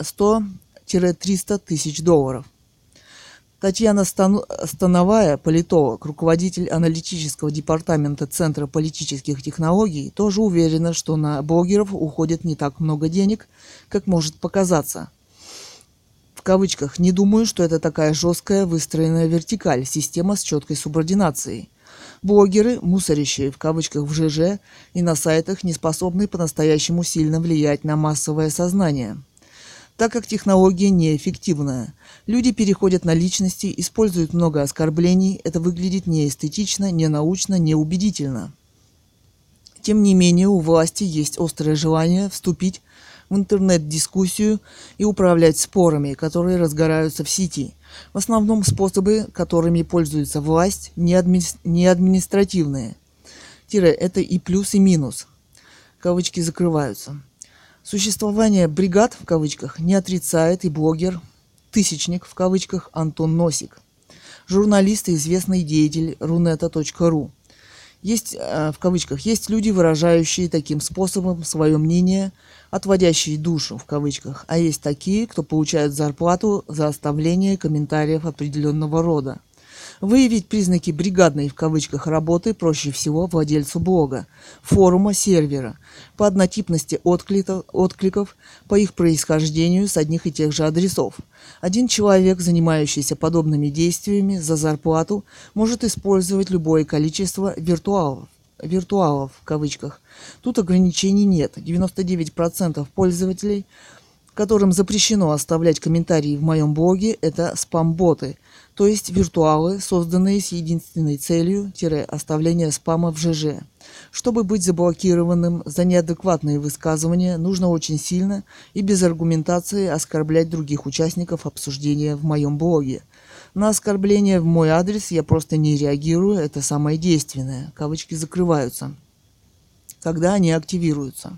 100-300 тысяч долларов. Татьяна Становая, политолог, руководитель аналитического департамента Центра политических технологий, тоже уверена, что на блогеров уходит не так много денег, как может показаться. В кавычках, не думаю, что это такая жесткая выстроенная вертикаль, система с четкой субординацией. Блогеры, мусорящие в кавычках в ЖЖ и на сайтах, не способны по-настоящему сильно влиять на массовое сознание, так как технология неэффективная. Люди переходят на личности, используют много оскорблений, это выглядит неэстетично, ненаучно, неубедительно. Тем не менее, у власти есть острое желание вступить в интернет-дискуссию и управлять спорами, которые разгораются в сети. В основном способы, которыми пользуется власть, не административные. Это и плюс, и минус. Кавычки закрываются. Существование бригад, в кавычках, не отрицает и блогер, тысячник, в кавычках, Антон Носик. Журналист и известный деятель Рунета.ру. Есть, в кавычках, есть люди, выражающие таким способом свое мнение, отводящие душу, в кавычках, а есть такие, кто получает зарплату за оставление комментариев определенного рода. Выявить признаки бригадной, в кавычках, работы проще всего владельцу блога, форума, сервера, по однотипности откликов, по их происхождению с одних и тех же адресов. Один человек, занимающийся подобными действиями за зарплату, может использовать любое количество виртуалов, в кавычках. Тут ограничений нет. 99% пользователей, которым запрещено оставлять комментарии в моем блоге, это спам-боты, то есть виртуалы, созданные с единственной целью – оставление спама в ЖЖ. Чтобы быть заблокированным за неадекватные высказывания, нужно очень сильно и без аргументации оскорблять других участников обсуждения в моем блоге. На оскорбление в мой адрес я просто не реагирую, это самое действенное. Кавычки закрываются. Когда они активируются.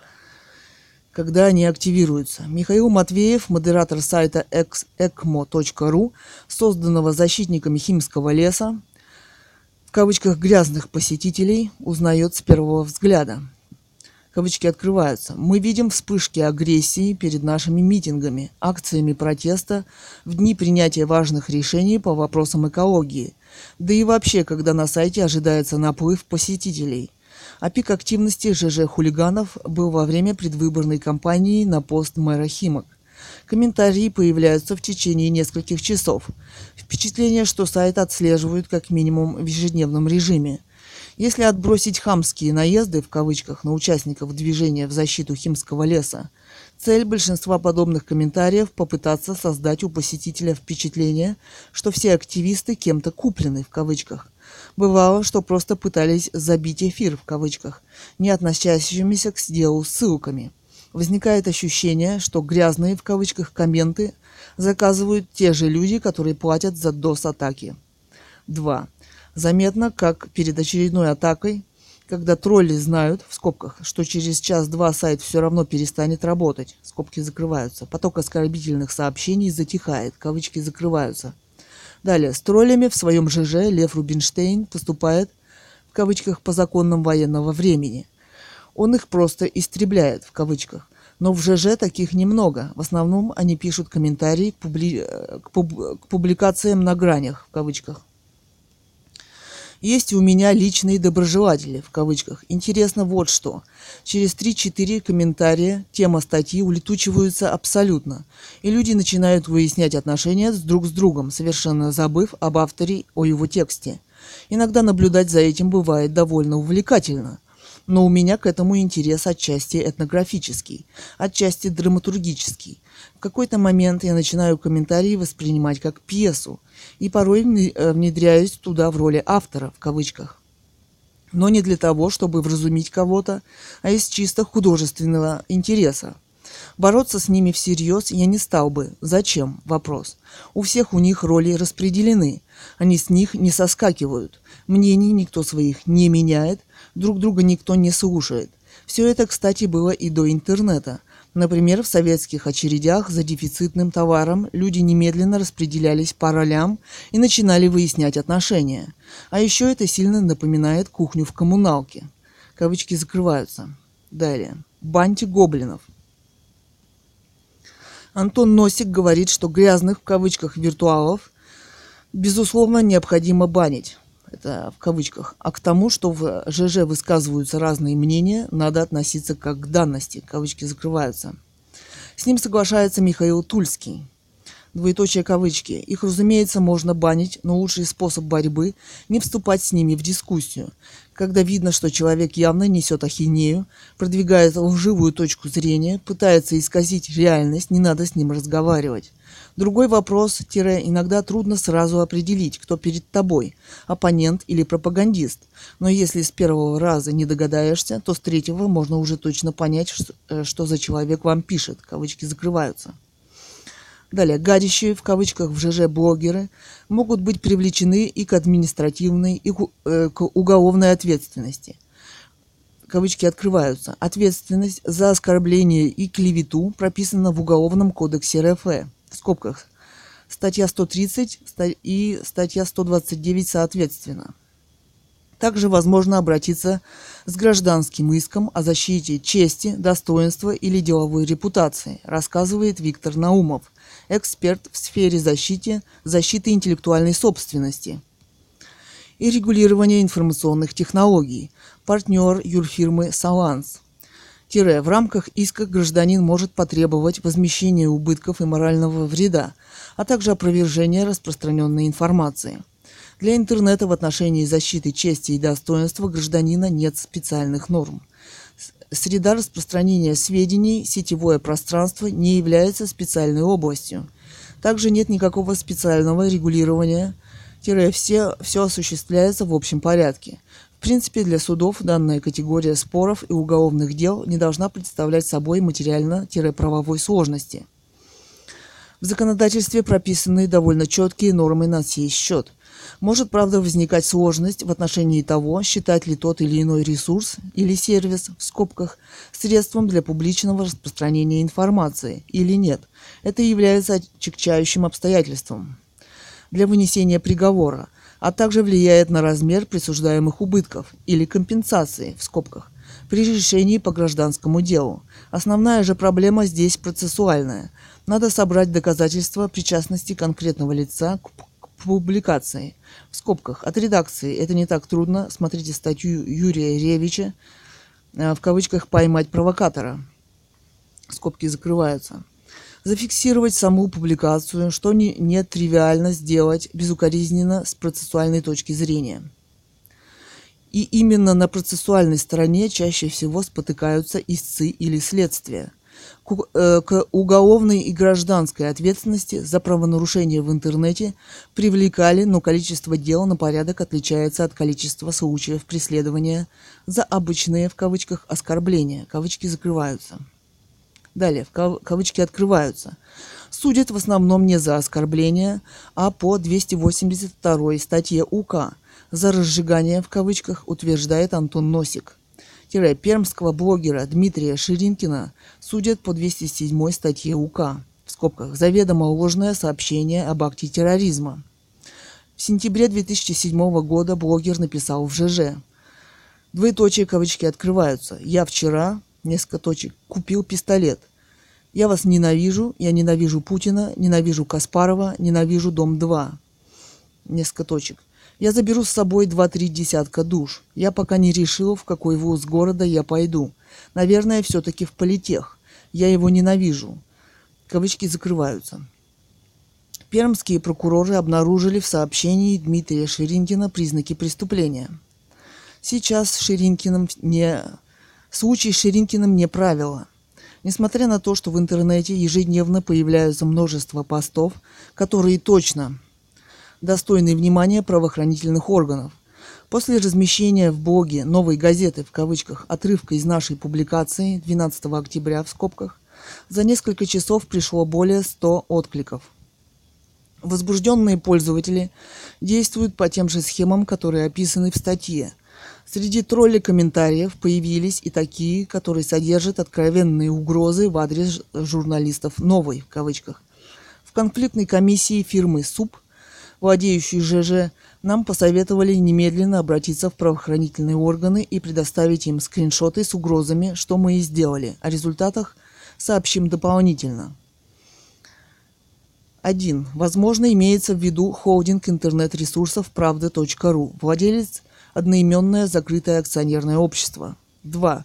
Михаил Матвеев, модератор сайта ecmo.ru, созданного защитниками Химского леса, в кавычках грязных посетителей, узнает с первого взгляда. Кавычки открываются. Мы видим вспышки агрессии перед нашими митингами, акциями протеста в дни принятия важных решений по вопросам экологии. Да и вообще, когда на сайте ожидается наплыв посетителей. А пик активности ЖЖ-хулиганов был во время предвыборной кампании на пост мэра Химок. Комментарии появляются в течение нескольких часов. Впечатление, что сайт отслеживают как минимум в ежедневном режиме. Если отбросить хамские наезды, в кавычках, на участников движения в защиту Химского леса, цель большинства подобных комментариев – попытаться создать у посетителя впечатление, что все активисты кем-то куплены, в кавычках. Бывало, что просто пытались забить эфир, в кавычках, не относящимися к делу ссылками. Возникает ощущение, что грязные, в кавычках, комменты заказывают те же люди, которые платят за DOS-атаки. 2. Заметно, как перед очередной атакой, когда тролли знают, в скобках, что через час-два сайт все равно перестанет работать, скобки закрываются, поток оскорбительных сообщений затихает, кавычки закрываются. Далее, с троллями в своем ЖЖ Лев Рубинштейн поступает, в кавычках, по законам военного времени. Он их просто истребляет, в кавычках. Но в ЖЖ таких немного. В основном они пишут комментарии к публикациям на гранях, в кавычках. Есть у меня личные доброжелатели, в кавычках. Интересно вот что. Через 3-4 комментария тема статьи улетучиваются абсолютно, и люди начинают выяснять отношения друг с другом, совершенно забыв об авторе, о его тексте. Иногда наблюдать за этим бывает довольно увлекательно. Но у меня к этому интерес отчасти этнографический, отчасти драматургический. В какой-то момент я начинаю комментарии воспринимать как пьесу, и порой внедряюсь туда в роли автора, в кавычках. Но не для того, чтобы вразумить кого-то, а из чисто художественного интереса. Бороться с ними всерьез я не стал бы. Зачем? Вопрос. У всех у них роли распределены. Они с них не соскакивают. Мнений никто своих не меняет, друг друга никто не слушает. Все это, кстати, было и до интернета. Например, в советских очередях за дефицитным товаром люди немедленно распределялись по ролям и начинали выяснять отношения. А еще это сильно напоминает кухню в коммуналке. Кавычки закрываются. Далее. Банти гоблинов. Антон Носик говорит, что грязных, в кавычках, виртуалов, безусловно, необходимо банить. Это в кавычках. А к тому, что в ЖЖ высказываются разные мнения, надо относиться как к данности. Кавычки закрываются. С ним соглашается Михаил Тульский. двоеточие кавычки. Их, разумеется, можно банить, но лучший способ борьбы – не вступать с ними в дискуссию. Когда видно, что человек явно несет ахинею, продвигает лживую точку зрения, пытается исказить реальность, не надо с ним разговаривать. Другой вопрос, иногда трудно сразу определить, кто перед тобой – оппонент или пропагандист. Но если с первого раза не догадаешься, то с третьего можно уже точно понять, что за человек вам пишет. Кавычки закрываются. Далее, гадящие в кавычках в ЖЖ блогеры могут быть привлечены и к административной, и к уголовной ответственности. Кавычки открываются. Ответственность за оскорбление и клевету прописана в Уголовном кодексе РФ. В скобках статья 130 и статья 129 соответственно. Также возможно обратиться с гражданским иском о защите чести, достоинства или деловой репутации, рассказывает Виктор Наумов, эксперт в сфере защиты интеллектуальной собственности и регулирования информационных технологий, партнер юрфирмы «Саланс». В рамках иска гражданин может потребовать возмещения убытков и морального вреда, а также опровержения распространенной информации. Для интернета в отношении защиты чести и достоинства гражданина нет специальных норм. Среда распространения сведений, сетевое пространство не является специальной областью. Также нет никакого специального регулирования, все осуществляется в общем порядке. В принципе, для судов данная категория споров и уголовных дел не должна представлять собой материально-правовой сложности. В законодательстве прописаны довольно четкие нормы на сей счет. Может, правда, возникать сложность в отношении того, считать ли тот или иной ресурс или сервис, в скобках, средством для публичного распространения информации или нет. Это является отягчающим обстоятельством для вынесения приговора, а также влияет на размер присуждаемых убытков или компенсации, в скобках, при решении по гражданскому делу. Основная же проблема здесь процессуальная. Надо собрать доказательства причастности конкретного лица к публикации. В скобках, от редакции это не так трудно. Смотрите статью Юрия Ревича, в кавычках «поймать провокатора». Скобки закрываются. Зафиксировать саму публикацию, что не тривиально сделать безукоризненно с процессуальной точки зрения. И именно на процессуальной стороне чаще всего спотыкаются истцы или следствия. К уголовной и гражданской ответственности за правонарушение в интернете привлекали, но количество дел на порядок отличается от количества случаев преследования за обычные, в кавычках, оскорбления. Кавычки закрываются. Далее, кавычки открываются. Судят в основном не за оскорбление, а по 282 статье УК за разжигание, в кавычках, утверждает Антон Носик. Пермского блогера Дмитрия Ширинкина судят по 207 статье УК, в скобках, заведомо ложное сообщение об акте терроризма. В сентябре 2007 года блогер написал в ЖЖ. Двоеточие, кавычки открываются. Я вчера, несколько точек, купил пистолет. Я вас ненавижу, я ненавижу Путина, ненавижу Каспарова, ненавижу Дом-2. Несколько точек. Я заберу с собой 2-3 десятка душ. Я пока не решил, в какой вуз города я пойду. Наверное, все-таки в политех. Я его ненавижу. Кавычки закрываются. Пермские прокуроры обнаружили в сообщении Дмитрия Ширинкина признаки преступления. Сейчас случай с Ширинкиным не правило. Несмотря на то, что в интернете ежедневно появляются множество постов, которые точно достойны внимания правоохранительных органов. После размещения в блоге «Новой газеты» в кавычках отрывка из нашей публикации 12 октября в скобках за несколько часов пришло более 100 откликов. Возбужденные пользователи действуют по тем же схемам, которые описаны в статье. Среди троллей комментариев появились и такие, которые содержат откровенные угрозы в адрес журналистов «Новой» в кавычках. В конфликтной комиссии фирмы СУП, владеющей ЖЖ, нам посоветовали немедленно обратиться в правоохранительные органы и предоставить им скриншоты с угрозами, что мы и сделали. О результатах сообщим дополнительно. 1. Возможно, имеется в виду холдинг интернет-ресурсов «Правда.ру», владелец одноименное закрытое акционерное общество. 2.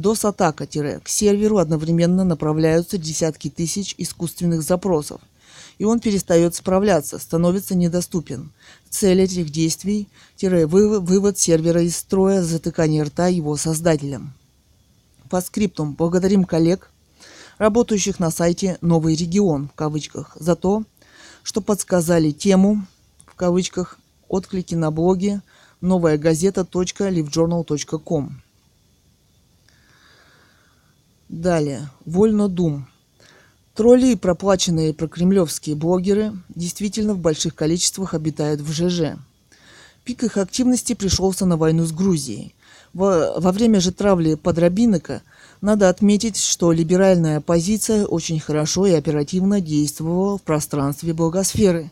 DOS-атака – к серверу одновременно направляются десятки тысяч искусственных запросов. и он перестает справляться, становится недоступен. Цель этих действий – вывод сервера из строя, затыкание рта его создателям. По скриптум благодарим коллег, работающих на сайте «Новый регион» в кавычках, за то, что подсказали тему в кавычках, отклики на блоге новаягазета.livejournal.com. Далее. Вольнодум. Тролли и проплаченные прокремлевские блогеры действительно в больших количествах обитают в ЖЖ. Пик их активности пришелся на войну с Грузией. Во время же травли Подробинника надо отметить, что либеральная оппозиция очень хорошо и оперативно действовала в пространстве блогосферы.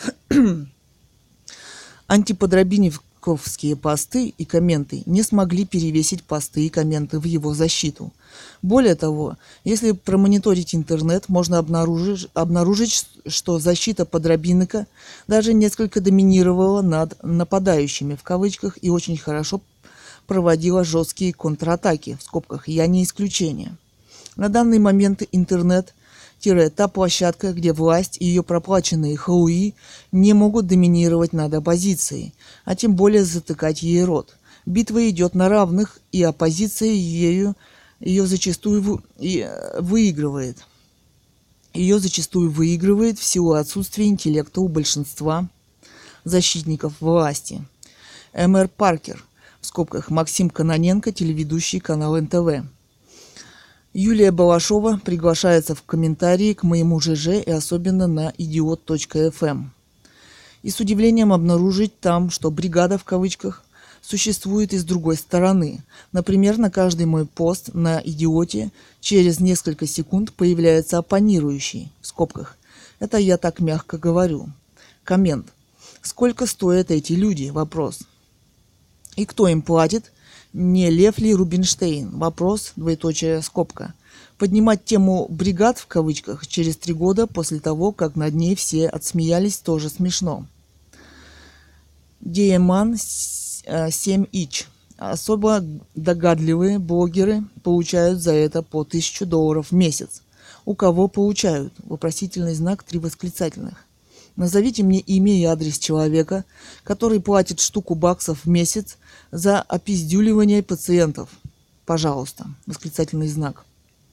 Антиподробинниковские посты и комменты не смогли перевесить посты и комменты в его защиту. Более того, если промониторить интернет, можно обнаружить, что защита Подробинника даже несколько доминировала над нападающими в кавычках и очень хорошо проводила жесткие контратаки, в скобках «я не исключение». На данный момент интернет – та площадка, где власть и ее проплаченные хауи не могут доминировать над оппозицией, а тем более затыкать ей рот. Битва идет на равных, и оппозиция ее зачастую выигрывает. Ее зачастую выигрывает в силу отсутствия интеллекта у большинства защитников власти. М.Р. Паркер, в скобках Максим Кононенко, телеведущий канал НТВ. Юлия Балашова приглашается в комментарии к моему ЖЖ и особенно на idiot.fm. И с удивлением обнаружить там, что бригада в кавычках существует и с другой стороны. Например, на каждый мой пост на Идиоте через несколько секунд появляется оппонирующий, в скобках. Это я так мягко говорю. Коммент. Сколько стоят эти люди? Вопрос. И кто им платит? Не Лев ли Рубинштейн? Вопрос, двоеточие, скобка. Поднимать тему «бригад» в кавычках через 3 года после того, как над ней все отсмеялись, тоже смешно. Диеман 7ич. Особо догадливые блогеры получают за это по $1000 в месяц. У кого получают? Вопросительный знак, 3 восклицательных. Назовите мне имя и адрес человека, который платит штуку баксов в месяц за опиздюливание пациентов. Пожалуйста. Восклицательный знак.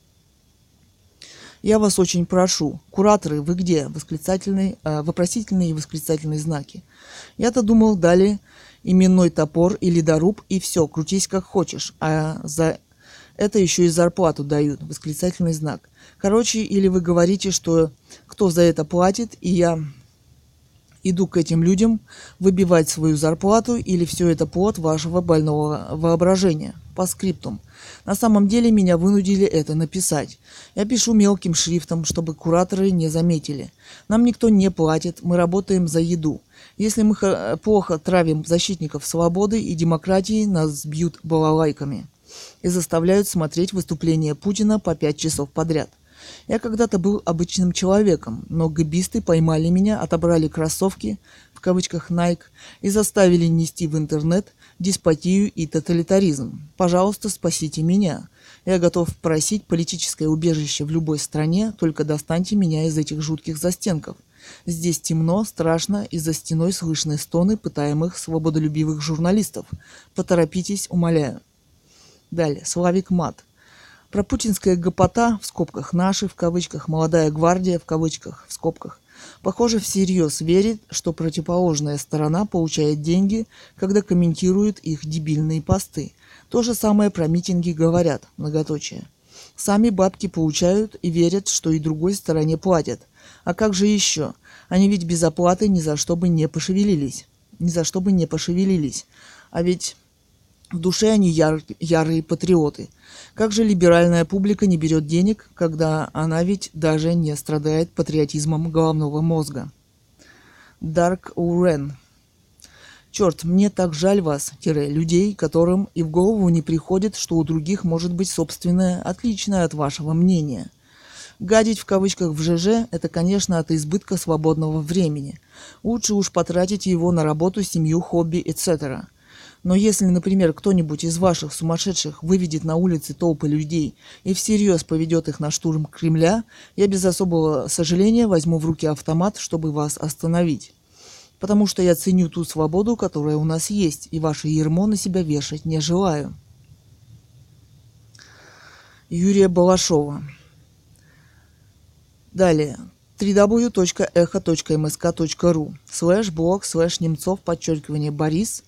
Я вас очень прошу. Кураторы, вы где? Вопросительные и восклицательные знаки. Я-то думал, дали именной топор и ледоруб, и все, крутись как хочешь. А за это еще и зарплату дают. Восклицательный знак. Короче, или вы говорите, что кто за это платит, и я иду к этим людям выбивать свою зарплату, или все это плод вашего больного воображения. По скриптум. На самом деле меня вынудили это написать. Я пишу мелким шрифтом, чтобы кураторы не заметили. Нам никто не платит, мы работаем за еду. Если мы плохо травим защитников свободы и демократии, нас бьют балалайками и заставляют смотреть выступления Путина по 5 часов подряд. Я когда-то был обычным человеком, но гэбисты поймали меня, отобрали кроссовки, в кавычках Nike, и заставили нести в интернет деспотию и тоталитаризм. Пожалуйста, спасите меня. Я готов просить политическое убежище в любой стране, только достаньте меня из этих жутких застенков. Здесь темно, страшно, и за стеной слышны стоны пытаемых свободолюбивых журналистов. Поторопитесь, умоляю. Далее. Славик Мат. Пропутинская гопота, в скобках наши, в кавычках, молодая гвардия, в кавычках, в скобках, похоже, всерьез верит, что противоположная сторона получает деньги, когда комментирует их дебильные посты. То же самое про митинги говорят, многоточие. Сами бабки получают и верят, что и другой стороне платят. А как же еще? Они ведь без оплаты ни за что бы не пошевелились. А ведь в душе они ярые патриоты. Как же либеральная публика не берет денег, когда она ведь даже не страдает патриотизмом головного мозга? Дарк Урен. Черт, мне так жаль вас, людей, которым и в голову не приходит, что у других может быть собственное, отличное от вашего мнения. Гадить в кавычках в ЖЖ – это, конечно, от избытка свободного времени. Лучше уж потратить его на работу, семью, хобби, etc. Но если, например, кто-нибудь из ваших сумасшедших выведет на улицы толпы людей и всерьез поведет их на штурм Кремля, я без особого сожаления возьму в руки автомат, чтобы вас остановить. Потому что я ценю ту свободу, которая у нас есть, и ваше ярмо на себя вешать не желаю. Юрия Балашова. Далее. www.echo.msk.ru/blog/Немцов_Борис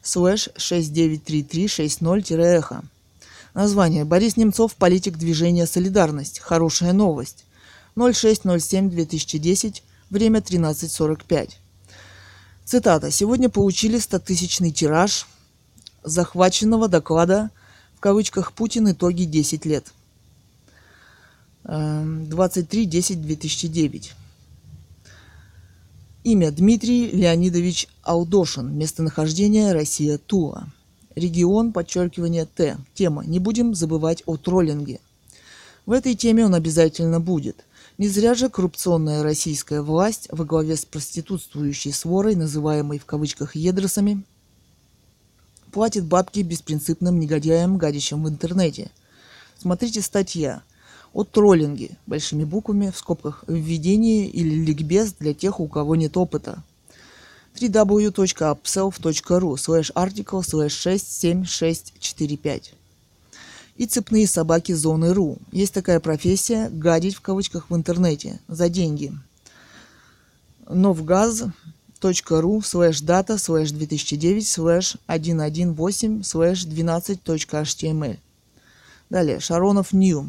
/693360-эхо. Название. Борис Немцов, политик движения «Солидарность». Хорошая новость. 06.07.2010. Время 13:45. Цитата. «Сегодня получили 100-тысячный тираж захваченного доклада в кавычках «Путин. Итоги 10 лет». 23.10.2009. Имя Дмитрий Леонидович Алдошин. Местонахождение Россия, Тула. Регион, подчеркивание Т. Тема. Не будем забывать о троллинге. В этой теме он обязательно будет. Не зря же коррупционная российская власть во главе с проститутствующей сворой, называемой в кавычках едросами, платит бабки беспринципным негодяям, гадящим в интернете. Смотрите статья о троллинге, большими буквами, в скобках, введение или ликбез для тех, у кого нет опыта. www.upself.ru/article/67645. И цепные собаки зоны.ру. Есть такая профессия гадить в кавычках в интернете за деньги. novgaz.ru/data/2009/118/12.html. Далее. Шаронов Нью.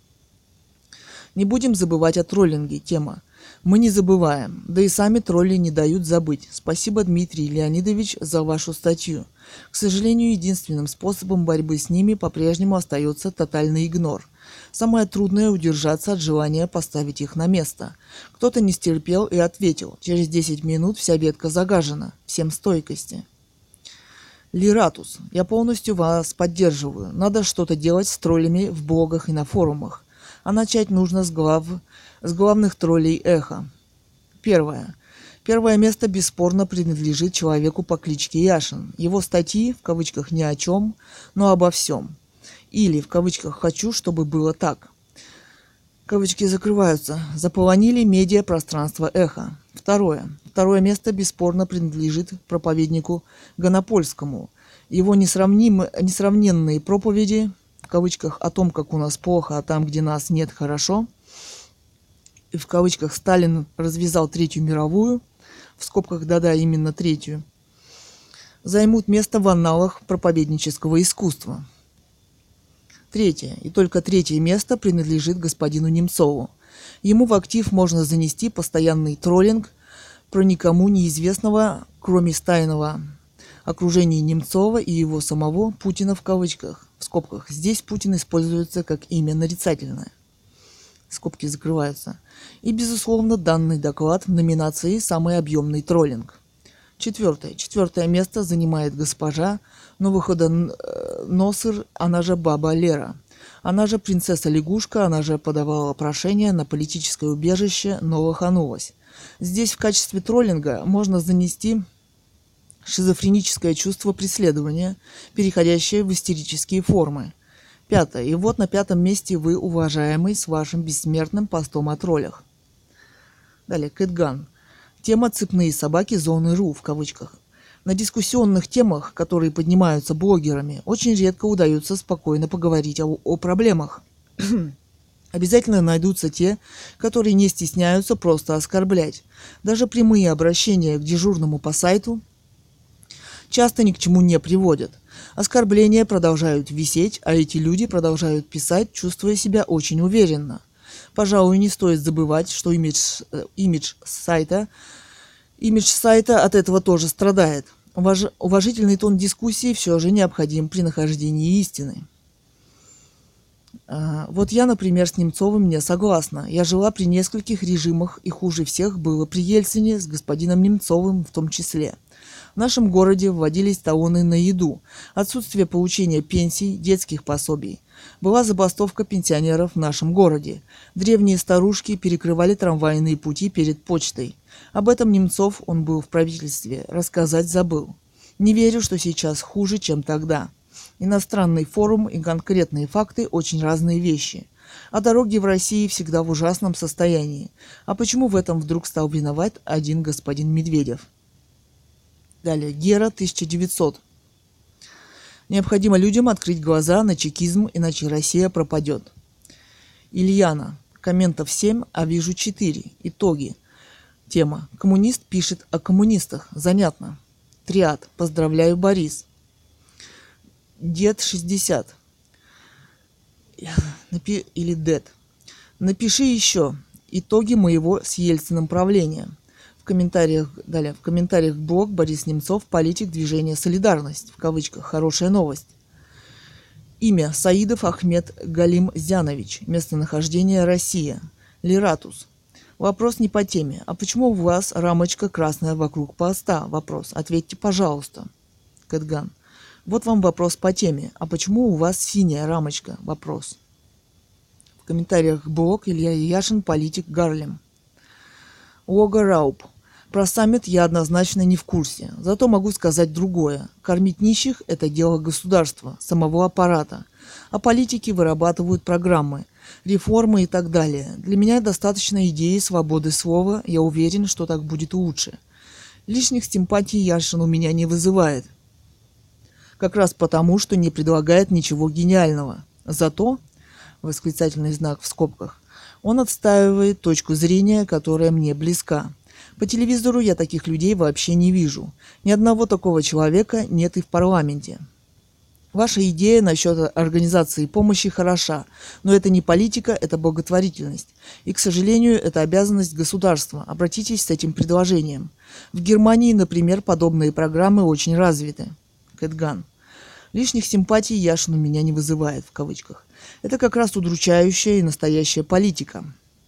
Не будем забывать о троллинге. Тема. Мы не забываем. Да и сами тролли не дают забыть. Спасибо, Дмитрий Леонидович, за вашу статью. К сожалению, единственным способом борьбы с ними по-прежнему остается тотальный игнор. Самое трудное – удержаться от желания поставить их на место. Кто-то не стерпел и ответил. Через 10 минут вся ветка загажена. Всем стойкости. Лиратус. Я полностью вас поддерживаю. Надо что-то делать с троллями в блогах и на форумах. А начать нужно с главных троллей Эхо. Первое место бесспорно принадлежит человеку по кличке Яшин. Его статьи, в кавычках, ни о чем, но обо всем. Или, в кавычках, хочу, чтобы было так. Кавычки закрываются. Заполонили медиапространство Эхо. Второе место бесспорно принадлежит проповеднику Гонопольскому. Его несравненные проповеди, в кавычках, о том, как у нас плохо, а там, где нас нет, хорошо. И в кавычках Сталин развязал Третью мировую, в скобках да-да, именно третью, займут место в анналах проповеднического искусства. Третье, и только третье место принадлежит господину Немцову. Ему в актив можно занести постоянный троллинг про никому неизвестного, кроме тайного окружения Немцова и его самого Путина в кавычках. В скобках. Здесь Путин используется как имя нарицательное. Скобки закрываются. И, безусловно, данный доклад в номинации «Самый объемный троллинг». Четвертое место занимает госпожа Новоходоносор, она же Баба Лера. Она же принцесса-лягушка, она же подавала прошение на политическое убежище, но лоханулась. Здесь в качестве троллинга можно занести шизофреническое чувство преследования, переходящее в истерические формы. Пятое. И вот на пятом месте вы, уважаемый, с вашим бессмертным постом о троллях. Далее. Кэтган. Тема «Цепные собаки зоны.ру» в кавычках. На дискуссионных темах, которые поднимаются блогерами, очень редко удается спокойно поговорить о проблемах. Обязательно найдутся те, которые не стесняются просто оскорблять. Даже прямые обращения к дежурному по сайту часто ни к чему не приводят. Оскорбления продолжают висеть, а эти люди продолжают писать, чувствуя себя очень уверенно. Пожалуй, не стоит забывать, что имидж сайта от этого тоже страдает. Уважительный тон дискуссии все же необходим при нахождении истины. Вот я, например, с Немцовым не согласна. Я жила при нескольких режимах, и хуже всех было при Ельцине, с господином Немцовым в том числе. В нашем городе вводились талоны на еду, отсутствие получения пенсий, детских пособий. Была забастовка пенсионеров в нашем городе. Древние старушки перекрывали трамвайные пути перед почтой. Об этом Немцов, он был в правительстве, рассказать забыл. Не верю, что сейчас хуже, чем тогда. Иностранный форум и конкретные факты – очень разные вещи. А дороги в России всегда в ужасном состоянии. А почему в этом вдруг стал виноват один господин Медведев? Далее. Гера, 1900. Необходимо людям открыть глаза на чекизм, иначе Россия пропадет. Ильяна. Комментов 7, а вижу 4. Итоги. Тема. Коммунист пишет о коммунистах. Занятно. Триад. Поздравляю, Борис. Дед 60. Или Дед. Напиши еще итоги моего с Ельциным правления. В комментариях блог Борис Немцов, политик движения «Солидарность», в кавычках, хорошая новость. Имя Саидов Ахмед Галим Зянович. Местонахождение Россия. Лиратус. Вопрос не по теме. А почему у вас рамочка красная вокруг поста? Вопрос. Ответьте, пожалуйста. Кэтган. Вот вам вопрос по теме. А почему у вас синяя рамочка? Вопрос. В комментариях блог Илья Яшин, политик, Гарлем. Лога Рауп. Про саммит я однозначно не в курсе. Зато могу сказать другое. Кормить нищих – это дело государства, самого аппарата. А политики вырабатывают программы, реформы и так далее. Для меня достаточно идеи свободы слова. Я уверен, что так будет лучше. Лишних симпатий Яшин у меня не вызывает. Как раз потому, что не предлагает ничего гениального. Зато, восклицательный знак в скобках, он отстаивает точку зрения, которая мне близка. По телевизору я таких людей вообще не вижу. Ни одного такого человека нет и в парламенте. Ваша идея насчет организации помощи хороша, но это не политика, это благотворительность. И, к сожалению, это обязанность государства. Обратитесь с этим предложением. В Германии, например, подобные программы очень развиты. Кэтган. Лишних симпатий Яшин у меня не вызывает, в кавычках. Это как раз удручающая и настоящая политика.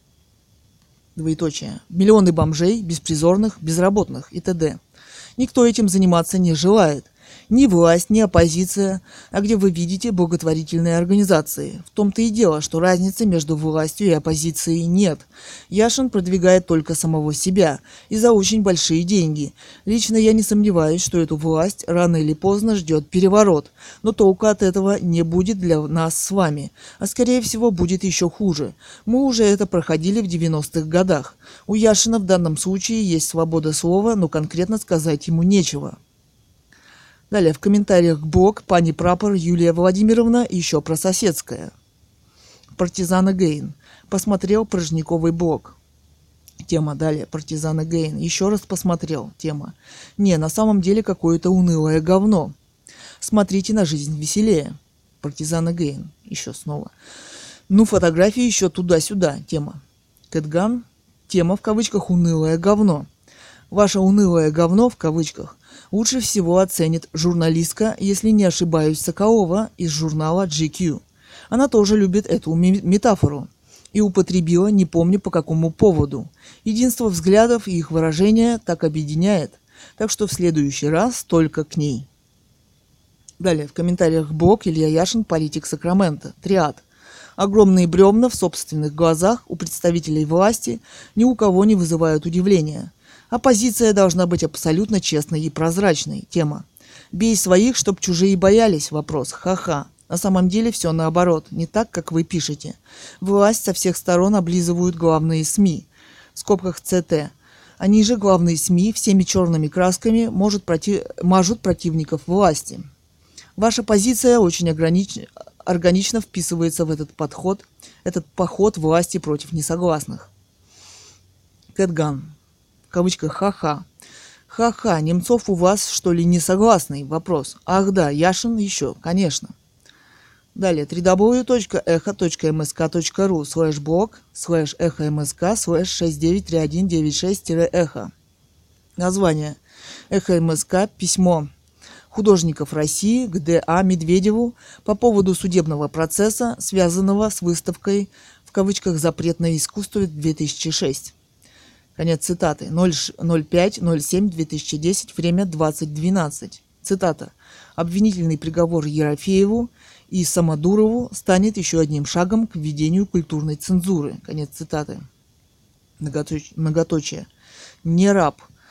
Двоеточие. Миллионы бомжей, беспризорных, безработных и т.д. Никто этим заниматься не желает. Ни власть, ни оппозиция. А где вы видите благотворительные организации? В том-то и дело, что разницы между властью и оппозицией нет. Яшин продвигает только самого себя и за очень большие деньги. Лично я не сомневаюсь, что эту власть рано или поздно ждет переворот. Но толку от этого не будет для нас с вами. А скорее всего будет еще хуже. Мы уже это проходили в 90-х годах. У Яшина в данном случае есть свобода слова, но конкретно сказать ему нечего. Далее в комментариях блог пани прапор Юлия Владимировна еще про соседское. Партизан Гейн. Посмотрел Порожниковый блог. Тема далее. Партизан Гейн. Еще раз посмотрел. Тема. Не, на самом деле какое-то унылое говно. Смотрите на жизнь веселее. Партизан Гейн. Еще снова. Ну, фотографии еще туда-сюда. Тема. Кэтган. Тема в кавычках унылое говно. Ваше унылое говно в кавычках лучше всего оценит журналистка, если не ошибаюсь, Соколова из журнала GQ. Она тоже любит эту метафору и употребила, не помню по какому поводу. Единство взглядов и их выражения так объединяет, так что в следующий раз только к ней. Далее в комментариях блог Илья Яшин, политик Сакраменто. Триад. Огромные бревна в собственных глазах у представителей власти ни у кого не вызывают удивления. Оппозиция должна быть абсолютно честной и прозрачной. Тема. Бей своих, чтоб чужие боялись. Вопрос. Ха-ха. На самом деле все наоборот. Не так, как вы пишете. Власть со всех сторон облизывают главные СМИ. В скобках ЦТ. Они же, главные СМИ, всеми черными красками мажут противников власти. Ваша позиция очень органично вписывается в этот поход власти против несогласных. Кэтган. В кавычках ха-ха. Ха-ха, Немцов у вас, что ли, не согласный? Вопрос. Ах да, Яшин еще, конечно. Далее, www.echo.msk.ru/blog/эхомск/693196-эхо. Название. Эхо МСК. Письмо художников России к Д.А. Медведеву по поводу судебного процесса, связанного с выставкой в кавычках «Запретное искусство 2006». Конец цитаты. 05.07.2010. Время 20:12. Цитата. Обвинительный приговор Ерофееву и Самодурову станет еще одним шагом к введению культурной цензуры. Конец цитаты. Многоточие. Не раб.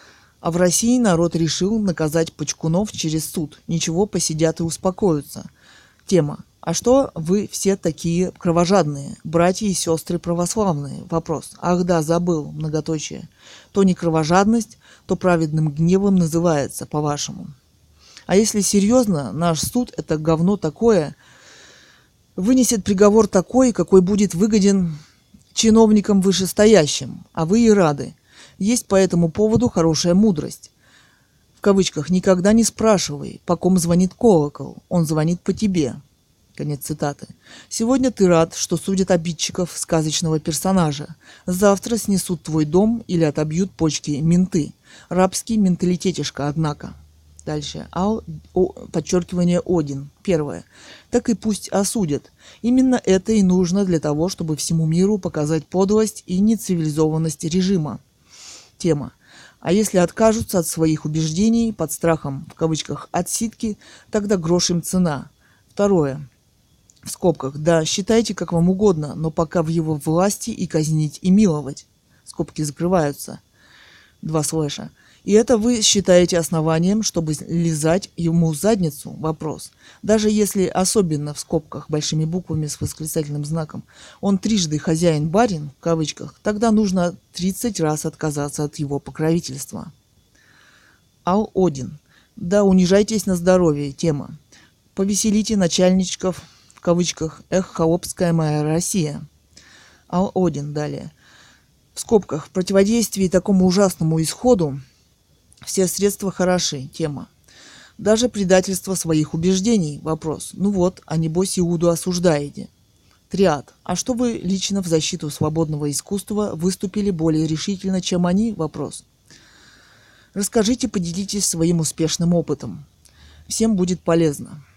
А в России народ решил наказать почкунов через суд. Ничего, посидят и успокоятся. Тема. А что вы все такие кровожадные, братья и сестры православные? Вопрос. Ах да, забыл, многоточие. То не кровожадность, то праведным гневом называется, по-вашему. А если серьезно, наш суд – это говно такое, вынесет приговор такой, какой будет выгоден чиновникам вышестоящим, а вы и рады. Есть по этому поводу хорошая мудрость. В кавычках «никогда не спрашивай, по ком звонит колокол, он звонит по тебе». Конец цитаты. Сегодня ты рад, что судят обидчиков сказочного персонажа. Завтра снесут твой дом или отобьют почки менты. Рабский менталитетишка, однако. Дальше. Подчеркивание Один. Первое. Так и пусть осудят. Именно это и нужно для того, чтобы всему миру показать подлость и нецивилизованность режима. Тема. А если откажутся от своих убеждений под страхом, в кавычках, отсидки, тогда грош им цена. Второе. В скобках. Да, считайте как вам угодно, но пока в его власти и казнить, и миловать. Скобки закрываются. 2 слэша. И это вы считаете основанием, чтобы лизать ему задницу? Вопрос. Даже если, особенно в скобках, большими буквами с восклицательным знаком, он трижды хозяин-барин, в кавычках, тогда нужно 30 раз отказаться от его покровительства. Один. Да, унижайтесь на здоровье. Тема. Повеселите начальничков, в кавычках, эх, холопская моя Россия. Один. Далее. В скобках. В противодействии такому ужасному исходу все средства хороши. Тема. Даже предательство своих убеждений. Вопрос. Ну вот, а небось Иуду осуждаете. Триад. А что вы лично в защиту свободного искусства выступили более решительно, чем они? Вопрос. Расскажите, поделитесь своим успешным опытом. Всем будет полезно.